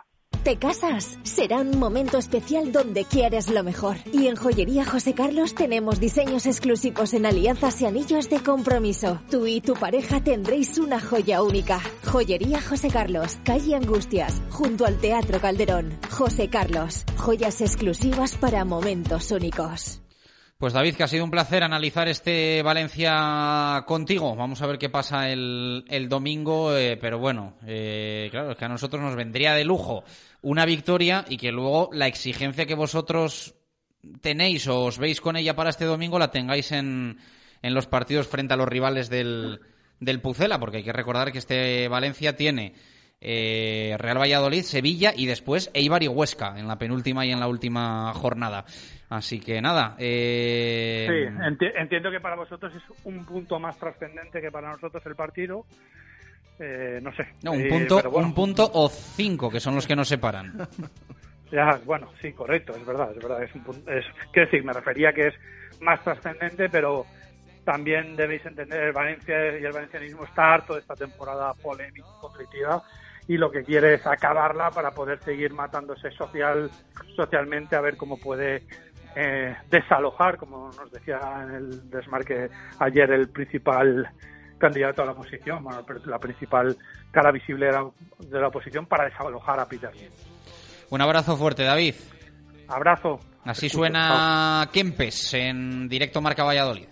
¿Te casas? Será un momento especial donde quieres lo mejor. Y en Joyería José Carlos tenemos diseños exclusivos en alianzas y anillos de compromiso. Tú y tu pareja tendréis una joya única. Joyería José Carlos, calle Angustias, junto al Teatro Calderón. José Carlos, joyas exclusivas para momentos únicos. Pues David, que ha sido un placer analizar este Valencia contigo. Vamos a ver qué pasa el, el domingo, eh, pero bueno, eh, claro, es que a nosotros nos vendría de lujo una victoria y que luego la exigencia que vosotros tenéis o os veis con ella para este domingo la tengáis en, en los partidos frente a los rivales del, del Pucela, porque hay que recordar que este Valencia tiene eh, Real Valladolid, Sevilla y después Eibar y Huesca en la penúltima y en la última jornada. Así que nada. Eh... Sí, enti- entiendo que para vosotros es un punto más trascendente que para nosotros el partido. Eh, no sé. No, un eh, punto, bueno. un punto o cinco, que son los que nos separan. Ya, bueno, sí, correcto, es verdad, es verdad. Es un punto, es, quiero decir, me refería que es más trascendente, pero también debéis entender el Valencia y el valencianismo está harto de esta temporada polémica y conflictiva. Y lo que quiere es acabarla para poder seguir matándose social, socialmente, a ver cómo puede eh, desalojar, como nos decía en el desmarque ayer, el principal candidato a la oposición, bueno, la principal cara visible de la, de la oposición para desalojar a Peter Lim. Un abrazo fuerte, David. Abrazo. Así suena Kempes en directo Marca Valladolid.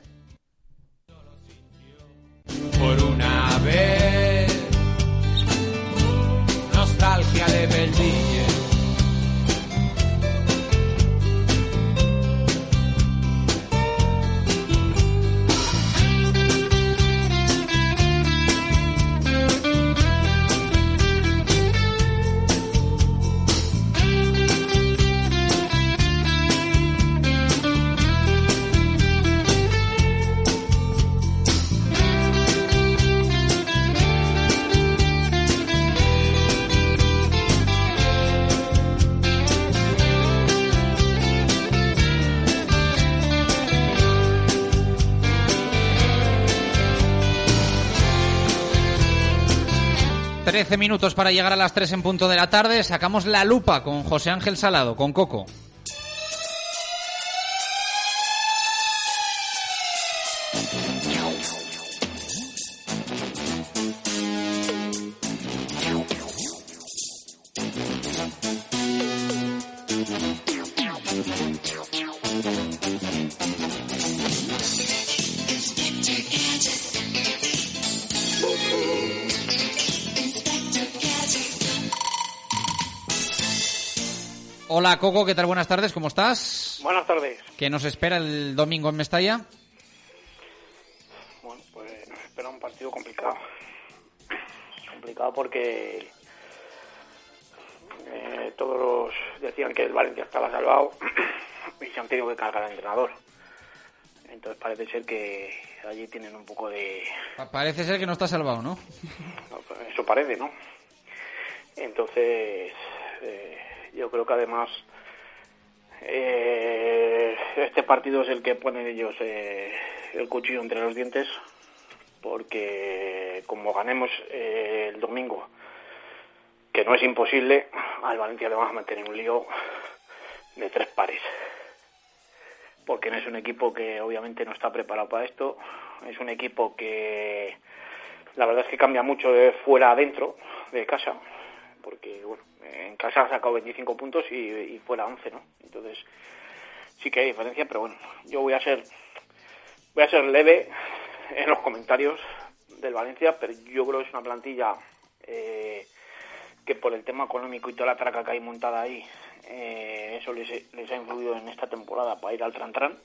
Por una vez, nostalgia de Belville. trece minutos para llegar a las tres en punto de la tarde. Sacamos la lupa con José Ángel Salado, con Coco. Hola Coco, ¿qué tal? Buenas tardes, ¿cómo estás? Buenas tardes. ¿Qué nos espera el domingo en Mestalla? Bueno, pues nos espera un partido complicado. Complicado porque eh, todos decían que el Valencia estaba salvado y se han tenido que cargar al entrenador. Entonces parece ser que allí tienen un poco de... Parece ser que no está salvado, ¿no? Eso parece, ¿no? Entonces... Eh, yo creo que además eh, este partido es el que ponen ellos eh, el cuchillo entre los dientes, porque como ganemos eh, el domingo, que no es imposible, al Valencia le vamos a meter en un lío de tres pares, porque no es un equipo que obviamente no está preparado para esto, es un equipo que la verdad es que cambia mucho de fuera a adentro de casa, porque bueno, en casa ha sacado veinticinco puntos y, y fuera once, ¿no? Entonces sí que hay diferencia, pero bueno, yo voy a ser voy a ser leve en los comentarios del Valencia, pero yo creo que es una plantilla eh, que por el tema económico y toda la traca que hay montada ahí, eh, eso les, les ha influido en esta temporada para ir al tran-tran.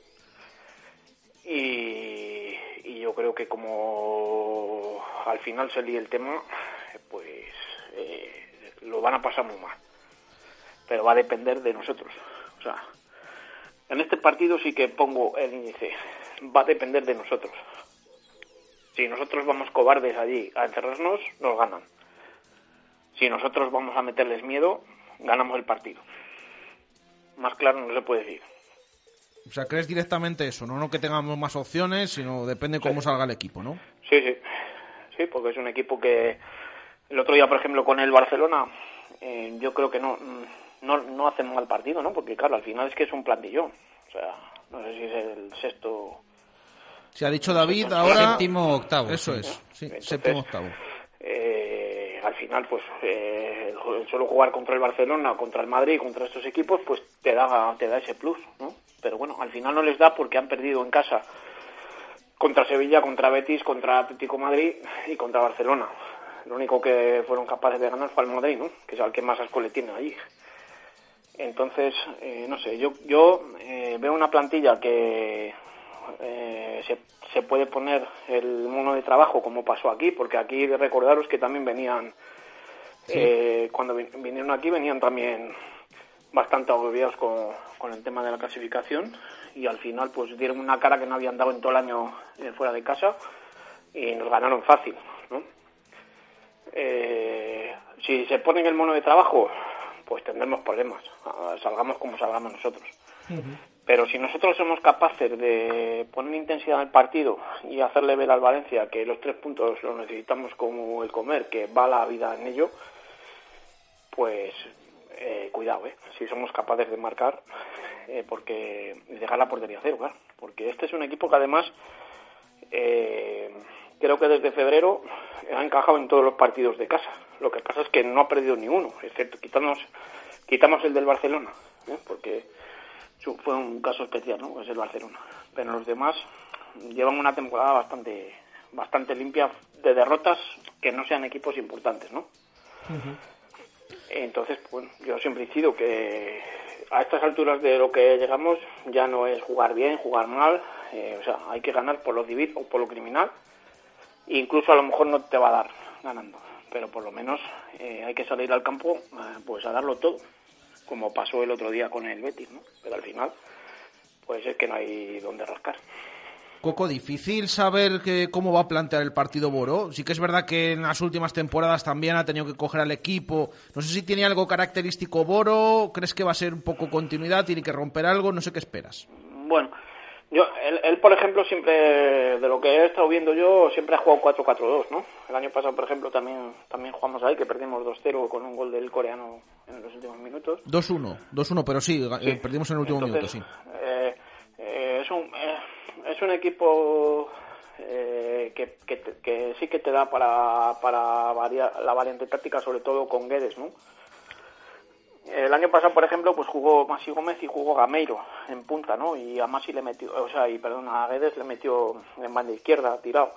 Y, y yo creo que como al final se líe el tema, pues eh, lo van a pasar muy mal, pero va a depender de nosotros. O sea, en este partido sí que pongo el índice, va a depender de nosotros. Si nosotros vamos cobardes allí a encerrarnos, nos ganan. Si nosotros vamos a meterles miedo, ganamos el partido. Más claro no se puede decir. O sea, crees directamente eso, no, no que tengamos más opciones, sino depende cómo sí. salga el equipo, ¿no? Sí, sí, sí, porque es un equipo que el otro día, por ejemplo, con el Barcelona, eh, yo creo que no, no no hacen mal partido, ¿no? Porque claro, al final es que es un plantillón. O sea, no sé si es el sexto. Se ha dicho David ahora. Séptimo octavo. Eso sí. es, sí, Entonces, séptimo octavo. Eh, al final, pues, eh, el solo jugar contra el Barcelona, contra el Madrid, contra estos equipos, pues te da te da ese plus, ¿no? Pero bueno, al final no les da porque han perdido en casa contra Sevilla, contra Betis, contra Atlético Madrid y contra Barcelona. Lo único que fueron capaces de ganar fue al Madrid, ¿no? Que es al que más asco le tiene allí. Entonces, eh, no sé, yo yo eh, veo una plantilla que eh, se, se puede poner el mono de trabajo como pasó aquí, porque aquí recordaros que también venían, sí. eh, cuando vinieron aquí venían también bastante agobiados con, con el tema de la clasificación y al final pues dieron una cara que no habían dado en todo el año eh, fuera de casa y nos ganaron fácil, ¿no? Eh, si se ponen el mono de trabajo, pues tendremos problemas, salgamos como salgamos nosotros. Uh-huh. Pero si nosotros somos capaces de poner intensidad en el partido y hacerle ver al Valencia que los tres puntos los necesitamos como el comer, que va la vida en ello, pues eh, cuidado, eh, si somos capaces de marcar, eh, porque dejar la portería cero, claro, porque este es un equipo que además eh, creo que desde febrero ha encajado en todos los partidos de casa. Lo que pasa es que no ha perdido ni uno, excepto quitamos, quitamos el del Barcelona, ¿eh? Porque fue un caso especial, ¿no? Es el Barcelona. Pero los demás llevan una temporada bastante bastante limpia de derrotas que no sean equipos importantes, ¿no? Uh-huh. Entonces, bueno, yo siempre incido que a estas alturas de lo que llegamos ya no es jugar bien, jugar mal, eh, o sea, hay que ganar por lo civil o por lo criminal. Incluso a lo mejor no te va a dar ganando, pero por lo menos eh, hay que salir al campo eh, pues a darlo todo, como pasó el otro día con el Betis, ¿no? Pero al final pues es que no hay dónde rascar. Coco, difícil saber que, cómo va a plantear el partido Boró. Sí que es verdad que en las últimas temporadas también ha tenido que coger al equipo. No sé si tiene algo característico Boró, ¿crees que va a ser un poco continuidad, tiene que romper algo? No sé qué esperas. Bueno, yo él, él por ejemplo, siempre, de lo que he estado viendo yo, siempre ha jugado cuatro cuatro dos, ¿no? El año pasado, por ejemplo, también también jugamos ahí, que perdimos dos cero con un gol del coreano en los últimos minutos. dos uno, dos uno, pero sí, sí. Eh, perdimos en el último Entonces, minuto, sí. Eh, eh, es un... Eh, Es un equipo eh, que, que, que sí que te da para, para variar la variante táctica, sobre todo con Guedes, ¿no? El año pasado, por ejemplo, pues jugó Masi Gómez y jugó Gameiro en punta, ¿no? Y a Masi le metió, o sea, y perdón, a Guedes le metió en banda izquierda, tirado.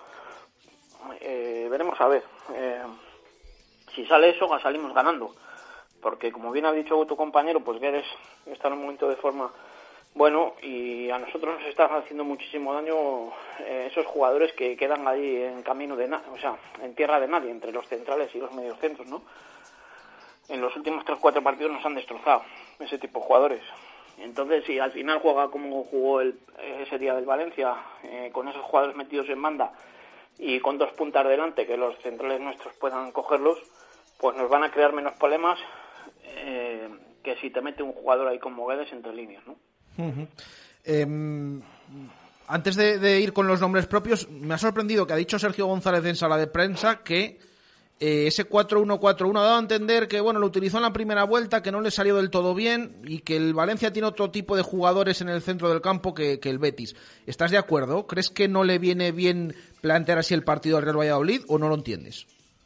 Eh, veremos a ver. Eh, si sale eso, salimos ganando. Porque, como bien ha dicho tu compañero, pues Guedes está en un momento de forma bueno, y a nosotros nos están haciendo muchísimo daño eh, esos jugadores que quedan ahí en camino de na- o sea, en tierra de nadie, entre los centrales y los mediocentros, ¿no? En los últimos tres cuatro partidos nos han destrozado ese tipo de jugadores. Entonces, si al final juega como jugó el, ese día del Valencia, eh, con esos jugadores metidos en banda y con dos puntas delante, que los centrales nuestros puedan cogerlos, pues nos van a crear menos problemas eh, que si te mete un jugador ahí como Guedes entre líneas, ¿no? Uh-huh. Eh, antes de, de ir con los nombres propios, me ha sorprendido que ha dicho Sergio González en sala de prensa que eh, ese cuatro uno cuatro uno ha dado a entender que bueno, lo utilizó en la primera vuelta, que no le salió del todo bien y que el Valencia tiene otro tipo de jugadores en el centro del campo que, que el Betis. ¿Estás de acuerdo? ¿Crees que no le viene bien plantear así el partido al Real Valladolid o no lo entiendes?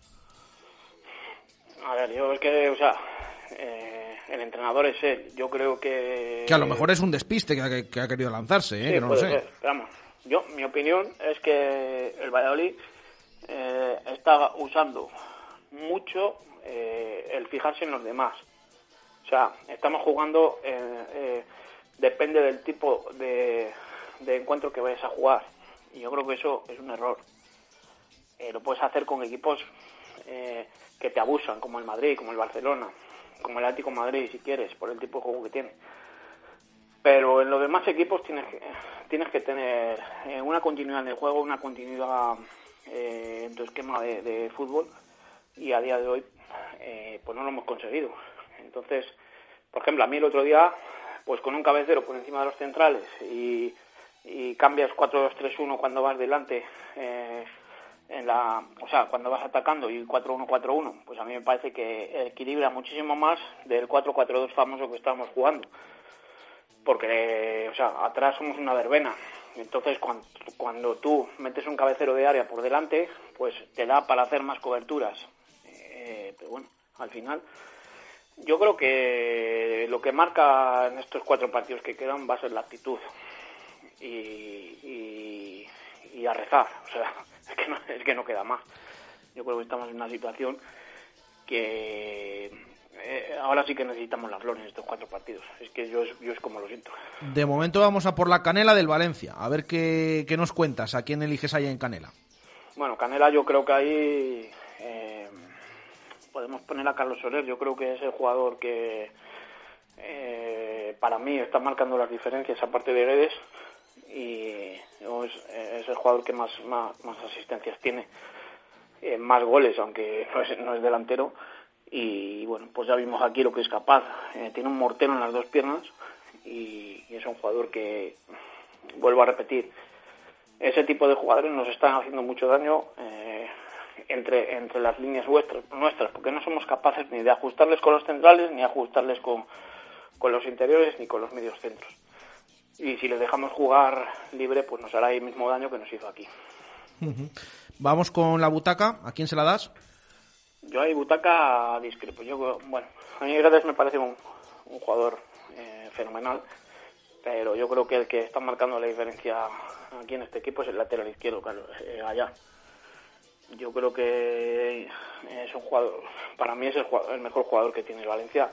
A ver, yo es que, o sea... Eh... El entrenador es él. Yo creo que... Que a lo mejor es un despiste que ha, que ha querido lanzarse, ¿eh? Sí, que no puede lo sé. ser. Pero vamos, yo, mi opinión es que el Valladolid eh, está usando mucho eh, el fijarse en los demás. O sea, estamos jugando... Eh, eh, depende del tipo de, de encuentro que vayas a jugar. Y yo creo que eso es un error. Eh, lo puedes hacer con equipos eh, que te abusan, como el Madrid, como el Barcelona, como el Atlético de Madrid, si quieres, por el tipo de juego que tiene. Pero en los demás equipos tienes que, tienes que tener eh, una continuidad en el juego, una continuidad eh, en tu esquema de, de fútbol, y a día de hoy eh, pues no lo hemos conseguido. Entonces, por ejemplo, a mí el otro día, pues con un cabecero por encima de los centrales y, y cambias cuatro dos tres uno cuando vas delante, eh, en la, o sea, cuando vas atacando y cuatro uno cuatro uno, pues a mí me parece que equilibra muchísimo más del cuatro cuatro dos famoso que estábamos jugando. Porque, o sea, atrás somos una verbena. Entonces, cuando, cuando tú metes un cabecero de área por delante, pues te da para hacer más coberturas. Eh, pero bueno, al final, yo creo que lo que marca en estos cuatro partidos que quedan va a ser la actitud. Y, y, y a rezar. O sea, es que, no, es que no queda más. Yo creo que estamos en una situación que... Eh, ahora sí que necesitamos la flor en estos cuatro partidos. Es que yo, yo es como lo siento. De momento vamos a por la Canela del Valencia. A ver qué, qué nos cuentas. ¿A quién eliges ahí en Canela? Bueno, Canela yo creo que ahí eh, podemos poner a Carlos Soler. Yo creo que es el jugador que eh, para mí está marcando las diferencias aparte de Guedes. Y es, es el jugador que más, más, más asistencias tiene. Eh, más goles, aunque no es, no es delantero. Y bueno, pues ya vimos aquí lo que es capaz. Eh, tiene un mortero en las dos piernas y, y es un jugador que, vuelvo a repetir, ese tipo de jugadores nos están haciendo mucho daño eh, entre entre las líneas nuestras, nuestras, porque no somos capaces ni de ajustarles con los centrales, ni ajustarles con, con los interiores, ni con los medios centros. Y si les dejamos jugar libre, pues nos hará el mismo daño que nos hizo aquí. Uh-huh. Vamos con la butaca. ¿A quién se la das? Yo ahí butaca discrepo. Yo, bueno, a mí Guedes me parece un, un jugador eh, fenomenal, pero yo creo que el que está marcando la diferencia aquí en este equipo es el lateral izquierdo, Carlos, eh, allá. Yo creo que es un jugador, para mí es el, jugador, el mejor jugador que tiene el Valencia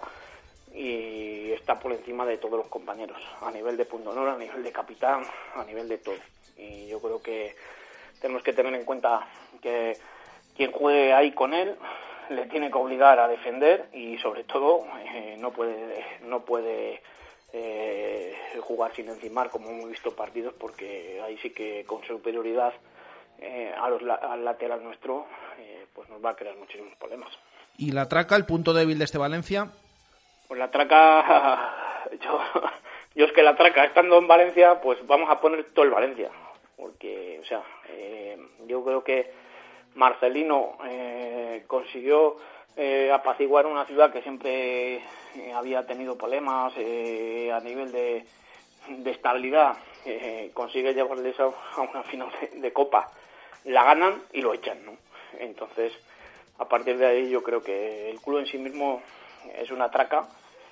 y está por encima de todos los compañeros, a nivel de punto honor, a nivel de capitán, a nivel de todo. Y yo creo que tenemos que tener en cuenta que quien juegue ahí con él le tiene que obligar a defender y sobre todo eh, no puede no puede eh, jugar sin encimar como hemos visto partidos, porque ahí sí que con superioridad eh, a los, al lateral nuestro eh, pues nos va a crear muchísimos problemas. ¿Y la traca, el punto débil de este Valencia? Pues la traca, yo, yo es que la traca estando en Valencia, pues vamos a poner todo el Valencia, porque o sea eh, yo creo que Marcelino eh, consiguió eh, apaciguar una ciudad que siempre eh, había tenido problemas eh, a nivel de, de estabilidad. Eh, consigue llevarles a, a una final de, de Copa, la ganan y lo echan, ¿no? Entonces, a partir de ahí yo creo que el club en sí mismo es una traca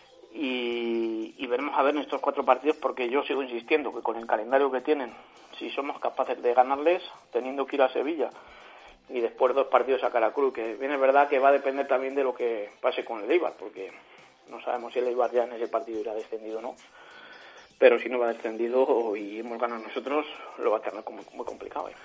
y, y veremos a ver en estos cuatro partidos, porque yo sigo insistiendo que con el calendario que tienen, si somos capaces de ganarles, teniendo que ir a Sevilla y después dos partidos a Caracruz, que bien es verdad que va a depender también de lo que pase con el Eibar, porque no sabemos si el Eibar ya en ese partido irá descendido o no, pero si no va descendido y hemos ganado nosotros, lo va a tener muy, muy complicado. ¿eh?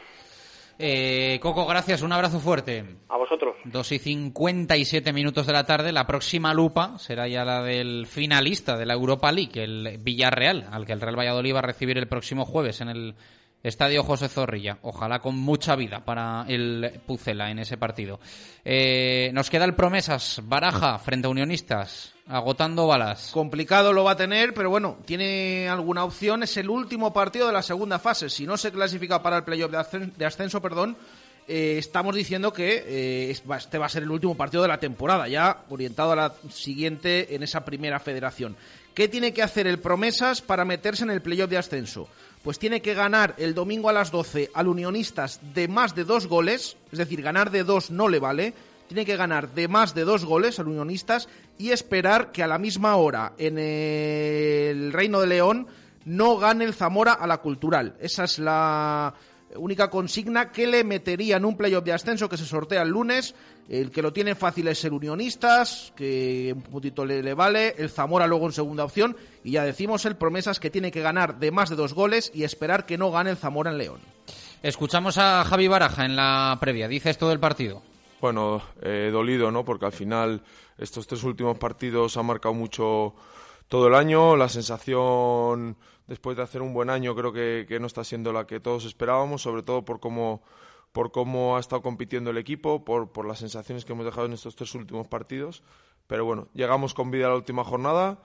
Eh, Coco, gracias, un abrazo fuerte. A vosotros. dos y cincuenta y siete minutos de la tarde, la próxima lupa será ya la del finalista de la Europa League, el Villarreal, al que el Real Valladolid va a recibir el próximo jueves en el Estadio José Zorrilla. Ojalá con mucha vida para el Pucela en ese partido. Eh, nos queda el Promesas Baraja frente a Unionistas, agotando balas. Complicado lo va a tener, pero bueno, tiene alguna opción. Es el último partido de la segunda fase. Si no se clasifica para el playoff de ascenso, de ascenso perdón, eh, estamos diciendo que eh, este va a ser el último partido de la temporada, ya orientado a la siguiente en esa primera federación. ¿Qué tiene que hacer el Promesas para meterse en el playoff de ascenso? Pues tiene que ganar el domingo a las doce al Unionistas de más de dos goles, es decir, ganar de dos no le vale, tiene que ganar de más de dos goles al Unionistas y esperar que a la misma hora en el Reino de León no gane el Zamora a la Cultural. Esa es la única consigna que le metería en un playoff de ascenso que se sortea el lunes. El que lo tiene fácil es el Unionistas, que un puntito le, le vale, el Zamora luego en segunda opción, y ya decimos el Promesas que tiene que ganar de más de dos goles y esperar que no gane el Zamora en León. Escuchamos a Javi Baraja en la previa, dice esto del partido. Bueno, eh, dolido, ¿no? Porque al final estos tres últimos partidos han marcado mucho todo el año. La sensación después de hacer un buen año creo que, que no está siendo la que todos esperábamos, sobre todo por cómo por cómo ha estado compitiendo el equipo, por, por las sensaciones que hemos dejado en estos tres últimos partidos. Pero bueno, llegamos con vida a la última jornada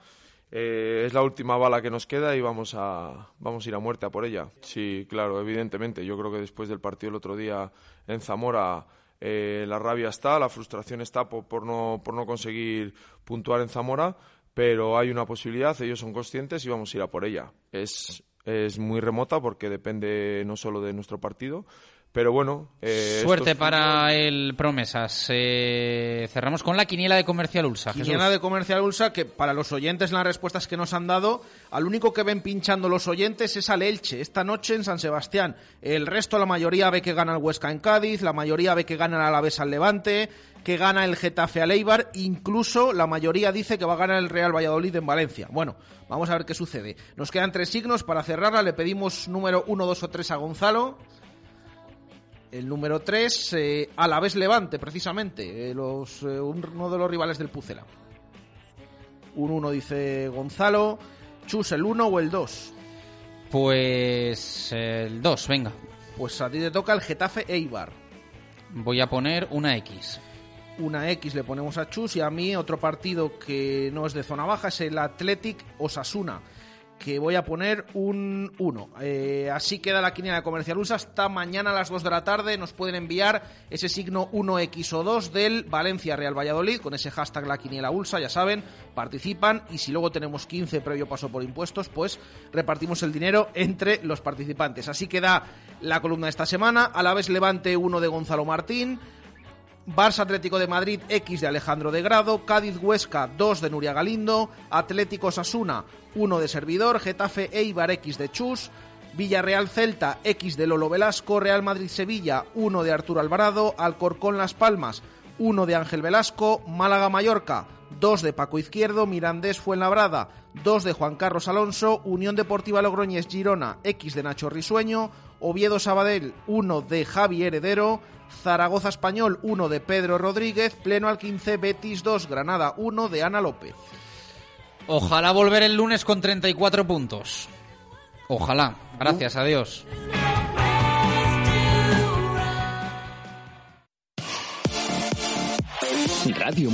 eh, es la última bala que nos queda y vamos a, vamos a ir a muerte a por ella. Sí, claro, evidentemente. Yo creo que después del partido el otro día en Zamora, eh, la rabia está, la frustración está por, por, no, por no conseguir puntuar en Zamora, pero hay una posibilidad, ellos son conscientes y vamos a ir a por ella. Es, es muy remota porque depende no solo de nuestro partido, pero bueno... Eh, Suerte estos... para el Promesas. Eh, cerramos con la quiniela de Comercial Ulsa. Quiniela Jesús. de Comercial Ulsa, que para los oyentes, las respuestas que nos han dado, al único que ven pinchando los oyentes es al Elche, esta noche en San Sebastián. El resto, la mayoría ve que gana el Huesca en Cádiz, la mayoría ve que gana el Alavés al Levante, que gana el Getafe al Eibar, incluso la mayoría dice que va a ganar el Real Valladolid en Valencia. Bueno, vamos a ver qué sucede. Nos quedan tres signos para cerrarla. Le pedimos número uno, dos o tres a Gonzalo. El número tres, eh, Alavés Levante, precisamente, eh, los, eh, uno de los rivales del Pucela. Un uno dice Gonzalo. Chus, ¿el uno o el dos? Pues el dos, venga. Pues a ti te toca el Getafe Eibar. Voy a poner una X. Una X le ponemos a Chus, y a mí otro partido que no es de zona baja es el Athletic Osasuna, que voy a poner un uno. Eh, así queda la quiniela de Comercial Ulsa. Hasta mañana a las dos de la tarde nos pueden enviar ese signo uno X o dos del Valencia Real Valladolid con ese hashtag la quiniela Ulsa, ya saben, participan, y si luego tenemos quince previo paso por impuestos, pues repartimos el dinero entre los participantes. Así queda la columna de esta semana. Alavés Levante uno de Gonzalo Martín, Barça Atlético de Madrid X de Alejandro de Grado, Cádiz Huesca dos de Nuria Galindo, Atlético Osasuna uno de servidor, Getafe Eibar X de Chus, Villarreal Celta X de Lolo Velasco, Real Madrid Sevilla uno de Arturo Alvarado, Alcorcón Las Palmas uno de Ángel Velasco, Málaga Mallorca dos de Paco Izquierdo, Mirandés Fuenlabrada dos de Juan Carlos Alonso, Unión Deportiva Logroñés Girona X de Nacho Risueño, Oviedo Sabadell uno de Javi Heredero, Zaragoza Español uno de Pedro Rodríguez, Pleno al quince Betis dos, Granada uno de Ana López. Ojalá volver el lunes con treinta y cuatro puntos. Ojalá. Gracias, adiós. Radio